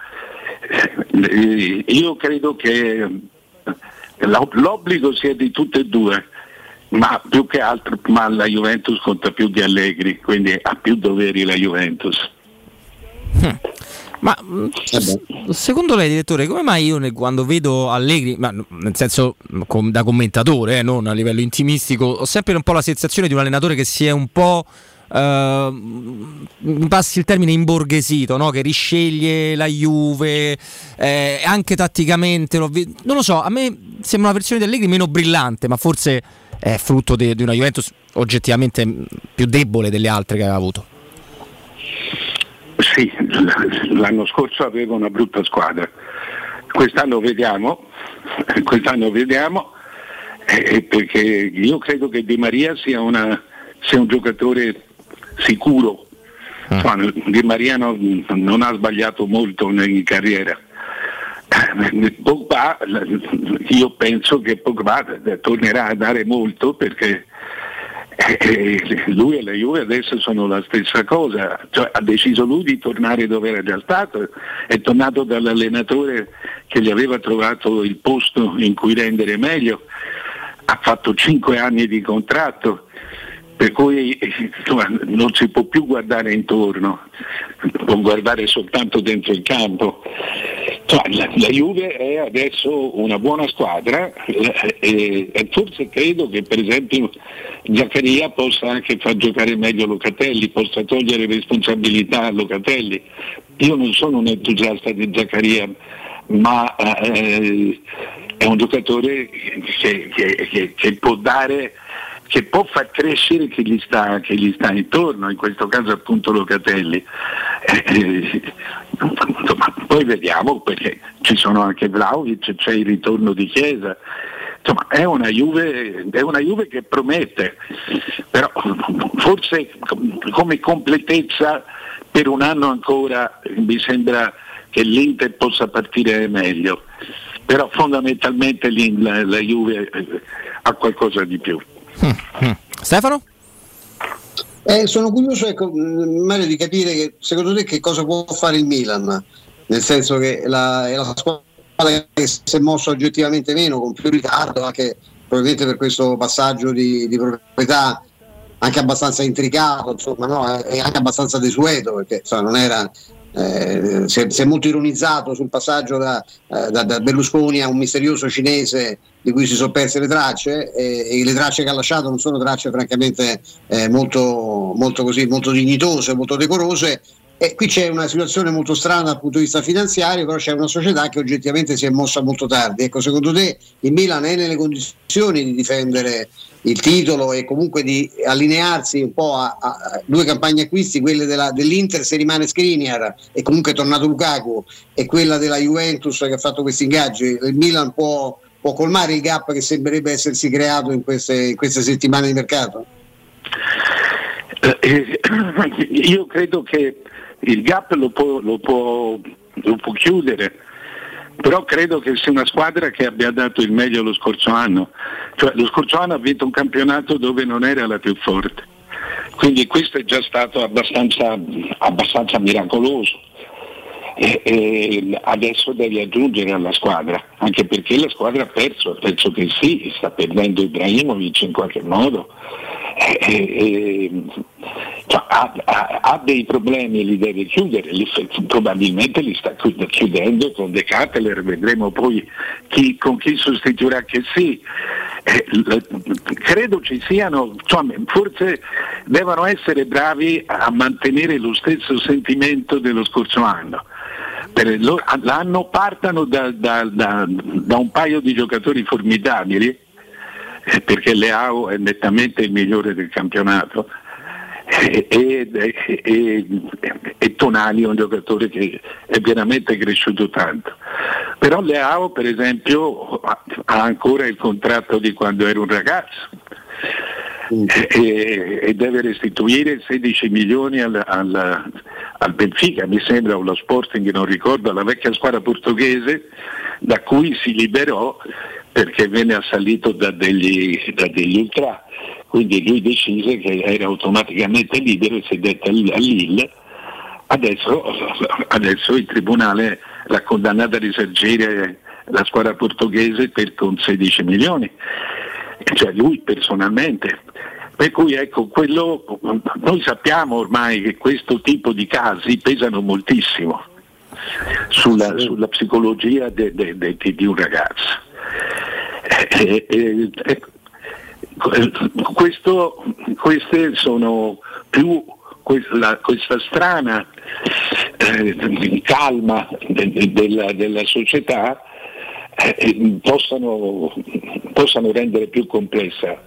Io credo che l'obbligo sia di tutte e due, ma più che altro la Juventus conta più di Allegri, quindi ha più doveri la Juventus. Ma secondo lei, direttore, come mai io quando vedo Allegri, ma nel senso da commentatore, non a livello intimistico, ho sempre un po' la sensazione di un allenatore che si è un po', mi passi il termine, imborghesito, no? Che risceglie la Juve, anche tatticamente, non lo so, a me sembra una versione di Allegri meno brillante, ma forse è frutto di una Juventus oggettivamente più debole delle altre che aveva avuto. Sì, l'anno scorso aveva una brutta squadra, quest'anno vediamo, perché io credo che Di Maria sia un giocatore sicuro. Di Maria non ha sbagliato molto in carriera. Pogba, io penso che Pogba tornerà a dare molto, perché lui e la Juve adesso sono la stessa cosa, cioè, ha deciso lui di tornare dove era già stato, è tornato dall'allenatore che gli aveva trovato il posto in cui rendere meglio, ha fatto 5 anni di contratto, per cui non si può più guardare intorno, può guardare soltanto dentro il campo. La Juve è adesso una buona squadra e forse credo che per esempio Zaccaria possa anche far giocare meglio Locatelli, possa togliere responsabilità a Locatelli. Io non sono un entusiasta di Zaccaria, ma è un giocatore che può dare, che può far crescere chi gli sta intorno, in questo caso appunto Locatelli. Poi vediamo, perché ci sono anche Vlahovic, c'è il ritorno di Chiesa, insomma è una Juve che promette, però forse come completezza per un anno ancora mi sembra che l'Inter possa partire meglio, però fondamentalmente la Juve ha qualcosa di più. Stefano? Sono curioso, Mario, di capire che secondo te che cosa può fare il Milan, nel senso che è la squadra che si è mossa oggettivamente meno, con più ritardo, anche probabilmente per questo passaggio di proprietà anche abbastanza intricato, insomma, no? E anche abbastanza desueto, perché non era si è molto ironizzato sul passaggio da Berlusconi a un misterioso cinese di cui si sono perse le tracce, e le tracce che ha lasciato non sono tracce francamente molto dignitose, molto decorose, Qui c'è una situazione molto strana dal punto di vista finanziario, però c'è una società che oggettivamente si è mossa molto tardi. Ecco, secondo te il Milan è nelle condizioni di difendere il titolo e comunque di allinearsi un po' a due campagne acquisti, quelle dell'Inter se rimane Skriniar e comunque è tornato Lukaku, e quella della Juventus che ha fatto questi ingaggi? Il Milan può colmare il gap che sembrerebbe essersi creato in queste settimane di mercato? Io credo che il gap lo può chiudere, però credo che sia una squadra che abbia dato il meglio lo scorso anno. Cioè, lo scorso anno ha vinto un campionato dove non era la più forte, quindi questo è già stato abbastanza miracoloso. E adesso devi aggiungere alla squadra, anche perché la squadra ha perso che sì, sta perdendo Ibrahimovic in qualche modo, ha dei problemi, li deve chiudere, probabilmente li sta chiudendo con De Ketelaere, vedremo poi con chi sostituirà che sì. Credo ci siano, forse devono essere bravi a mantenere lo stesso sentimento dello scorso anno. L'anno partano da un paio di giocatori formidabili, perché Leao è nettamente il migliore del campionato, e Tonali è un giocatore che è veramente cresciuto tanto. Però Leao, per esempio, ha ancora il contratto di quando era un ragazzo e deve restituire 16 milioni al Benfica, mi sembra, o allo Sporting, non ricordo, alla vecchia squadra portoghese, da cui si liberò perché venne assalito da degli ultra, quindi lui decise che era automaticamente libero e si dette a Lille. Adesso il tribunale l'ha condannato a risarcire la squadra portoghese con 16 milioni, cioè lui personalmente. Per cui ecco, noi sappiamo ormai che questo tipo di casi pesano moltissimo sulla psicologia di un ragazzo. Queste sono più questa strana calma della società possano rendere più complessa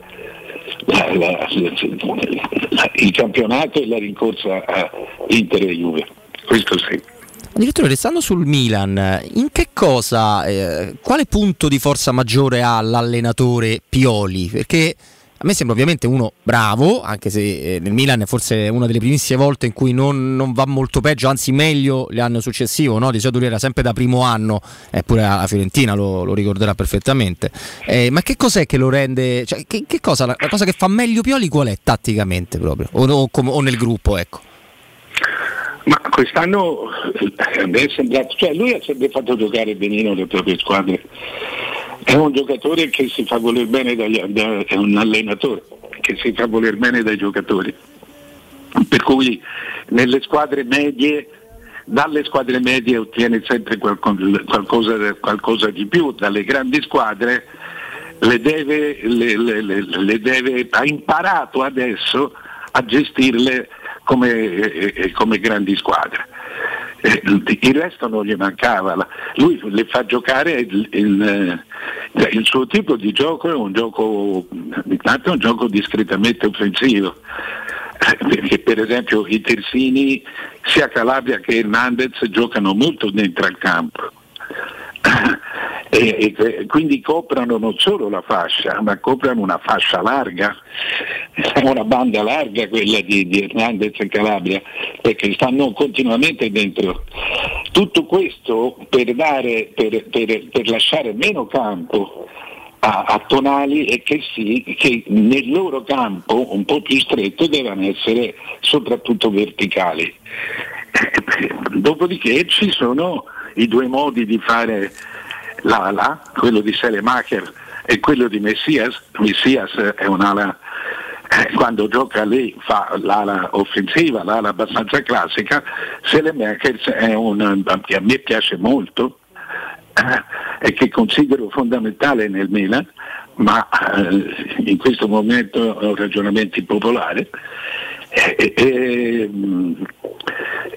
il campionato e la rincorsa a Inter e Juve. Questo sì. Direttore, restando sul Milan, in che cosa, quale punto di forza maggiore ha l'allenatore Pioli? Perché a me sembra ovviamente uno bravo, anche se nel Milan forse è una delle primissime volte in cui non va molto peggio, anzi meglio l'anno successivo, no? Di solito lui era sempre da primo anno, pure la Fiorentina lo ricorderà perfettamente. Ma che cos'è che lo rende, cioè, che cosa, la cosa che fa meglio Pioli qual è tatticamente proprio? O nel gruppo, ecco? Ma quest'anno mi è sembrato, cioè lui ha sempre fatto giocare benino le proprie squadre. È un giocatore che si fa voler bene è un allenatore che si fa voler bene dai giocatori. Per cui dalle squadre medie ottiene sempre qualcosa di più, dalle grandi squadre ha imparato adesso a gestirle come grandi squadre. Il resto non gli mancava, lui le fa giocare il suo tipo di gioco è un gioco discretamente offensivo, perché per esempio i terzini sia Calabria che Hernandez giocano molto dentro al campo e quindi coprono non solo la fascia, ma coprono una fascia larga, una banda larga quella di Hernandez e Calabria, perché stanno continuamente dentro. Tutto questo per lasciare meno campo a Tonali e che nel loro campo un po' più stretto devono essere soprattutto verticali. Dopodiché ci sono i due modi di fare l'ala, quello di Selemacher e quello di Messias. Messias è un'ala, quando gioca lei fa l'ala offensiva, l'ala abbastanza classica. Selemacher è che a me piace molto e che considero fondamentale nel Milan, ma in questo momento è un ragionamento impopolare.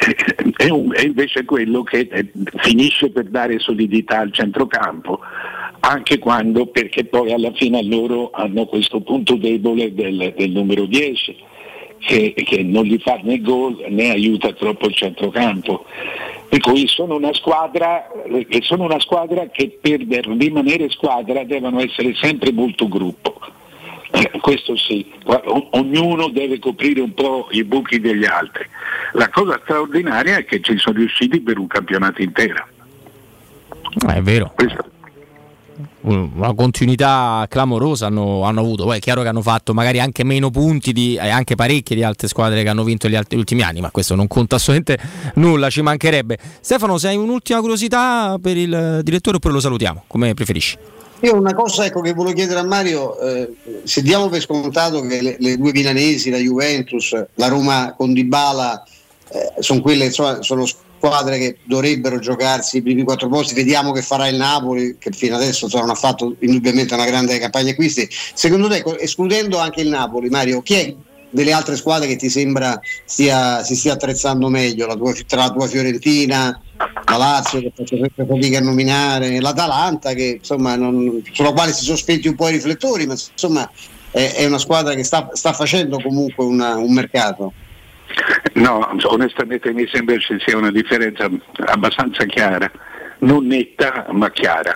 è invece quello che finisce per dare solidità al centrocampo, anche quando, perché poi alla fine loro hanno questo punto debole del numero 10 che non gli fa né gol né aiuta troppo il centrocampo, per cui sono una squadra che per rimanere squadra devono essere sempre molto gruppo. Questo sì, ognuno deve coprire un po' i buchi degli altri. La cosa straordinaria è che ci sono riusciti per un campionato intero. È vero. Una continuità clamorosa hanno avuto. Poi è chiaro che hanno fatto magari anche meno punti anche parecchie di altre squadre che hanno vinto gli ultimi anni, ma questo non conta assolutamente nulla, ci mancherebbe. Stefano, se hai un'ultima curiosità per il direttore oppure lo salutiamo, come preferisci? Io una cosa che volevo chiedere a Mario, se diamo per scontato che le due milanesi, la Juventus, la Roma con Dybala, sono quelle, insomma, sono squadre che dovrebbero giocarsi i primi 4 posti, vediamo che farà il Napoli, che fino adesso non ha fatto indubbiamente una grande campagna acquisti. Secondo te, escludendo anche il Napoli, Mario, chi è delle altre squadre che ti sembra si stia attrezzando meglio? Tra la tua Fiorentina, la Lazio, che faccio sempre fatica a nominare, l'Atalanta, che insomma sulla quale si sono spenti un po' i riflettori, ma insomma è una squadra che sta facendo comunque un mercato. No, onestamente mi sembra ci sia una differenza abbastanza chiara, non netta ma chiara.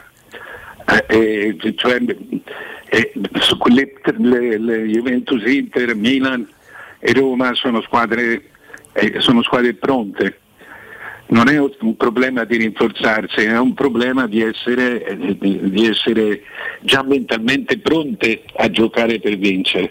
Le Juventus, Inter, Milan e Roma sono squadre pronte. Non è un problema di rinforzarsi, è un problema di essere già mentalmente pronte a giocare per vincere.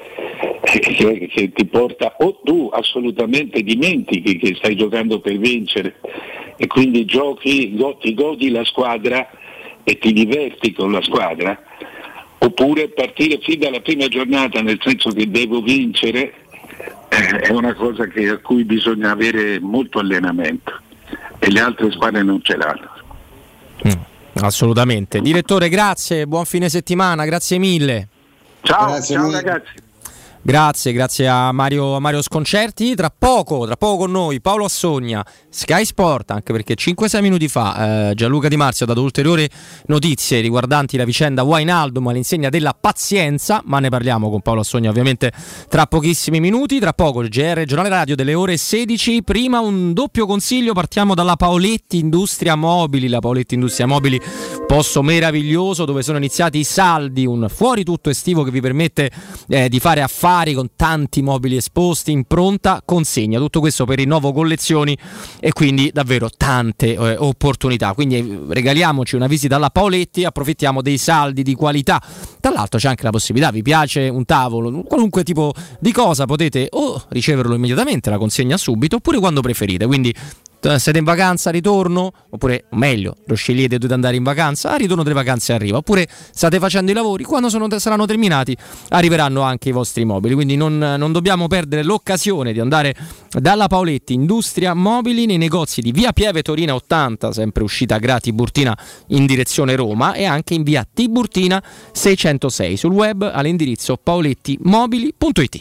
Che ti porta, o tu assolutamente dimentichi che stai giocando per vincere e quindi ti godi la squadra e ti diverti con la squadra, oppure partire fin dalla prima giornata nel senso che devo vincere è una cosa a cui bisogna avere molto allenamento e le altre squadre non ce l'hanno. Assolutamente. Direttore, grazie, buon fine settimana, grazie mille. Ciao ragazzi. Grazie a Mario Sconcerti. Tra poco con noi Paolo Assogna, Sky Sport, anche perché 5-6 minuti fa Gianluca Di Marzio ha dato ulteriori notizie riguardanti la vicenda Wijnaldum all'insegna della pazienza, ma ne parliamo con Paolo Assogna ovviamente tra pochissimi minuti. Tra poco il GR Regionale Radio delle ore 16. Prima un doppio consiglio, partiamo dalla Paoletti Industria Mobili. La Paoletti Industria Mobili, posto meraviglioso dove sono iniziati i saldi, un fuori tutto estivo che vi permette di fare affari con tanti mobili esposti in pronta consegna, tutto questo per rinnovo collezioni e quindi davvero tante opportunità. Quindi regaliamoci una visita alla Paoletti, approfittiamo dei saldi di qualità. Tra l'altro c'è anche la possibilità, vi piace un tavolo, qualunque tipo di cosa, potete o riceverlo immediatamente, la consegna subito, oppure quando preferite. Quindi siete in vacanza, ritorno, oppure meglio, lo scegliete, dovete andare in vacanza, al ritorno delle vacanze arriva, oppure state facendo i lavori, quando saranno terminati arriveranno anche i vostri mobili. Quindi non dobbiamo perdere l'occasione di andare dalla Paoletti Industria Mobili nei negozi di via Pieve Torina 80, sempre uscita Gra Tiburtina in direzione Roma, e anche in via Tiburtina 606, sul web all'indirizzo paolettimobili.it.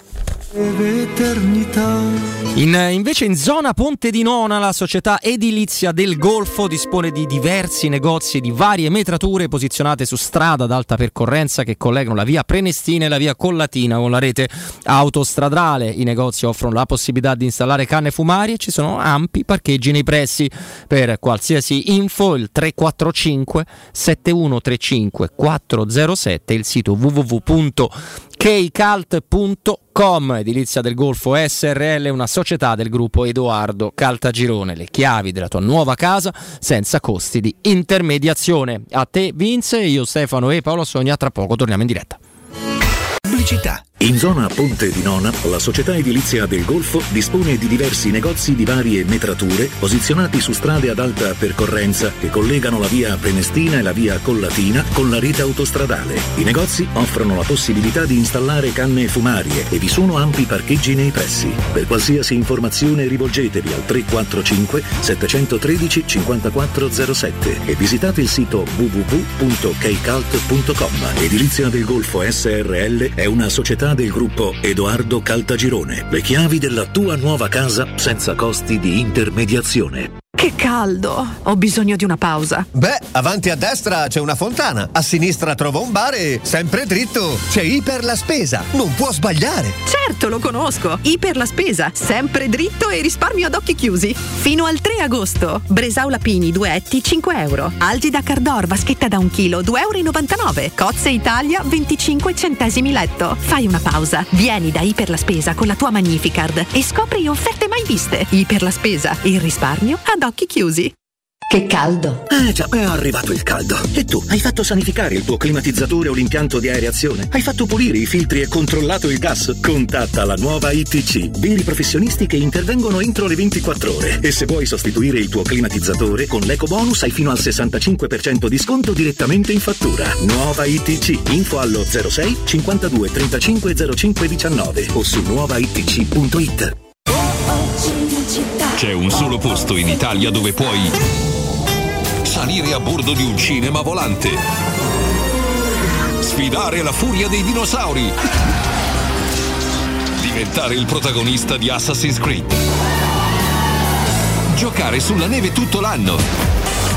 Invece in zona Ponte di Nona la società edilizia del Golfo dispone di diversi negozi di varie metrature posizionate su strada ad alta percorrenza che collegano la via Prenestina e la via Collatina con la rete autostradale. I negozi offrono la possibilità di installare canne fumarie e ci sono ampi parcheggi nei pressi. Per qualsiasi info il 345 7135 407 e il sito www.kcalt.com. Edilizia del Golfo SRL, una società del gruppo Edoardo Caltagirone. Le chiavi della tua nuova casa senza costi di intermediazione. A te Vince, io Stefano e Paolo Assogna, tra poco torniamo in diretta. Pubblicità. In zona Ponte di Nona, la società edilizia del Golfo dispone di diversi negozi di varie metrature posizionati su strade ad alta percorrenza che collegano la via Prenestina e la via Collatina con la rete autostradale. I negozi offrono la possibilità di installare canne fumarie e vi sono ampi parcheggi nei pressi. Per qualsiasi informazione rivolgetevi al 345 713 5407 e visitate il sito www.kcalt.com. Edilizia del Golfo SRL è una società società del gruppo Edoardo Caltagirone. Le chiavi della tua nuova casa senza costi di intermediazione. Che caldo! Ho bisogno di una pausa. Beh, avanti a destra c'è una fontana, a sinistra trovo un bar e sempre dritto c'è Iper La Spesa. Non può sbagliare. Certo, lo conosco. Iper La Spesa, sempre dritto e risparmio ad occhi chiusi. Fino al 3 agosto. Bresaola Pini, 2 etti, 5 euro. Algida Cardor, vaschetta da 1 chilo, 2,99 euro. Cozze Italia, 25 centesimi letto. Fai una pausa. Vieni da Iper La Spesa con la tua Magnificard e scopri offerte mai viste. Iper La Spesa, il risparmio ad occhi chiusi. Che caldo! Già, è arrivato il caldo. E tu, hai fatto sanificare il tuo climatizzatore o l'impianto di areazione? Hai fatto pulire i filtri e controllato il gas? Contatta la nuova ITC, veri professionisti che intervengono entro le 24 ore. E se vuoi sostituire il tuo climatizzatore, con l'EcoBonus hai fino al 65% di sconto direttamente in fattura. Nuova ITC, info allo 06 52 35 05 19 o su nuovaitc.it. C'è un solo posto in Italia dove puoi salire a bordo di un cinema volante, sfidare la furia dei dinosauri, diventare il protagonista di Assassin's Creed, giocare sulla neve tutto l'anno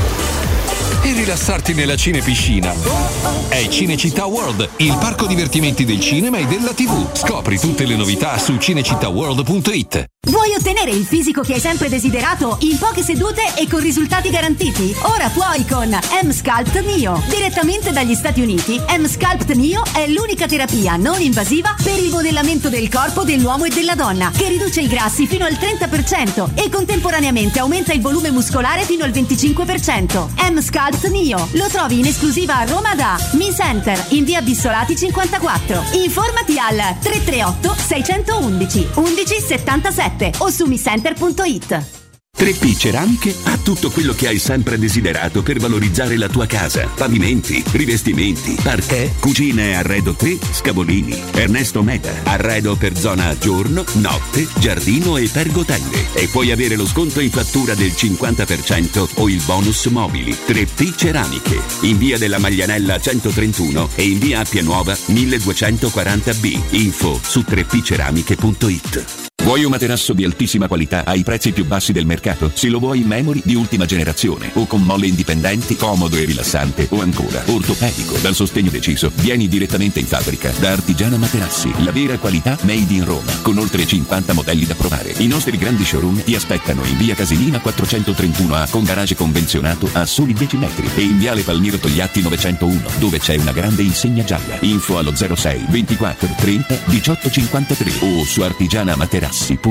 e rilassarti nella cinepiscina. È Cinecittà World, il parco divertimenti del cinema e della TV. Scopri tutte le novità su cinecittàworld.it. Vuoi ottenere il fisico che hai sempre desiderato in poche sedute e con risultati garantiti? Ora puoi con M-Sculpt Neo. Direttamente dagli Stati Uniti, M-Sculpt Neo è l'unica terapia non invasiva per il modellamento del corpo dell'uomo e della donna, che riduce i grassi fino al 30% e contemporaneamente aumenta il volume muscolare fino al 25%. M-Sculpt Neo lo trovi in esclusiva a Roma da Mi Center in via Bissolati 54. Informati al 338 611 1177 o su micenter.it. 3P Ceramiche ha tutto quello che hai sempre desiderato per valorizzare la tua casa. Pavimenti, rivestimenti, parquet, cucine e arredo 3, Scavolini. Ernesto Meda, arredo per zona giorno, notte, giardino e pergotende. E puoi avere lo sconto in fattura del 50% o il bonus mobili. 3P Ceramiche, in via della Maglianella 131 e in via Appia Nuova 1240B. Info su 3pceramiche.it. Vuoi un materasso di altissima qualità ai prezzi più bassi del mercato? Se lo vuoi in memory di ultima generazione o con molle indipendenti, comodo e rilassante o ancora ortopedico dal sostegno deciso, vieni direttamente in fabbrica da Artigiana Materassi, la vera qualità made in Roma, con oltre 50 modelli da provare. I nostri grandi showroom ti aspettano in via Casilina 431A con garage convenzionato a soli 10 metri e in viale Palmiro Togliatti 901 dove c'è una grande insegna gialla. Info allo 06 24 30 18 53 o su artigianamaterassi.com.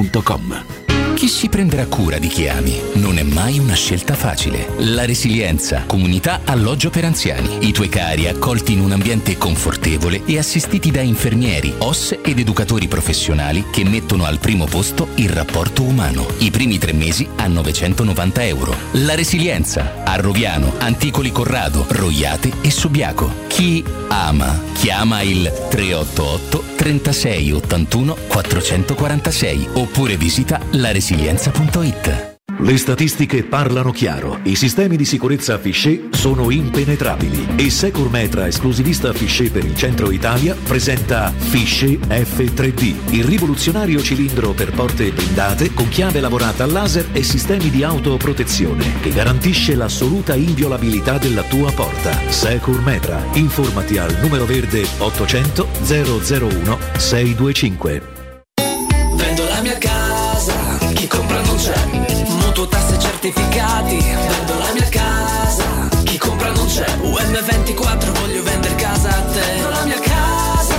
Chi si prenderà cura di chi ami? Non è mai una scelta facile. La Resilienza, comunità alloggio per anziani. I tuoi cari accolti in un ambiente confortevole e assistiti da infermieri, OS ed educatori professionali che mettono al primo posto il rapporto umano. I primi 3 mesi a €990. La Resilienza, a Roviano, Anticoli Corrado, Roiate e Subiaco. Chi ama, chiama il 388 36 81 446 oppure visita laresilienza.it. Le statistiche parlano chiaro. I sistemi di sicurezza Fichet sono impenetrabili e Securmetra, esclusivista Fichet per il centro Italia, presenta Fichet F3D, il rivoluzionario cilindro per porte blindate con chiave lavorata a laser e sistemi di autoprotezione che garantisce l'assoluta inviolabilità della tua porta. Securmetra. Informati al numero verde 800 001 625. Vendo la mia casa, chi compra non c'è. Mutuo, tasse, certificati. Vendo la mia casa, chi compra non c'è. UM24, voglio vendere casa a te. Vendo la mia casa,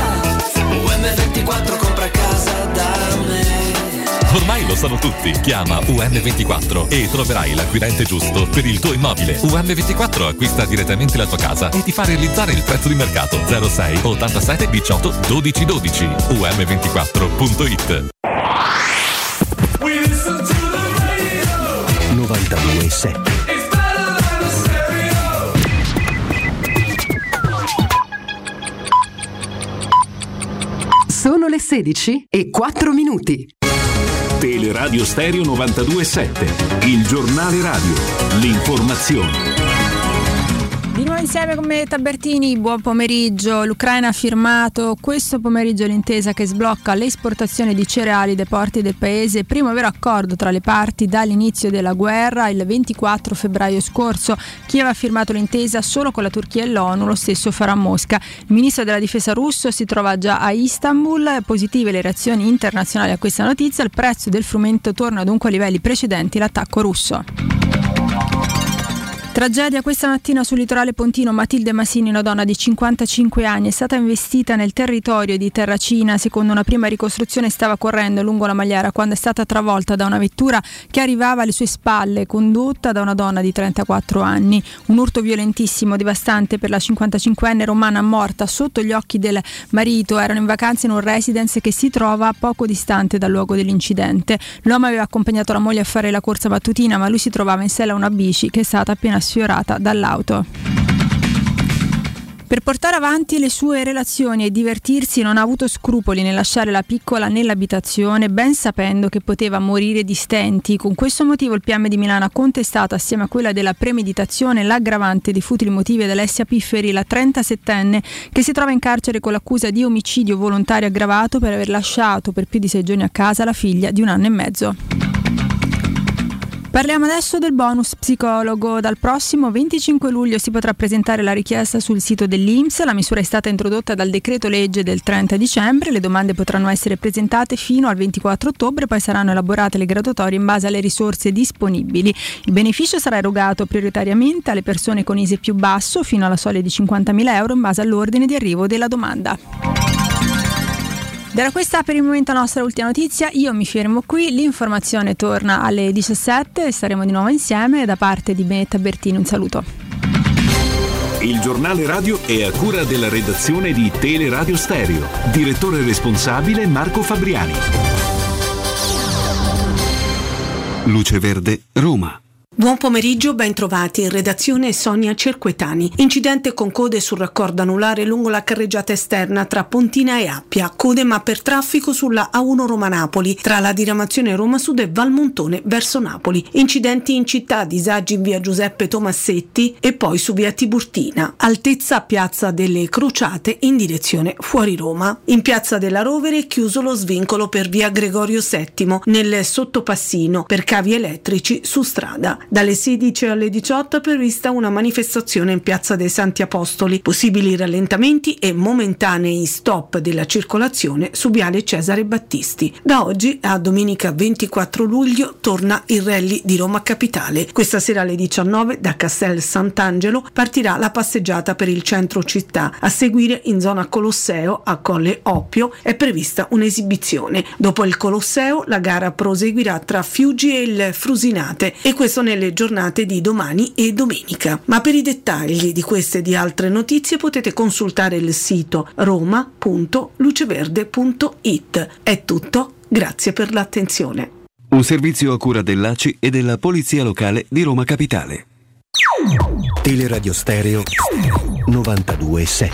UM24, compra casa da me. Ormai lo sanno tutti. Chiama UM24 e troverai l'acquirente giusto per il tuo immobile. UM24 acquista direttamente la tua casa e ti fa realizzare il prezzo di mercato. 06 87 18 12 12. UM24.it. 92.7. Sono le 16:04. Teleradio Stereo 92.7, il giornale radio, l'informazione. Di nuovo insieme con me Tabertini, buon pomeriggio. L'Ucraina ha firmato questo pomeriggio l'intesa che sblocca l'esportazione di cereali dai porti del paese, primo vero accordo tra le parti dall'inizio della guerra il 24 febbraio scorso. Kiev ha firmato l'intesa solo con la Turchia e l'ONU, lo stesso farà Mosca. Il ministro della difesa russo si trova già a Istanbul. Positive le reazioni internazionali a questa notizia, il prezzo del frumento torna dunque a livelli precedenti l'attacco russo. Tragedia questa mattina sul litorale pontino. Matilde Masini, una donna di 55 anni, è stata investita nel territorio di Terracina. Secondo una prima ricostruzione stava correndo lungo la Magliara quando è stata travolta da una vettura che arrivava alle sue spalle, condotta da una donna di 34 anni. Un urto violentissimo, devastante per la 55enne romana morta sotto gli occhi del marito. Erano in vacanza in un residence che si trova poco distante dal luogo dell'incidente. L'uomo aveva accompagnato la moglie a fare la corsa mattutina, ma lui si trovava in sella a una bici che è stata appena sfiorata dall'auto. Per portare avanti le sue relazioni e divertirsi non ha avuto scrupoli nel lasciare la piccola nell'abitazione, ben sapendo che poteva morire di stenti. Con questo motivo il PM di Milano ha contestato, assieme a quella della premeditazione, l'aggravante di futili motivi ad Alessia Pifferi, la 37enne, che si trova in carcere con l'accusa di omicidio volontario aggravato per aver lasciato per più di 6 giorni a casa la figlia di 1 anno e mezzo. Parliamo adesso del bonus psicologo. Dal prossimo 25 luglio si potrà presentare la richiesta sul sito dell'INPS. La misura è stata introdotta dal decreto legge del 30 dicembre. Le domande potranno essere presentate fino al 24 ottobre, poi saranno elaborate le graduatorie in base alle risorse disponibili. Il beneficio sarà erogato prioritariamente alle persone con ISEE più basso, fino alla soglia di 50.000 euro in base all'ordine di arrivo della domanda. Ed era questa per il momento la nostra ultima notizia. Io mi fermo qui, l'informazione torna alle 17 e saremo di nuovo insieme. Da parte di Benetta Bertini un saluto. Il giornale radio è a cura della redazione di Teleradio Stereo. Direttore responsabile Marco Fabriani. Luce Verde, Roma. Buon pomeriggio, ben trovati. In redazione Sonia Cerquetani. Incidente con code sul raccordo anulare lungo la carreggiata esterna tra Pontina e Appia. Code ma per traffico sulla A1 Roma-Napoli tra la diramazione Roma Sud e Valmontone verso Napoli. Incidenti in città, disagi in via Giuseppe Tomassetti e poi su via Tiburtina. Altezza piazza delle Crociate in direzione fuori Roma. In piazza della Rovere è chiuso lo svincolo per via Gregorio VII nel Sottopassino per cavi elettrici su strada. Dalle 16 alle 18 è prevista una manifestazione in piazza dei Santi Apostoli, possibili rallentamenti e momentanei stop della circolazione su viale Cesare Battisti. Da oggi a domenica 24 luglio torna il rally di Roma Capitale. Questa sera alle 19 da Castel Sant'Angelo partirà la passeggiata per il centro città. A seguire in zona Colosseo a Colle Oppio è prevista un'esibizione. Dopo il Colosseo la gara proseguirà tra Fiuggi e il Frusinate e questo nelle giornate di domani e domenica. Ma per i dettagli di queste e di altre notizie potete consultare il sito roma.luceverde.it. È tutto, grazie per l'attenzione. Un servizio a cura dell'ACI e della Polizia Locale di Roma Capitale. Teleradio Stereo 92.7.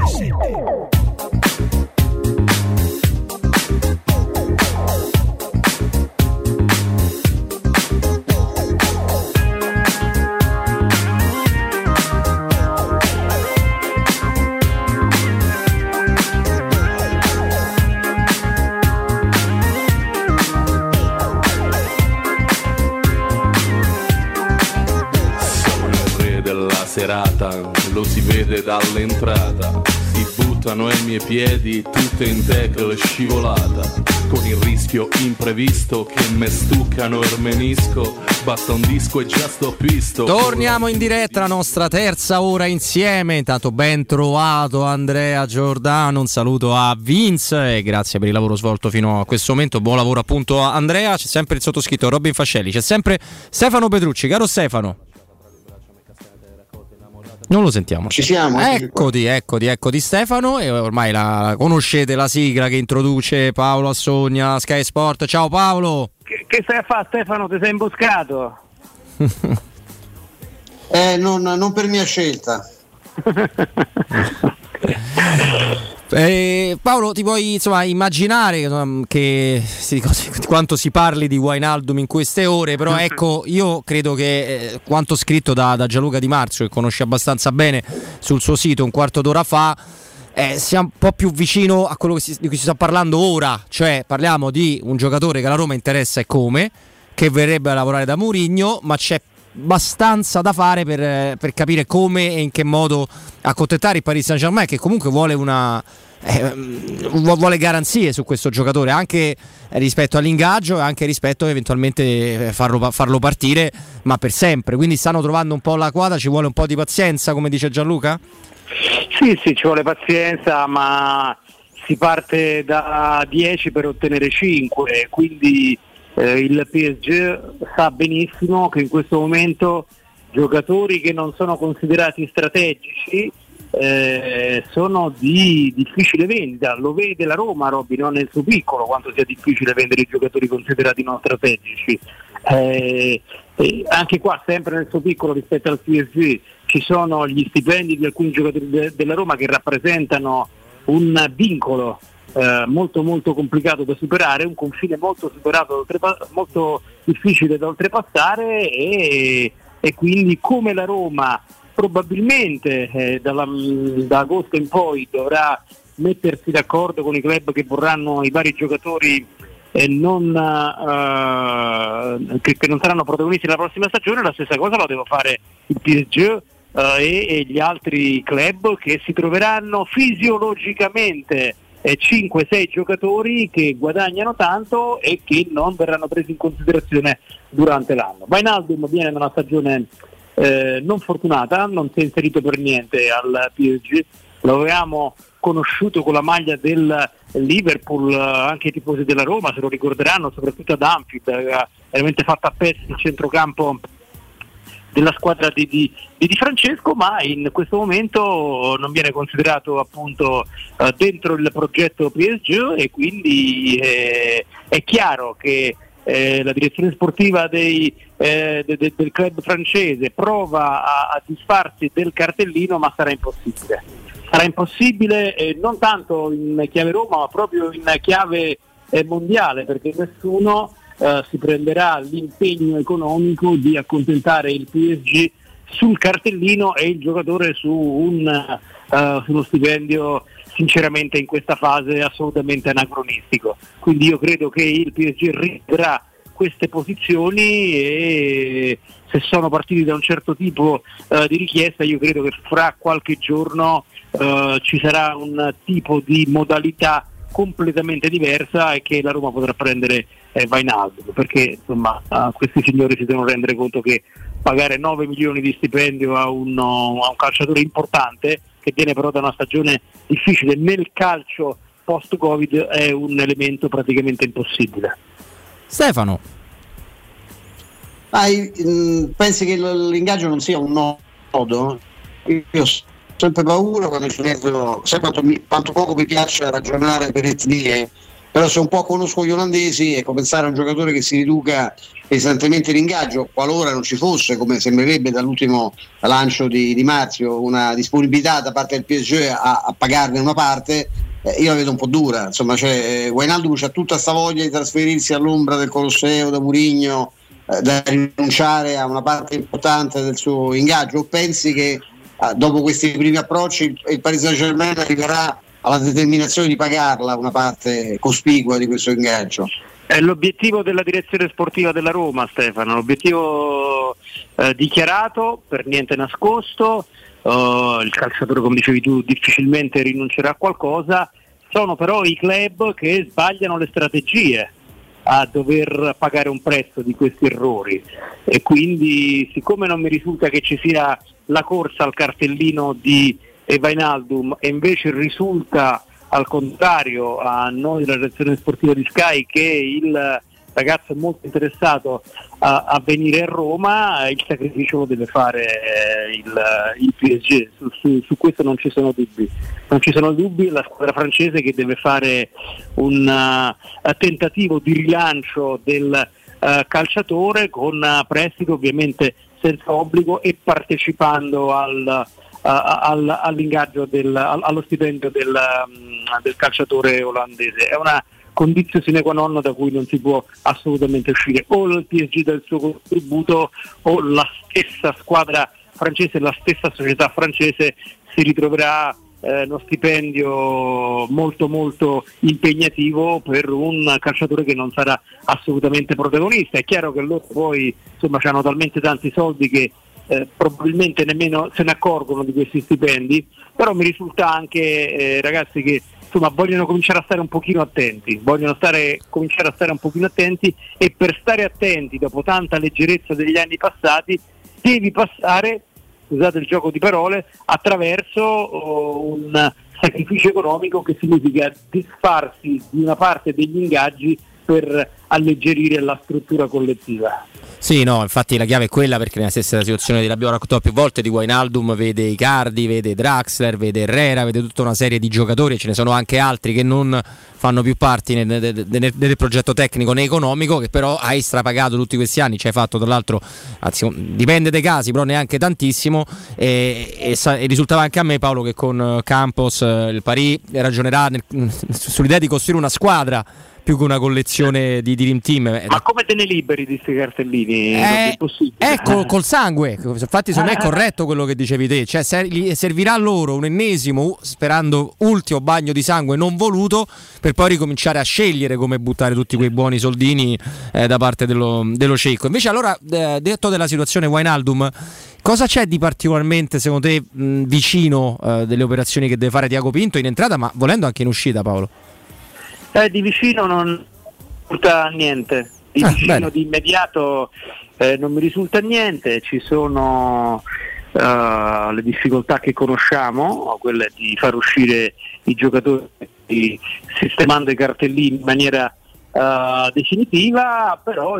Serata, lo si vede dall'entrata, si buttano ai miei piedi tutte in tackle scivolata, con il rischio imprevisto che me stuccano il menisco, basta un disco e già sto pisto. Torniamo in diretta, la nostra terza ora insieme. Intanto ben trovato Andrea Giordano, un saluto a Vince e grazie per il lavoro svolto fino a questo momento. Buon lavoro appunto a Andrea. C'è sempre il sottoscritto Robin Fascelli, c'è sempre Stefano Petrucci. Caro Stefano, non lo sentiamo. Ci siamo. Eccoti Stefano, e ormai conoscete la sigla che introduce Paolo Assogna, Sky Sport. Ciao Paolo. Che stai a fare Stefano? Ti sei imboscato? Non per mia scelta. Paolo, ti puoi immaginare che quanto si parli di Wijnaldum in queste ore, però ecco, io credo che quanto scritto da Gianluca Di Marzio, che conosce abbastanza bene, sul suo sito un quarto d'ora fa, sia un po' più vicino a quello di cui si sta parlando ora, cioè parliamo di un giocatore che la Roma interessa e come, che verrebbe a lavorare da Mourinho, ma c'è abbastanza da fare per capire come e in che modo accontentare il Paris Saint-Germain, che comunque vuole vuole garanzie su questo giocatore, anche rispetto all'ingaggio e anche rispetto eventualmente farlo partire, ma per sempre. Quindi stanno trovando un po' la quadra, ci vuole un po' di pazienza, come dice Gianluca? Sì, ci vuole pazienza, ma si parte da 10 per ottenere 5, quindi il PSG sa benissimo che in questo momento giocatori che non sono considerati strategici sono di difficile vendita. Lo vede la Roma, Robby, non nel suo piccolo, quanto sia difficile vendere i giocatori considerati non strategici. Anche qua, sempre nel suo piccolo rispetto al PSG, ci sono gli stipendi di alcuni giocatori della Roma che rappresentano un vincolo molto molto complicato da superare, un confine molto molto difficile da oltrepassare, e quindi come la Roma probabilmente da agosto in poi dovrà mettersi d'accordo con i club che vorranno i vari giocatori che non saranno protagonisti nella prossima stagione, la stessa cosa la deve fare il PSG e gli altri club, che si troveranno fisiologicamente 5-6 giocatori che guadagnano tanto e che non verranno presi in considerazione durante l'anno. Wijnaldum viene da una stagione non fortunata, non si è inserito per niente al PSG, lo avevamo conosciuto con la maglia del Liverpool, anche i tifosi della Roma se lo ricorderanno, soprattutto ad Anfield, aveva veramente fatto a pezzi il centrocampo della squadra di Francesco, ma in questo momento non viene considerato appunto dentro il progetto PSG, e quindi è chiaro che la direzione sportiva del club francese prova a disfarsi del cartellino, ma sarà impossibile. Sarà impossibile non tanto in chiave Roma, ma proprio in chiave mondiale, perché nessuno si prenderà l'impegno economico di accontentare il PSG sul cartellino e il giocatore sullo stipendio sinceramente in questa fase assolutamente anacronistico. Quindi io credo che il PSG rivedrà queste posizioni, e se sono partiti da un certo tipo di richiesta, io credo che fra qualche giorno ci sarà un tipo di modalità completamente diversa e che la Roma potrà prendere Wijnaldum, perché insomma questi signori si devono rendere conto che pagare 9 milioni di stipendio a un calciatore importante, che viene però da una stagione difficile nel calcio post-Covid, è un elemento praticamente impossibile. Stefano, pensi che l'ingaggio non sia un nodo? Io ho sempre paura quando ci vedo, sai quanto poco mi piace ragionare per etnie, però se un po' conosco gli olandesi, ecco, pensare a un giocatore che si riduca pesantemente l'ingaggio, qualora non ci fosse, come sembrerebbe dall'ultimo lancio di Marzio, una disponibilità da parte del PSG a pagarne una parte, io la vedo un po' dura. Insomma, Wijnaldum c'ha tutta sta voglia di trasferirsi all'ombra del Colosseo da Mourinho, da rinunciare a una parte importante del suo ingaggio, o pensi che dopo questi primi approcci il Paris Saint-Germain arriverà alla determinazione di pagarla una parte cospicua di questo ingaggio? È l'obiettivo della direzione sportiva della Roma, Stefano, l'obiettivo dichiarato, per niente nascosto. Il calciatore, come dicevi tu, difficilmente rinuncerà a qualcosa. Sono però i club che sbagliano le strategie a dover pagare un prezzo di questi errori, e quindi siccome non mi risulta che ci sia la corsa al cartellino di Wijnaldum, e invece risulta al contrario a noi della redazione sportiva di Sky che il ragazzo è molto interessato a venire a Roma, il sacrificio lo deve fare il PSG, su questo non ci sono dubbi, la squadra francese che deve fare un tentativo di rilancio del calciatore con prestito ovviamente senza obbligo e partecipando all'ingaggio allo stipendio del calciatore olandese. È una condizione sine qua non da cui non si può assolutamente uscire. O il PSG dà il suo contributo, o la stessa squadra francese, la stessa società francese si ritroverà uno stipendio molto molto impegnativo per un calciatore che non sarà assolutamente protagonista. È chiaro che loro poi hanno talmente tanti soldi che probabilmente nemmeno se ne accorgono di questi stipendi, però mi risulta anche ragazzi che vogliono cominciare a stare un pochino attenti, e per stare attenti dopo tanta leggerezza degli anni passati devi passare, scusate il gioco di parole, attraverso un sacrificio economico che significa disfarsi di una parte degli ingaggi per alleggerire la struttura collettiva. Sì, no, infatti la chiave è quella, perché nella stessa situazione l'abbiamo raccontato più volte di Wijnaldum, vede Icardi, vede Draxler, vede Herrera, vede tutta una serie di giocatori, e ce ne sono anche altri che non fanno più parte del progetto tecnico né economico, che però hai strapagato tutti questi anni, ci hai fatto tra l'altro, dipende dai casi, però neanche tantissimo, e risultava anche a me, Paolo, che con Campos il Paris ragionerà sull'idea di costruire una squadra più che una collezione di Dream Team. Ma come te ne liberi di questi cartellini? È possibile. Col sangue, infatti secondo me è corretto quello che dicevi te, cioè servirà loro un ennesimo, sperando ultimo bagno di sangue non voluto, per poi ricominciare a scegliere come buttare tutti quei buoni soldini da parte dello sceicco. Invece allora, detto della situazione Wijnaldum, cosa c'è di particolarmente secondo te vicino delle operazioni che deve fare Tiago Pinto in entrata, ma volendo anche in uscita, Paolo? Di vicino non risulta niente, di immediato non mi risulta niente. Ci sono le difficoltà che conosciamo, quelle di far uscire i giocatori sistemando i cartellini in maniera definitiva, però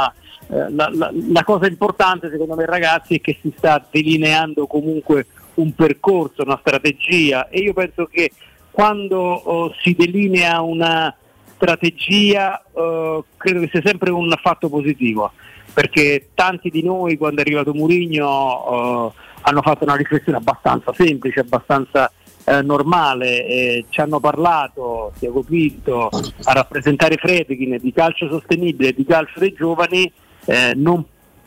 la cosa importante secondo me, ragazzi, è che si sta delineando comunque un percorso, una strategia, e io penso che quando si delinea una strategia credo che sia sempre un fatto positivo, perché tanti di noi, quando è arrivato Mourinho, hanno fatto una riflessione abbastanza semplice, abbastanza normale, ci hanno parlato, Tiago Pinto, a rappresentare Friedkin, di calcio sostenibile, di calcio dei giovani, non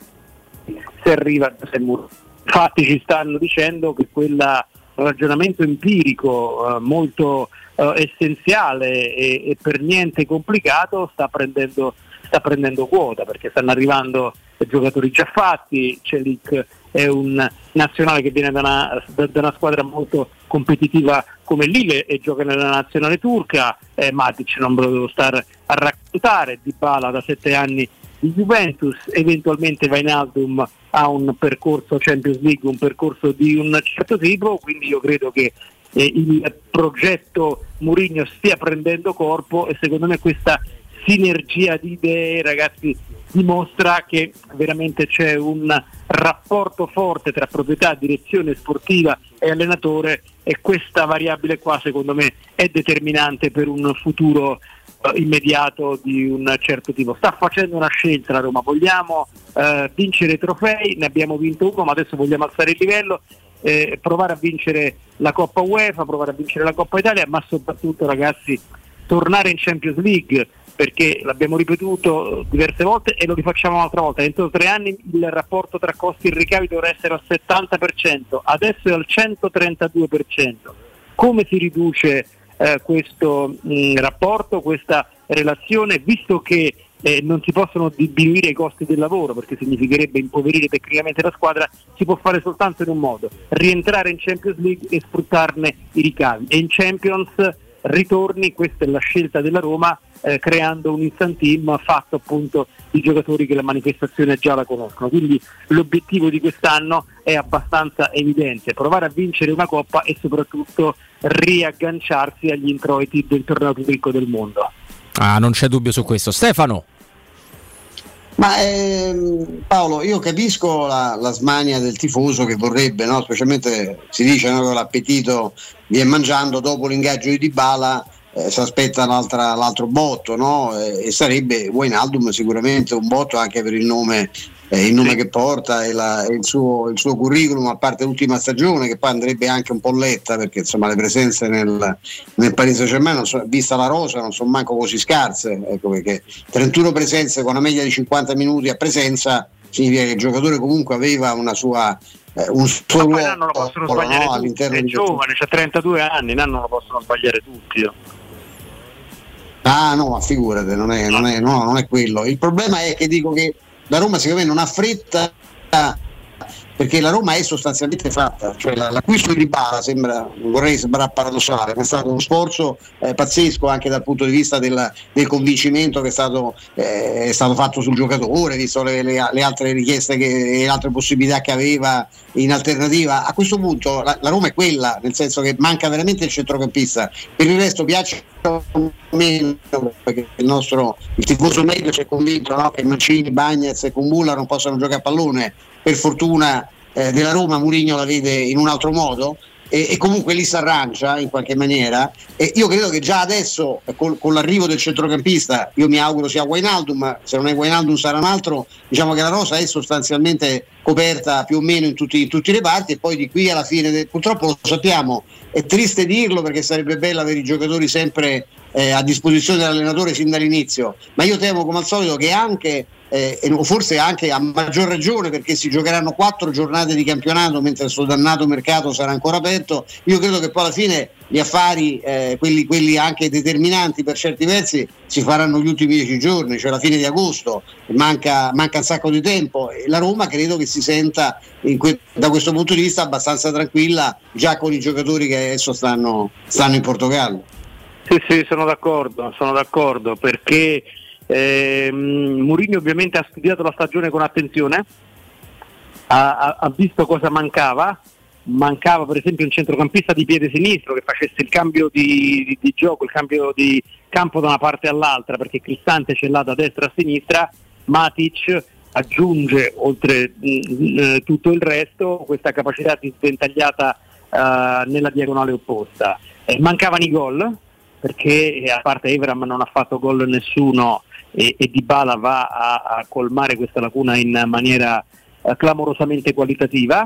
si arriva a Mourinho. Infatti ci stanno dicendo che quella ragionamento empirico molto essenziale e per niente complicato sta prendendo quota, perché stanno arrivando giocatori già fatti. Celic è un nazionale che viene da una squadra molto competitiva come Lille e gioca nella nazionale turca, Matic non me lo devo stare a raccontare, Dybala da 7 anni di Juventus, eventualmente Wijnaldum ha un percorso Champions League, un percorso di un certo tipo, quindi io credo che il progetto Mourinho stia prendendo corpo, e secondo me questa sinergia di idee, ragazzi, dimostra che veramente c'è un rapporto forte tra proprietà, direzione sportiva e allenatore, e questa variabile qua secondo me è determinante per un futuro immediato di un certo tipo. Sta facendo una scelta la Roma, vogliamo vincere i trofei, ne abbiamo vinto uno, ma adesso vogliamo alzare il livello, provare a vincere la Coppa UEFA, provare a vincere la Coppa Italia, ma soprattutto, ragazzi, tornare in Champions League, perché l'abbiero ripetuto diverse volte e lo rifacciamo un'altra volta. Entro 3 anni il rapporto tra costi e ricavi dovrà essere al 70%, adesso è al 132%. Come si riduce questo rapporto, questa relazione, visto che non si possono diminuire i costi del lavoro, perché significherebbe impoverire tecnicamente la squadra? Si può fare soltanto in un modo: rientrare in Champions League e sfruttarne i ricavi, e in Champions ritorni, questa è la scelta della Roma, creando un instant team fatto appunto di giocatori che la manifestazione già la conoscono. Quindi l'obiettivo di quest'anno è abbastanza evidente: provare a vincere una Coppa e soprattutto riagganciarsi agli introiti del torneo più ricco del mondo. Non c'è dubbio su questo. Stefano? Ma Paolo, io capisco la smania del tifoso che vorrebbe, no? Specialmente si dice, no, che l'appetito viene mangiando dopo l'ingaggio di Dybala, si aspetta l'altro botto, no? E sarebbe Wijnaldum sicuramente un botto, anche per il nome il nome che porta e il suo curriculum, a parte l'ultima stagione che poi andrebbe anche un po' letta, perché insomma le presenze nel Paris Saint-Germain, vista la rosa, non sono manco così scarse, ecco, perché 31 presenze con una media di 50 minuti a presenza significa che il giocatore comunque aveva un suo ruolo, non lo possono sbagliare tutti, all'interno è di giovane, c'ha 32 anni, non lo possono sbagliare tutti. Ah no, ma figurate, non è quello. Il problema è che dico che la Roma secondo me non ha fretta, perché la Roma è sostanzialmente fatta, cioè l'acquisto di Dybala vorrei sembrare paradossale, ma è stato uno sforzo pazzesco anche dal punto di vista del convincimento che è stato fatto sul giocatore, visto le altre richieste e le altre possibilità che aveva in alternativa. A questo punto la Roma è quella, nel senso che manca veramente il centrocampista, per il resto piace meno, perché il tifoso medio si è convinto, no, che Mancini, Bagnez e Kumbulla non possano giocare a pallone. Per fortuna della Roma Mourinho la vede in un altro modo e comunque lì si arrangia in qualche maniera, e io credo che già adesso con l'arrivo del centrocampista, io mi auguro sia Wijnaldum, se non è Wijnaldum sarà un altro, diciamo che la rosa è sostanzialmente coperta più o meno in tutti i reparti, e poi di qui alla fine purtroppo lo sappiamo, è triste dirlo perché sarebbe bello avere i giocatori sempre a disposizione dell'allenatore sin dall'inizio, ma io temo come al solito che anche e forse anche a maggior ragione perché si giocheranno 4 giornate di campionato mentre il suo dannato mercato sarà ancora aperto. Io credo che poi alla fine gli affari, quelli anche determinanti per certi versi, si faranno gli ultimi 10 giorni, cioè la fine di agosto, manca un sacco di tempo, e la Roma credo che si senta da questo punto di vista abbastanza tranquilla già con i giocatori che adesso stanno in Portogallo. Sì, sono d'accordo perché Mourinho ovviamente ha studiato la stagione con attenzione, ha visto cosa mancava per esempio un centrocampista di piede sinistro che facesse il cambio di gioco, il cambio di campo da una parte all'altra, perché Cristante ce l'ha da destra a sinistra, Matic aggiunge oltre tutto il resto questa capacità di sventagliata nella diagonale opposta. Mancavano i gol, perché a parte Evram non ha fatto gol nessuno e Dybala va a colmare questa lacuna in maniera clamorosamente qualitativa.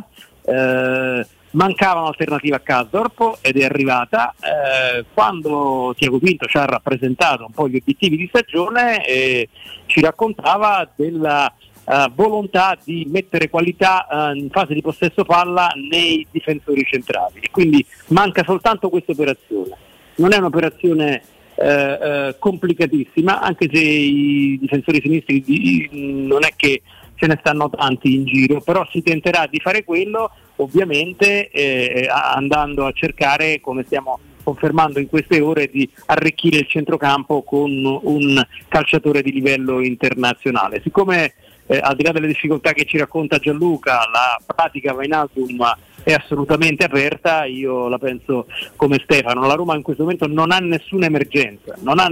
Mancava un'alternativa a Karsdorp ed è arrivata quando Tiago Pinto ci ha rappresentato un po' gli obiettivi di stagione e ci raccontava della volontà di mettere qualità in fase di possesso palla nei difensori centrali, e quindi manca soltanto questa operazione. Non è un'operazione complicatissima, anche se i difensori sinistri non è che ce ne stanno tanti in giro, però si tenterà di fare quello, ovviamente andando a cercare, come stiamo confermando in queste ore, di arricchire il centrocampo con un calciatore di livello internazionale. Siccome al di là delle difficoltà che ci racconta Gianluca, la pratica Wijnaldum è assolutamente aperta, io la penso come Stefano. La Roma in questo momento non ha nessuna emergenza,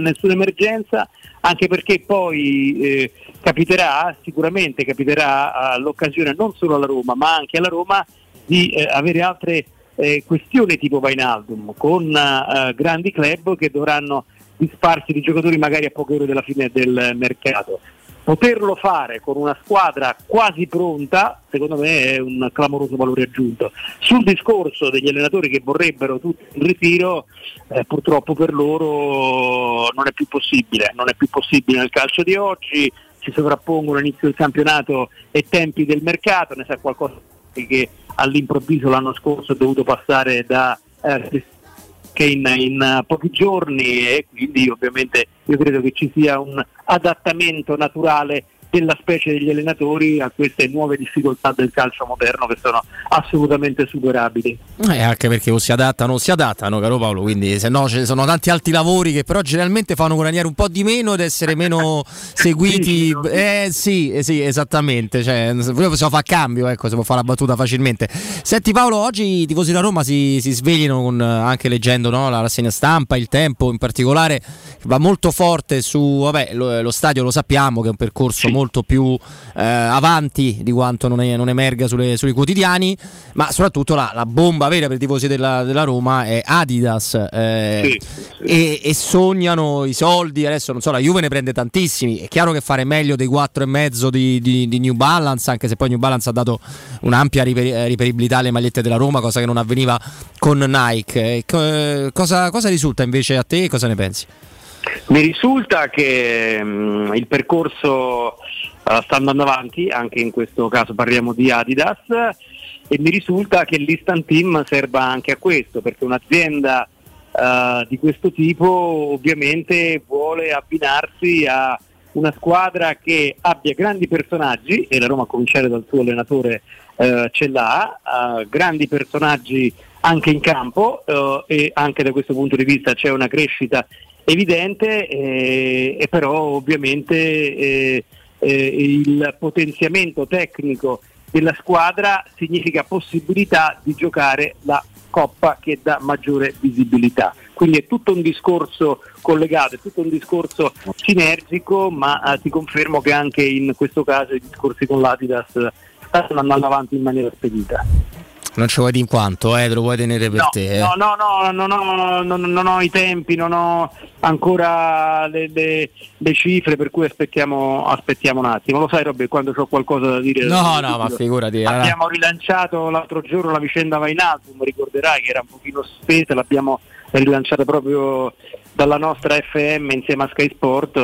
anche perché poi sicuramente capiterà l'occasione non solo alla Roma ma anche alla Roma di avere altre questioni tipo Wijnaldum con grandi club che dovranno disfarsi di giocatori magari a poche ore della fine del mercato. Poterlo fare con una squadra quasi pronta, secondo me è un clamoroso valore aggiunto. Sul discorso degli allenatori che vorrebbero tutti in ritiro, purtroppo per loro non è più possibile nel calcio di oggi, si sovrappongono l'inizio del campionato e tempi del mercato, ne sa qualcosa che all'improvviso l'anno scorso è dovuto passare da che in pochi giorni, e quindi ovviamente io credo che ci sia un adattamento naturale della specie degli allenatori a queste nuove difficoltà del calcio moderno che sono assolutamente superabili. Anche perché o si adattano, caro Paolo, quindi se no ci sono tanti altri lavori che però generalmente fanno guadagnare un po' di meno ed essere meno seguiti. Sì, esattamente, cioè, noi possiamo fare cambio, ecco, si può fare la battuta facilmente. Senti Paolo, oggi i tifosi della Roma si svegliano anche leggendo, no, la rassegna stampa, il Tempo in particolare va molto forte su lo stadio, lo sappiamo che è un percorso molto molto più avanti di quanto non emerga sui quotidiani, ma soprattutto la bomba vera per i tifosi della Roma è Adidas, e sognano i soldi. Adesso non so, la Juve ne prende tantissimi, è chiaro che fare meglio dei 4,5 di New Balance, anche se poi New Balance ha dato un'ampia riperibilità alle magliette della Roma, cosa che non avveniva con Nike. Cosa risulta invece a te? Cosa ne pensi? Mi risulta che il percorso sta andando avanti, anche in questo caso parliamo di Adidas, e mi risulta che l'Instant Team serva anche a questo, perché un'azienda di questo tipo ovviamente vuole abbinarsi a una squadra che abbia grandi personaggi, e la Roma, a cominciare dal suo allenatore, ce l'ha, grandi personaggi anche in campo, e anche da questo punto di vista c'è una crescita evidente, e però ovviamente il potenziamento tecnico della squadra significa possibilità di giocare la Coppa, che dà maggiore visibilità. Quindi è tutto un discorso collegato, è tutto un discorso sinergico, ma ti confermo che anche in questo caso i discorsi con l'Adidas stanno andando avanti in maniera spedita. Non ci vuoi dire in quanto, te lo puoi tenere per te. Non ho i tempi, non ho ancora le cifre, per cui aspettiamo un attimo. Lo sai, Robby, quando ho qualcosa da dire. Ma figurati. Abbiamo rilanciato l'altro giorno la vicenda Wijnaldum, ricorderai che era un pochino spesa, l'abbiamo rilanciata proprio dalla nostra FM insieme a Sky Sport,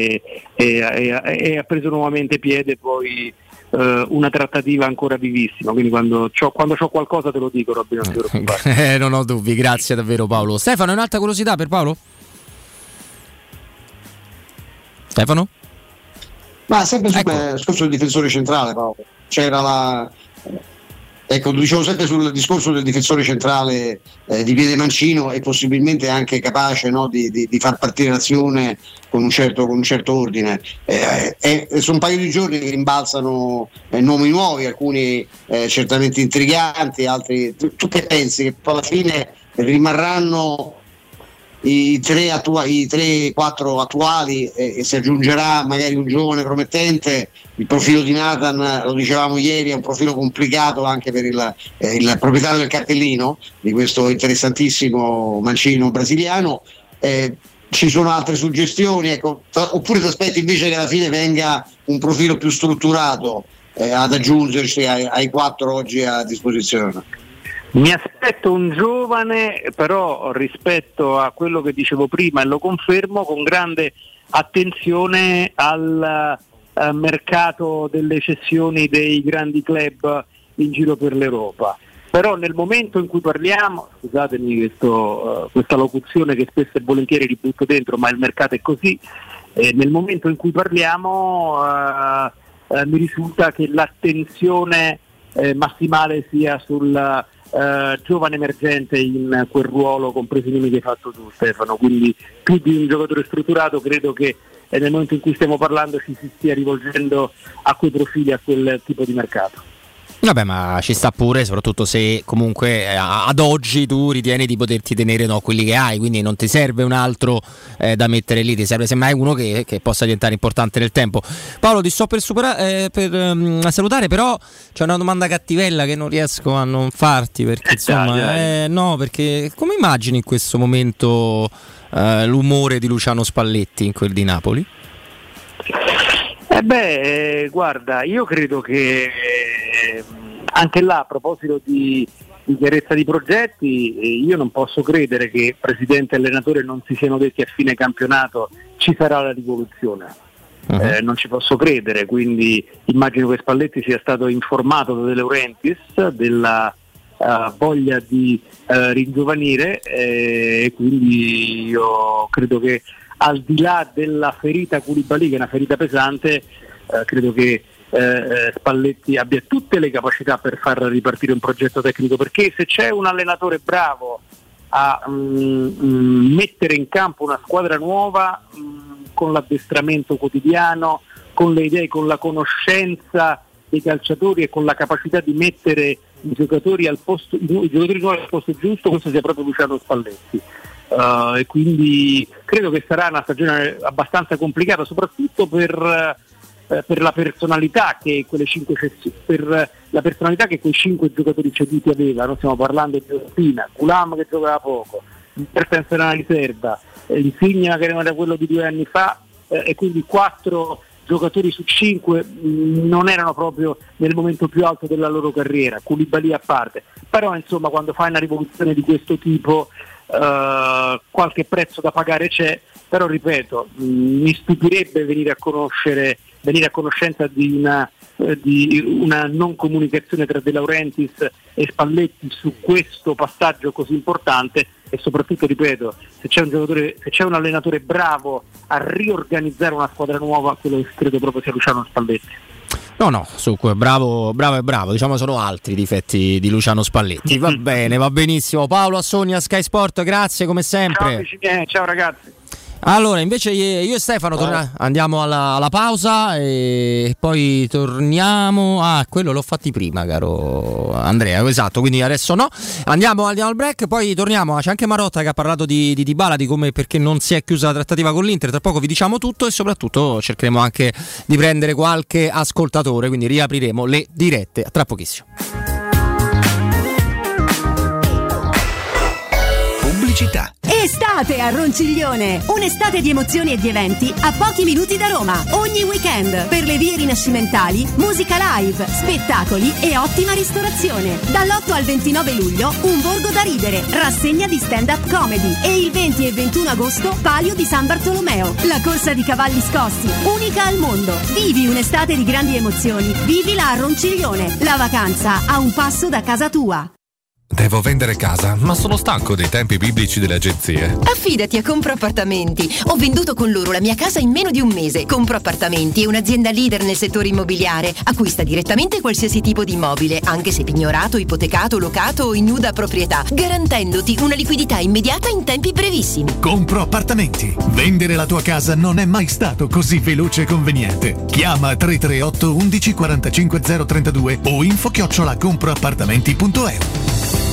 e ha preso nuovamente piede poi una trattativa ancora vivissima, quindi quando c'ho qualcosa te lo dico, Robby, non ti preoccupare. Non ho dubbi, grazie davvero Paolo. Stefano, un'altra curiosità per Paolo? Stefano? Ma sempre sul discorso del difensore centrale, Paolo. C'era dicevo sempre sul discorso del difensore centrale di piede mancino, e possibilmente anche capace, no, di far partire l'azione con un certo ordine. Sono un paio di giorni che rimbalzano nomi nuovi, alcuni certamente intriganti, altri. Tu che pensi? Che poi alla fine rimarranno i 3-4 attuali, e si aggiungerà magari un giovane promettente? Il profilo di Nathan, lo dicevamo ieri, è un profilo complicato anche per il proprietario del cartellino di questo interessantissimo mancino brasiliano. Ci sono altre suggestioni, oppure ti aspetti invece che alla fine venga un profilo più strutturato ad aggiungersi ai 4 oggi a disposizione? Mi aspetto un giovane, però rispetto a quello che dicevo prima, e lo confermo, con grande attenzione al mercato delle cessioni dei grandi club in giro per l'Europa. Però nel momento in cui parliamo, scusatemi questa locuzione che spesso e volentieri li butto dentro, ma il mercato è così, nel momento in cui parliamo mi risulta che l'attenzione massimale sia sul giovane emergente in quel ruolo, compreso i nomi che hai fatto tu, Stefano. Quindi più di un giocatore strutturato, credo che nel momento in cui stiamo parlando ci si stia rivolgendo a quei profili, a quel tipo di mercato. Vabbè, ma ci sta pure, soprattutto se comunque ad oggi tu ritieni di poterti tenere quelli che hai, quindi non ti serve un altro da mettere lì, ti serve semmai uno che possa diventare importante nel tempo. Paolo, ti sto per salutare, però c'è una domanda cattivella che non riesco a non farti, perché insomma no, perché come immagini in questo momento l'umore di Luciano Spalletti in quel di Napoli? Guarda, io credo che anche là, a proposito di chiarezza di progetti, io non posso credere che presidente e allenatore non si siano detti a fine campionato ci sarà la rivoluzione. Non ci posso credere, quindi immagino che Spalletti sia stato informato da De Laurentiis della voglia di ringiovanire, e quindi io credo che, al di là della ferita Koulibaly, che è una ferita pesante, credo che Spalletti abbia tutte le capacità per far ripartire un progetto tecnico, perché se c'è un allenatore bravo a mettere in campo una squadra nuova, con l'addestramento quotidiano, con le idee, con la conoscenza dei calciatori e con la capacità di mettere i giocatori nuovi al posto giusto, questo sia proprio Luciano Spalletti. E quindi credo che sarà una stagione abbastanza complicata, soprattutto per per la personalità che quei 5 giocatori ceduti avevano. Stiamo parlando di Ospina, Thuram che giocava poco, Mertens era una riserva, Insigne che era quello di 2 anni fa, e quindi 4 giocatori su 5 non erano proprio nel momento più alto della loro carriera, Koulibaly a parte. Però insomma, quando fai una rivoluzione di questo tipo qualche prezzo da pagare c'è, però ripeto, mi stupirebbe venire a conoscenza di una non comunicazione tra De Laurentiis e Spalletti su questo passaggio così importante. E soprattutto, ripeto, se c'è un allenatore bravo a riorganizzare una squadra nuova, quello credo proprio sia Luciano Spalletti. No, bravo, diciamo sono altri i difetti di Luciano Spalletti. Va bene, va benissimo. Paolo Assoni a Sky Sport, grazie come sempre. Ciao ragazzi. Allora, invece io e Stefano andiamo alla pausa e poi torniamo. Quello l'ho fatti prima, caro Andrea, esatto, quindi adesso no. Andiamo al break, poi torniamo. C'è anche Marotta che ha parlato di Dybala, di come perché non si è chiusa la trattativa con l'Inter. Tra poco vi diciamo tutto e soprattutto cercheremo anche di prendere qualche ascoltatore, quindi riapriremo le dirette tra pochissimo. Pubblicità. Estate a Ronciglione, un'estate di emozioni e di eventi a pochi minuti da Roma. Ogni weekend per le vie rinascimentali, musica live, spettacoli e ottima ristorazione. Dall'8 al 29 luglio un borgo da ridere, rassegna di stand-up comedy e il 20 e 21 agosto Palio di San Bartolomeo. La corsa di cavalli scossi, unica al mondo. Vivi un'estate di grandi emozioni, vivila a Ronciglione. La vacanza a un passo da casa tua. Devo vendere casa, ma sono stanco dei tempi biblici delle agenzie. Affidati a Compro Appartamenti. Ho venduto con loro la mia casa in meno di un mese. Compro Appartamenti è un'azienda leader nel settore immobiliare. Acquista direttamente qualsiasi tipo di immobile, anche se pignorato, ipotecato, locato o in nuda proprietà, garantendoti una liquidità immediata in tempi brevissimi. Compro Appartamenti. Vendere la tua casa non è mai stato così veloce e conveniente. Chiama 338 11 45 032 o info@comproappartamenti.eu.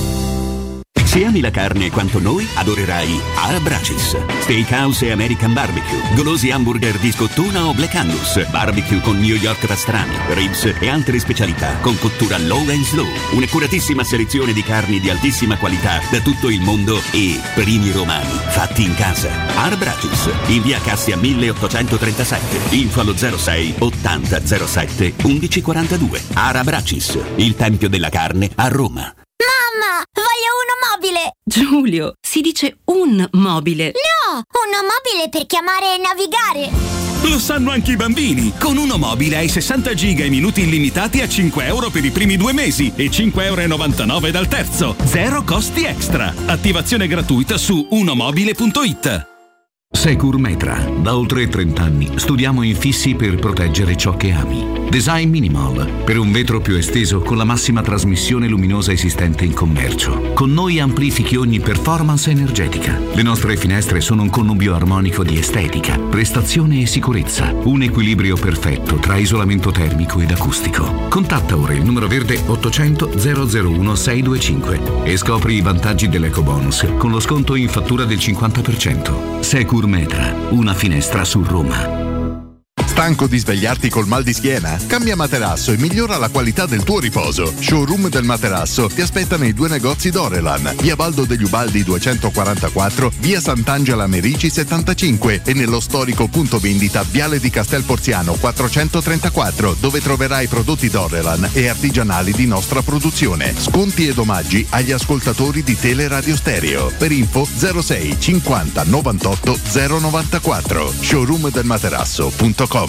Se ami la carne quanto noi, adorerai Arabracis. Steakhouse e American Barbecue, golosi hamburger di scottuna o Black Angus, barbecue con New York pastrami, ribs e altre specialità con cottura low and slow. Un'accuratissima selezione di carni di altissima qualità da tutto il mondo e primi romani, fatti in casa. Arabracis, in via Cassia 1837, info allo 06 80 07 1142. Arabracis, il tempio della carne a Roma. Mamma, voglio uno mobile! Giulio, si dice un mobile. No, uno mobile per chiamare e navigare. Lo sanno anche i bambini. Con Uno Mobile hai 60 giga e minuti illimitati a 5 euro per i primi 2 mesi e 5,99 euro dal terzo. Zero costi extra. Attivazione gratuita su unomobile.it. Securmetra. Da oltre 30 anni studiamo infissi per proteggere ciò che ami. Design minimal, per un vetro più esteso con la massima trasmissione luminosa esistente in commercio. Con noi amplifichi ogni performance energetica. Le nostre finestre sono un connubio armonico di estetica, prestazione e sicurezza. Un equilibrio perfetto tra isolamento termico ed acustico. Contatta ora il numero verde 800 001 625 e scopri i vantaggi dell'ecobonus con lo sconto in fattura del 50%. Securmetra, una finestra su Roma. Stanco di svegliarti col mal di schiena? Cambia materasso e migliora la qualità del tuo riposo. Showroom del Materasso ti aspetta nei 2 negozi Dorelan, via Baldo degli Ubaldi 244, via Sant'Angela Merici 75 e nello storico punto vendita Viale di Castel Porziano 434, dove troverai prodotti Dorelan e artigianali di nostra produzione. Sconti ed omaggi agli ascoltatori di Teleradio Stereo. Per info 06 50 98 094. showroomdelmaterasso.com.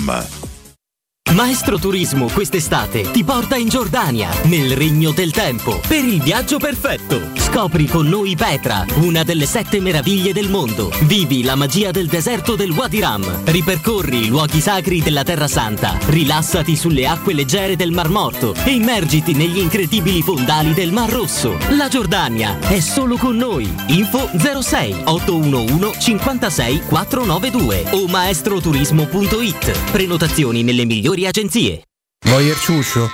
Maestro Turismo quest'estate ti porta in Giordania, nel Regno del Tempo, per il viaggio perfetto. Scopri con noi Petra, una delle 7 meraviglie del mondo. Vivi la magia del deserto del Wadi Rum. Ripercorri i luoghi sacri della Terra Santa. Rilassati sulle acque leggere del Mar Morto e immergiti negli incredibili fondali del Mar Rosso. La Giordania è solo con noi. Info 06 811 56 492 o maestroturismo.it. Prenotazioni nelle migliori agenzie. Voyer ciuscio?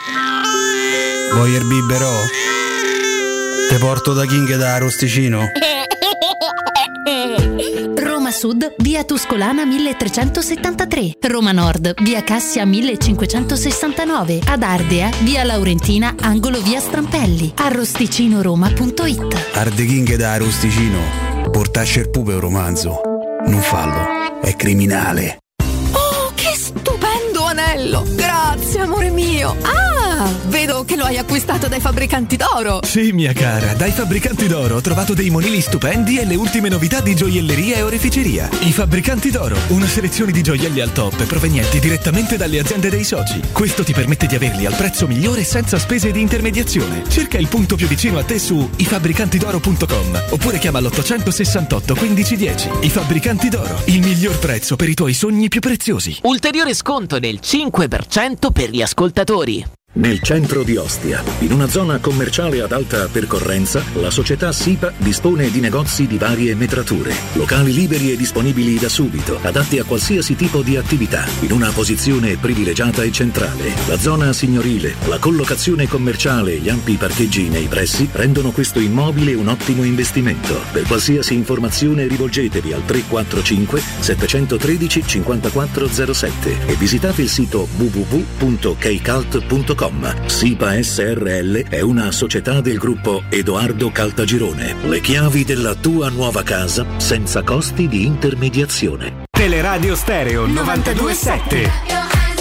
Voyer biberò? Te porto da King da Rosticino? Roma Sud, via Tuscolana 1373, Roma Nord, via Cassia 1569, ad Ardea, via Laurentina, angolo via Strampelli, arrosticinoroma.it. Ardechinghe da Arosticino, portasce il pupe un romanzo. Non fallo, è criminale. Oh, che stupendo anello! Grazie, amore mio! Ah, vedo che lo hai acquistato dai fabbricanti d'oro! Sì, mia cara, dai fabbricanti d'oro ho trovato dei monili stupendi e le ultime novità di gioielleria e oreficeria. I fabbricanti d'oro, una selezione di gioielli al top provenienti direttamente dalle aziende dei soci. Questo ti permette di averli al prezzo migliore senza spese di intermediazione. Cerca il punto più vicino a te su ifabbricantidoro.com oppure chiama l'868 1510. I fabbricanti d'oro, il miglior prezzo per i tuoi sogni più preziosi. Ulteriore sconto del 5% per gli ascoltatori. Nel centro di Ostia, in una zona commerciale ad alta percorrenza, la società SIPA dispone di negozi di varie metrature, locali liberi e disponibili da subito, adatti a qualsiasi tipo di attività, in una posizione privilegiata e centrale. La zona signorile, la collocazione commerciale e gli ampi parcheggi nei pressi rendono questo immobile un ottimo investimento. Per qualsiasi informazione rivolgetevi al 345 713 5407 e visitate il sito www.keicalt.com. SIPA SRL è una società del gruppo Edoardo Caltagirone. Le chiavi della tua nuova casa senza costi di intermediazione. Teleradio Stereo 92.7.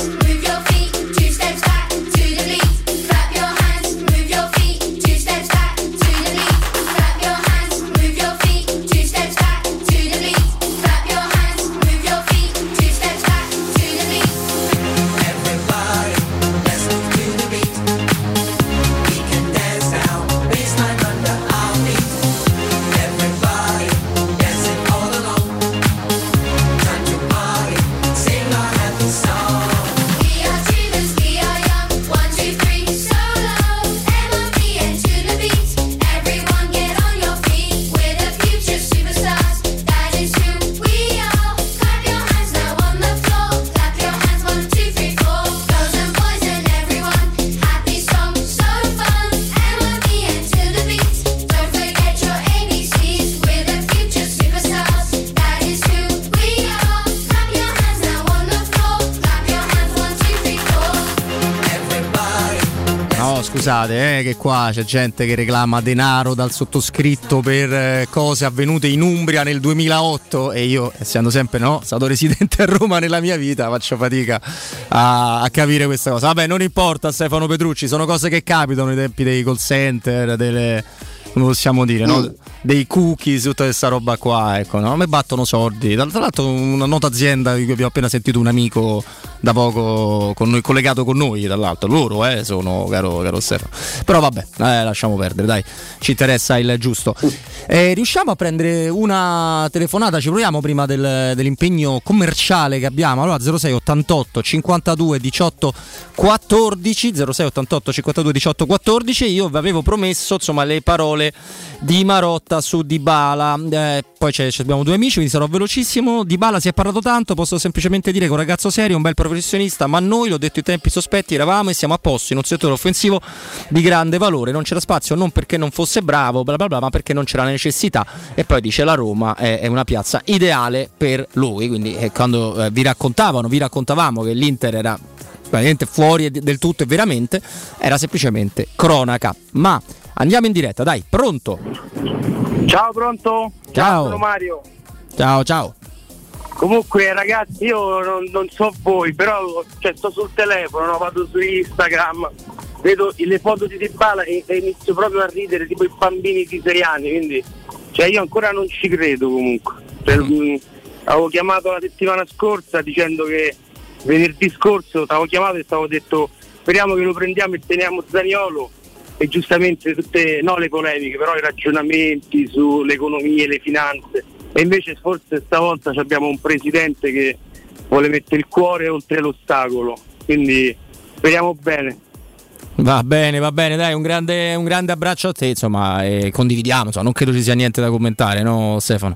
Scusate, che qua c'è gente che reclama denaro dal sottoscritto per cose avvenute in Umbria nel 2008 e io, essendo sempre stato residente a Roma nella mia vita, faccio fatica a capire questa cosa. Vabbè, non importa, Stefano Petrucci, sono cose che capitano ai tempi dei call center, come possiamo dire, no? Dei cookies, tutta questa roba qua, ecco, no? A me battono sordi. Tra l'altro una nota azienda di cui abbiamo appena sentito un amico da poco con noi, collegato con noi, tra l'altro loro sono caro Stefano. Però vabbè, lasciamo perdere, dai, ci interessa il giusto. Riusciamo a prendere una telefonata, ci proviamo prima dell'impegno commerciale che abbiamo. Allora 06 88 52 18 14 06 88 52 18 14. Io vi avevo promesso, insomma, le parole di Marotta su Dybala, poi abbiamo due amici, quindi sarò velocissimo. Dybala si è parlato tanto, posso semplicemente dire che è un ragazzo serio, un bel professionista, ma noi, l'ho detto in tempi sospetti, eravamo e siamo a posto in un settore offensivo di grande valore. Non c'era spazio non perché non fosse bravo, bla bla bla, ma perché non c'era necessità. E poi dice la Roma è una piazza ideale per lui, quindi quando vi raccontavamo che l'Inter era veramente fuori del tutto e veramente era semplicemente cronaca. Ma andiamo in diretta, dai, pronto? Ciao, pronto? Ciao. Sono Mario. Ciao. Comunque ragazzi, io non so voi, però sto sul telefono, vado su Instagram, vedo le foto di Dybala e inizio proprio a ridere tipo i bambini di 6 anni, quindi io ancora non ci credo comunque. Avevo chiamato la settimana scorsa dicendo che venerdì scorso stavo chiamato e stavo detto speriamo che lo prendiamo e teniamo Zaniolo, e giustamente tutte le polemiche, però i ragionamenti sull'economia e le finanze, e invece forse stavolta abbiamo un presidente che vuole mettere il cuore oltre l'ostacolo, quindi speriamo bene. Va bene, dai, un grande abbraccio a te, insomma, e condividiamo, insomma, non credo ci sia niente da commentare, no Stefano?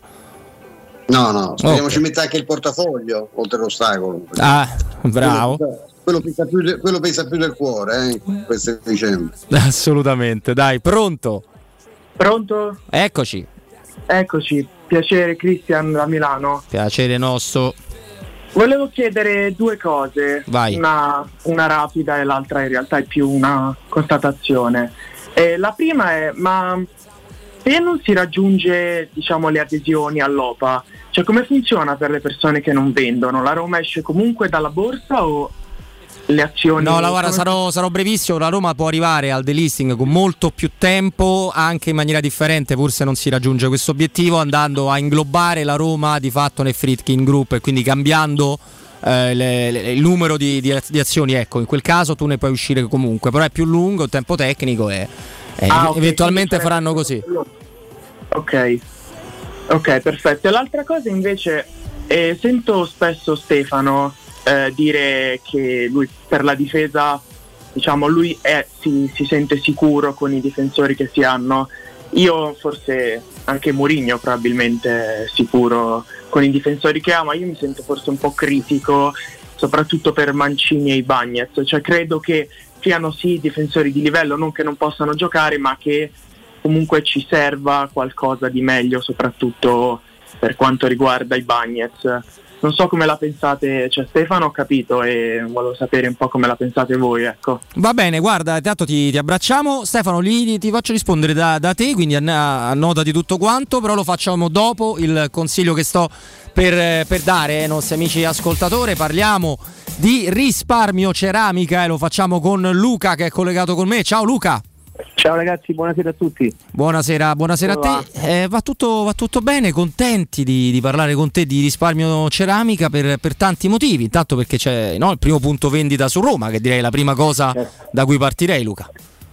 No, speriamo ci metta anche il portafoglio oltre l'ostacolo. Ah, bravo. Quello pesa più del cuore, queste vicende. Assolutamente, dai, pronto? Pronto? Eccoci. Piacere, Cristian da Milano. Piacere nostro. Volevo chiedere due cose. Vai. Una rapida e l'altra in realtà è più una constatazione. La prima è, ma se non si raggiunge, diciamo, le adesioni all'OPA, cioè come funziona per le persone che non vendono? La Roma esce comunque dalla borsa o le azioni? No, guarda, sarò brevissimo. La Roma può arrivare al delisting con molto più tempo, anche in maniera differente. Forse non si raggiunge questo obiettivo andando a inglobare la Roma di fatto nel Friedkin Group e quindi cambiando il numero di azioni. Ecco, in quel caso tu ne puoi uscire comunque, però è più lungo il tempo tecnico e eventualmente faranno così. Ok, perfetto. E l'altra cosa invece, sento spesso Stefano dire che lui per la difesa, diciamo, lui si sente sicuro con i difensori che si hanno. Io forse anche Mourinho probabilmente è sicuro con i difensori che ha, ma io mi sento forse un po' critico soprattutto per Mancini e Ibañez, cioè credo che siano sì difensori di livello, non che non possano giocare, ma che comunque ci serva qualcosa di meglio, soprattutto per quanto riguarda Ibañez. Non so come la pensate, cioè Stefano ho capito e volevo sapere un po' come la pensate voi, ecco. Va bene, guarda, intanto ti abbracciamo. Stefano, ti faccio rispondere da te, quindi annotati tutto quanto, però lo facciamo dopo il consiglio che sto per dare ai nostri amici ascoltatori. Parliamo di risparmio ceramica e lo facciamo con Luca che è collegato con me. Ciao Luca. Ciao ragazzi, buonasera a tutti. Buonasera a te. Va tutto bene, contenti di parlare con te di risparmio ceramica per tanti motivi. Intanto perché c'è il primo punto vendita su Roma, che direi è la prima cosa da cui partirei, Luca.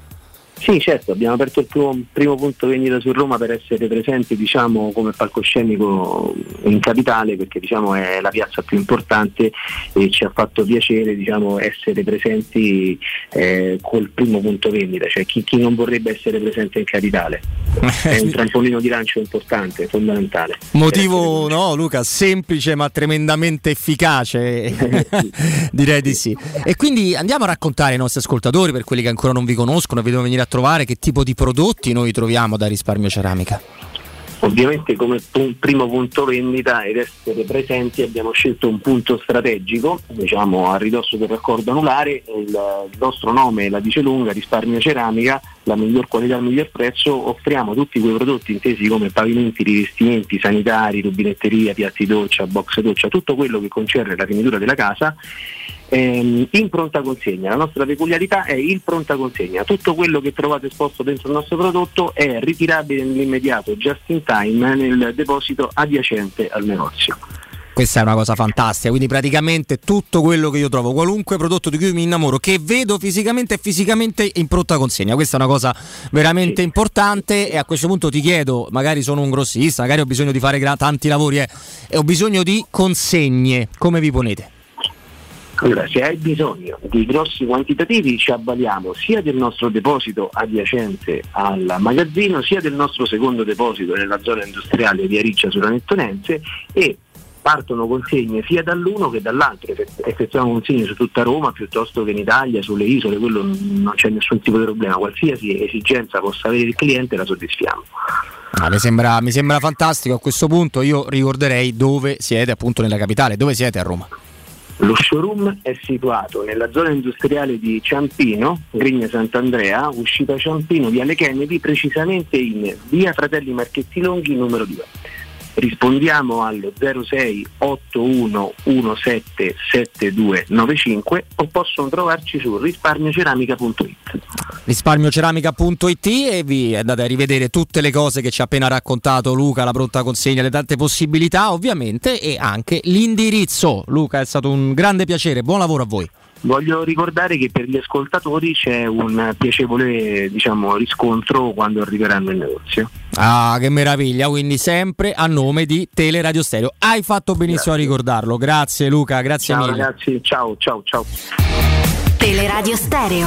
Sì, certo, abbiamo aperto il primo punto vendita su Roma per essere presenti, diciamo, come palcoscenico in capitale, perché diciamo è la piazza più importante e ci ha fatto piacere, diciamo, essere presenti col primo punto vendita, cioè chi non vorrebbe essere presente in capitale. È un trampolino di lancio importante, fondamentale. Motivo, no, Luca, semplice ma tremendamente efficace. Direi di sì. E quindi andiamo a raccontare ai nostri ascoltatori, per quelli che ancora non vi conoscono e vedono venire a trovare, che tipo di prodotti noi troviamo da Risparmio Ceramica. Ovviamente come primo punto vendita ed essere presenti abbiamo scelto un punto strategico, diciamo a ridosso del raccordo anulare. Il nostro nome la dice lunga, Risparmio Ceramica, la miglior qualità, il miglior prezzo. Offriamo tutti quei prodotti intesi come pavimenti, rivestimenti sanitari, rubinetteria, piatti doccia, box doccia, tutto quello che concerne la finitura della casa in pronta consegna. La nostra peculiarità è il pronta consegna. Tutto quello che trovate esposto dentro il nostro prodotto è ritirabile nell'immediato, just in time, nel deposito adiacente al negozio. Questa è una cosa fantastica, quindi praticamente tutto quello che io trovo, qualunque prodotto di cui mi innamoro, che vedo fisicamente in pronta consegna. Questa è una cosa veramente importante. E a questo punto ti chiedo, magari sono un grossista, magari ho bisogno di fare tanti lavori e ho bisogno di consegne, come vi ponete? Allora, se hai bisogno di grossi quantitativi ci avvaliamo sia del nostro deposito adiacente al magazzino, sia del nostro secondo deposito nella zona industriale di Ariccia sulla Nettonense, e partono consegne sia dall'uno che dall'altro. Effettuiamo consegne su tutta Roma piuttosto che in Italia, sulle isole, quello non c'è nessun tipo di problema. Qualsiasi esigenza possa avere il cliente la soddisfiamo. Mi sembra fantastico. A questo punto io ricorderei dove siete, appunto nella capitale. Dove siete a Roma? Lo showroom è situato nella zona industriale di Ciampino, Grigna Sant'Andrea, uscita Ciampino, Viale Kennedy, precisamente in via Fratelli Marchetti Longhi numero 2. Rispondiamo allo 06 81 17 7295 o possono trovarci su risparmioceramica.it. Risparmioceramica.it, e vi andate a rivedere tutte le cose che ci ha appena raccontato Luca, la pronta consegna, le tante possibilità ovviamente, e anche l'indirizzo. Luca, è stato un grande piacere, buon lavoro a voi. Voglio ricordare che per gli ascoltatori c'è un piacevole, diciamo, riscontro quando arriveranno in negozio. Ah, che meraviglia, quindi sempre a nome di Teleradio Stereo. Hai fatto benissimo a ricordarlo. Grazie Luca, grazie mille. Ciao ragazzi, ciao. Teleradio Stereo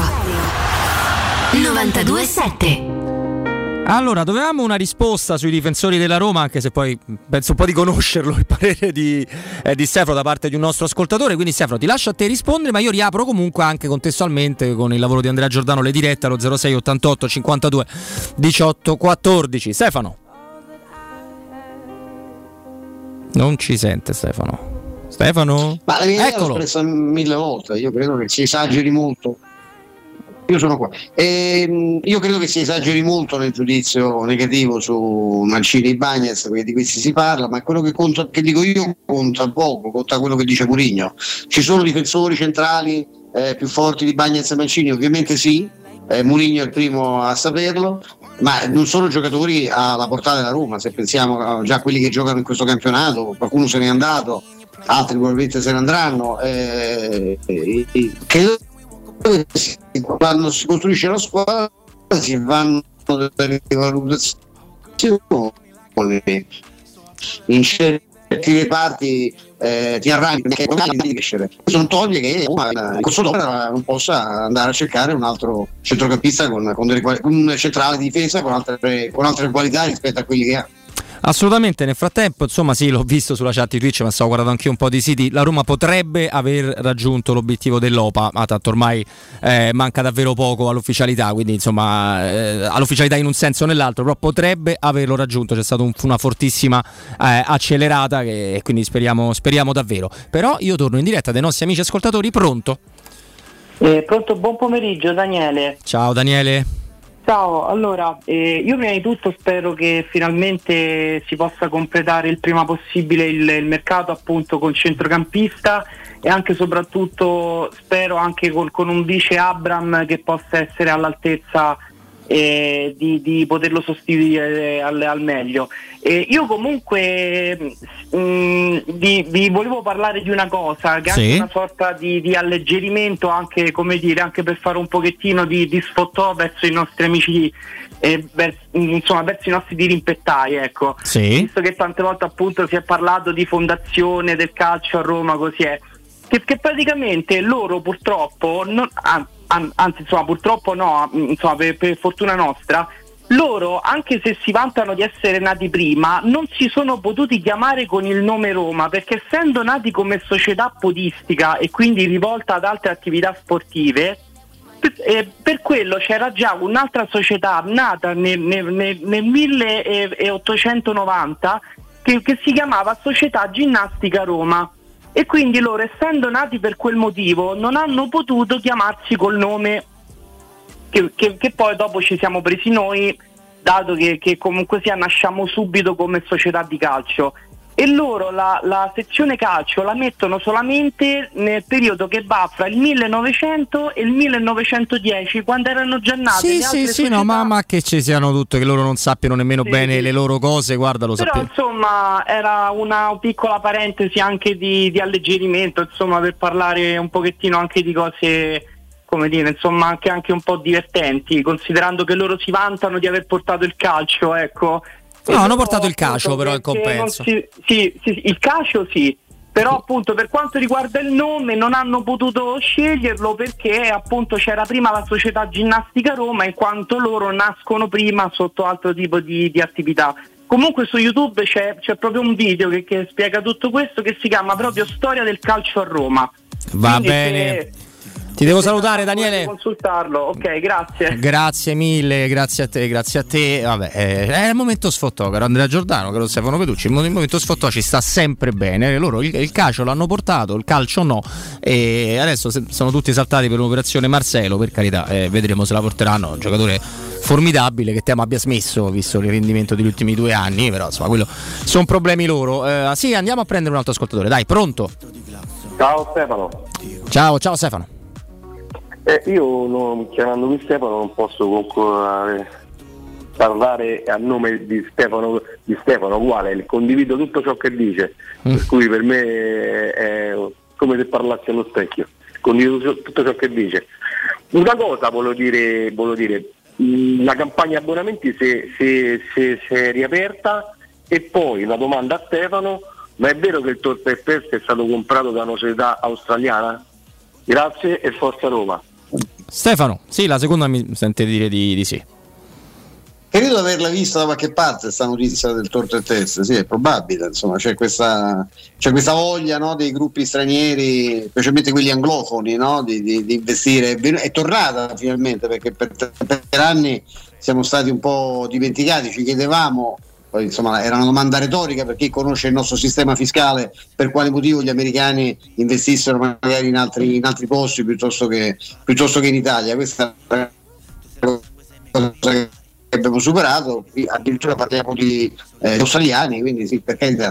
92.7. Allora, dovevamo una risposta sui difensori della Roma, anche se poi penso un po' di conoscerlo il parere di Stefano da parte di un nostro ascoltatore, quindi Stefano ti lascio a te rispondere, ma io riapro comunque anche contestualmente con il lavoro di Andrea Giordano le dirette allo 06 88 52 18 14. Stefano. Non ci sente Stefano? Ma la mia Eccolo. l'ho espressa 1000 volte, io credo che si esageri molto. Io sono qua. Io credo che si esageri molto nel giudizio negativo su Mancini e Bagnez, perché di questi si parla, ma quello che conta, che dico io, conta poco, conta quello che dice Mourinho. Ci sono difensori centrali più forti di Bagnez e Mancini? Ovviamente sì, Mourinho è il primo a saperlo, ma non sono giocatori alla portata della Roma. Se pensiamo già a quelli che giocano in questo campionato, qualcuno se n'è andato, altri probabilmente se ne andranno. Credo che quando si costruisce la squadra si fanno delle valutazioni in certi reparti, ti arranchi di crescere. Questo non toglie che in corso d'opera non possa andare a cercare un altro centrocampista con un centrale di difesa con altre qualità rispetto a quelli che ha. Assolutamente, nel frattempo, insomma, sì, l'ho visto sulla chat di Twitch, ma stavo guardando anche un po' di siti. La Roma potrebbe aver raggiunto l'obiettivo dell'OPA, ma tanto ormai manca davvero poco all'ufficialità, quindi insomma all'ufficialità in un senso o nell'altro, però potrebbe averlo raggiunto. C'è stata una fortissima accelerata e quindi speriamo davvero. Però io torno in diretta dai nostri amici ascoltatori. Pronto? Pronto, buon pomeriggio Daniele. Ciao Daniele. Ciao, allora io prima di tutto spero che finalmente si possa completare il prima possibile il mercato appunto con centrocampista e anche soprattutto spero anche con un vice Abram che possa essere all'altezza di poterlo sostituire al meglio. Io comunque vi volevo parlare di una cosa che è anche una sorta di alleggerimento, anche come dire, anche per fare un pochettino di sfottò verso i nostri amici, verso i nostri dirimpettai, ecco. Visto che tante volte appunto si è parlato di fondazione del calcio a Roma, così è che praticamente loro purtroppo purtroppo no, per fortuna nostra, loro, anche se si vantano di essere nati prima, non si sono potuti chiamare con il nome Roma, perché essendo nati come società podistica e quindi rivolta ad altre attività sportive, per quello c'era già un'altra società nata nel 1890 che si chiamava Società Ginnastica Roma. E quindi loro, essendo nati per quel motivo, non hanno potuto chiamarsi col nome che poi dopo ci siamo presi noi, dato che comunque sia nasciamo subito come società di calcio. E loro la sezione calcio la mettono solamente nel periodo che va fra il 1900 e il 1910, quando erano già nate no, ma che ci siano tutte, che loro non sappiano nemmeno bene le loro cose, guarda, lo però sappiamo. Insomma era una piccola parentesi anche di alleggerimento, insomma, per parlare un pochettino anche di cose, come dire, insomma, anche un po' divertenti, considerando che loro si vantano di aver portato il calcio, ecco. No, hanno portato il calcio però in compenso. Sì, il calcio sì, però appunto per quanto riguarda il nome non hanno potuto sceglierlo perché appunto c'era prima la Società Ginnastica Roma, in quanto loro nascono prima sotto altro tipo di attività. Comunque su YouTube c'è proprio un video che spiega tutto questo, che si chiama proprio Storia del calcio a Roma. Va Quindi bene. Ti devo salutare, Daniele. Consultarlo, ok, grazie. Grazie mille, grazie a te. Vabbè, è il momento sfottò, caro Andrea Giordano, caro Stefano Peducci. Il momento sfottò ci sta sempre bene. Loro il calcio l'hanno portato, il calcio no. E adesso sono tutti esaltati per l'operazione Marcelo, per carità. Vedremo se la porteranno. Un giocatore formidabile che temo abbia smesso, visto il rendimento degli ultimi 2 anni. Però insomma, quello sono problemi loro. Sì, andiamo a prendere un altro ascoltatore. Dai, pronto? Ciao Stefano. Ciao Stefano. Io chiamandomi Stefano non posso parlare a nome di Stefano uguale, condivido tutto ciò che dice, per cui per me è come se parlassi allo specchio, condivido tutto ciò che dice. Una cosa volevo dire, la campagna abbonamenti se è riaperta, e poi una domanda a Stefano: ma è vero che il Torpepes è stato comprato da una società australiana? Grazie e forza Roma. Stefano, sì, la seconda mi sente dire di sì. Credo di averla vista da qualche parte questa notizia del Torpepes, sì, è probabile, insomma, c'è questa voglia, no, dei gruppi stranieri, specialmente quelli anglofoni, no, di investire. È tornata finalmente, perché per anni siamo stati un po' dimenticati, ci chiedevamo poi insomma era una domanda retorica, per chi conosce il nostro sistema fiscale, per quale motivo gli americani investissero magari in altri posti piuttosto che in Italia. Questa è una cosa che abbiamo superato, addirittura parliamo di australiani, quindi sì, per carità,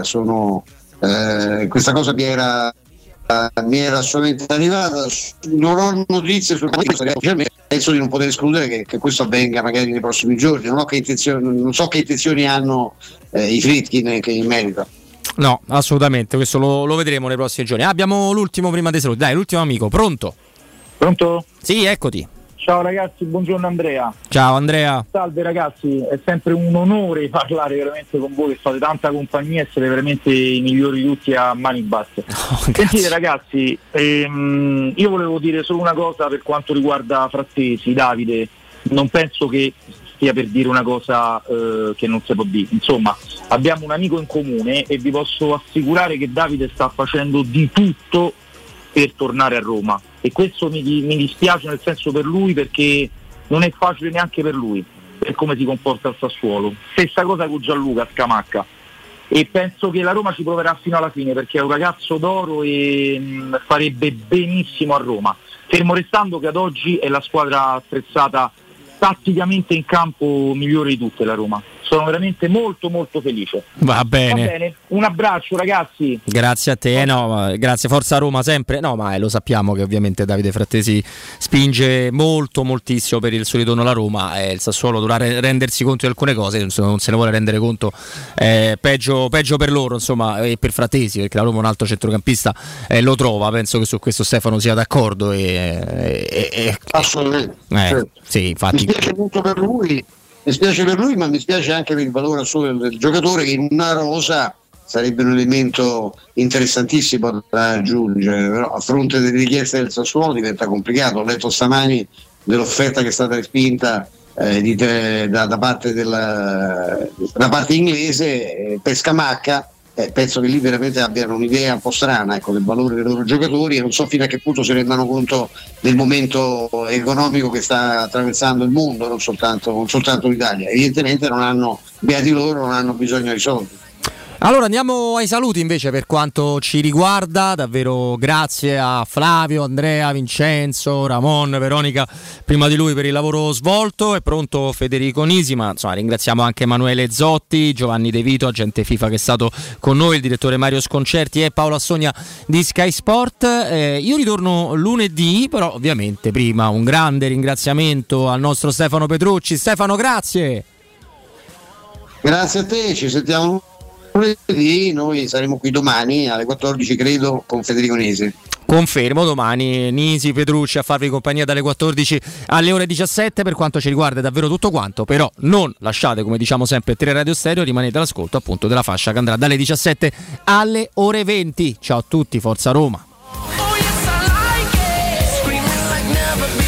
questa cosa mi era assolutamente arrivata. Non ho notizie sul penso di non poter escludere che questo avvenga magari nei prossimi giorni. Non so che intenzioni hanno i Friedkin che in merito. No, assolutamente, questo lo vedremo nei prossimi giorni. Abbiamo l'ultimo prima dei saluti. Dai, l'ultimo amico, pronto? Sì, eccoti. Ciao ragazzi, buongiorno Andrea. Ciao Andrea. Salve ragazzi, è sempre un onore parlare veramente con voi, che fate tanta compagnia e siete veramente i migliori di tutti a mani basse. Sentite ragazzi, io volevo dire solo una cosa per quanto riguarda Frattesi. Davide, non penso che stia per dire una cosa che non si può dire. Insomma, abbiamo un amico in comune e vi posso assicurare che Davide sta facendo di tutto per tornare a Roma, e questo mi dispiace nel senso per lui, perché non è facile neanche per lui, per come si comporta al Sassuolo. Stessa cosa con Gianluca Scamacca, e penso che la Roma ci proverà fino alla fine, perché è un ragazzo d'oro e farebbe benissimo a Roma, fermo restando che ad oggi è la squadra attrezzata tatticamente in campo migliore di tutte, la Roma. Sono veramente molto molto felice. Va bene, un abbraccio ragazzi. Grazie a te. Grazie, forza Roma sempre. No, ma lo sappiamo che ovviamente Davide Frattesi spinge moltissimo per il suo ritorno alla Roma, il Sassuolo dovrà rendersi conto di alcune cose, non se ne vuole rendere conto, peggio per loro, insomma, e per Frattesi, perché la Roma un altro centrocampista lo trova. Penso che su questo Stefano sia d'accordo assolutamente. Sì, infatti mi spiace molto per lui. Mi spiace per lui, ma mi spiace anche per il valore assoluto del giocatore, che in una rosa sarebbe un elemento interessantissimo da aggiungere, però a fronte delle richieste del Sassuolo diventa complicato. Ho letto stamani dell'offerta che è stata respinta da parte inglese per Scamacca. Penso che lì veramente abbiano un'idea un po' strana, del valore dei loro giocatori, e non so fino a che punto si rendano conto del momento economico che sta attraversando il mondo, non soltanto l'Italia. Evidentemente beati loro, non hanno bisogno di soldi. Allora andiamo ai saluti invece per quanto ci riguarda. Davvero grazie a Flavio, Andrea, Vincenzo, Ramon, Veronica prima di lui per il lavoro svolto. È pronto Federico Nisi, ma insomma ringraziamo anche Emanuele Zotti, Giovanni De Vito, agente FIFA, che è stato con noi, il direttore Mario Sconcerti e Paolo Assogna di Sky Sport. Io ritorno lunedì, però ovviamente prima un grande ringraziamento al nostro Stefano Petrucci. Stefano, grazie. Grazie a te, ci sentiamo lunedì. Noi saremo qui domani alle 14, credo, con Federico Nisi. Confermo, domani Nisi, Petrucci a farvi compagnia dalle 14 alle ore 17. Per quanto ci riguarda è davvero tutto quanto, però non lasciate, come diciamo sempre, Teleradio Stereo, rimanete all'ascolto appunto della fascia che andrà dalle 17 alle ore 20. Ciao a tutti, forza Roma.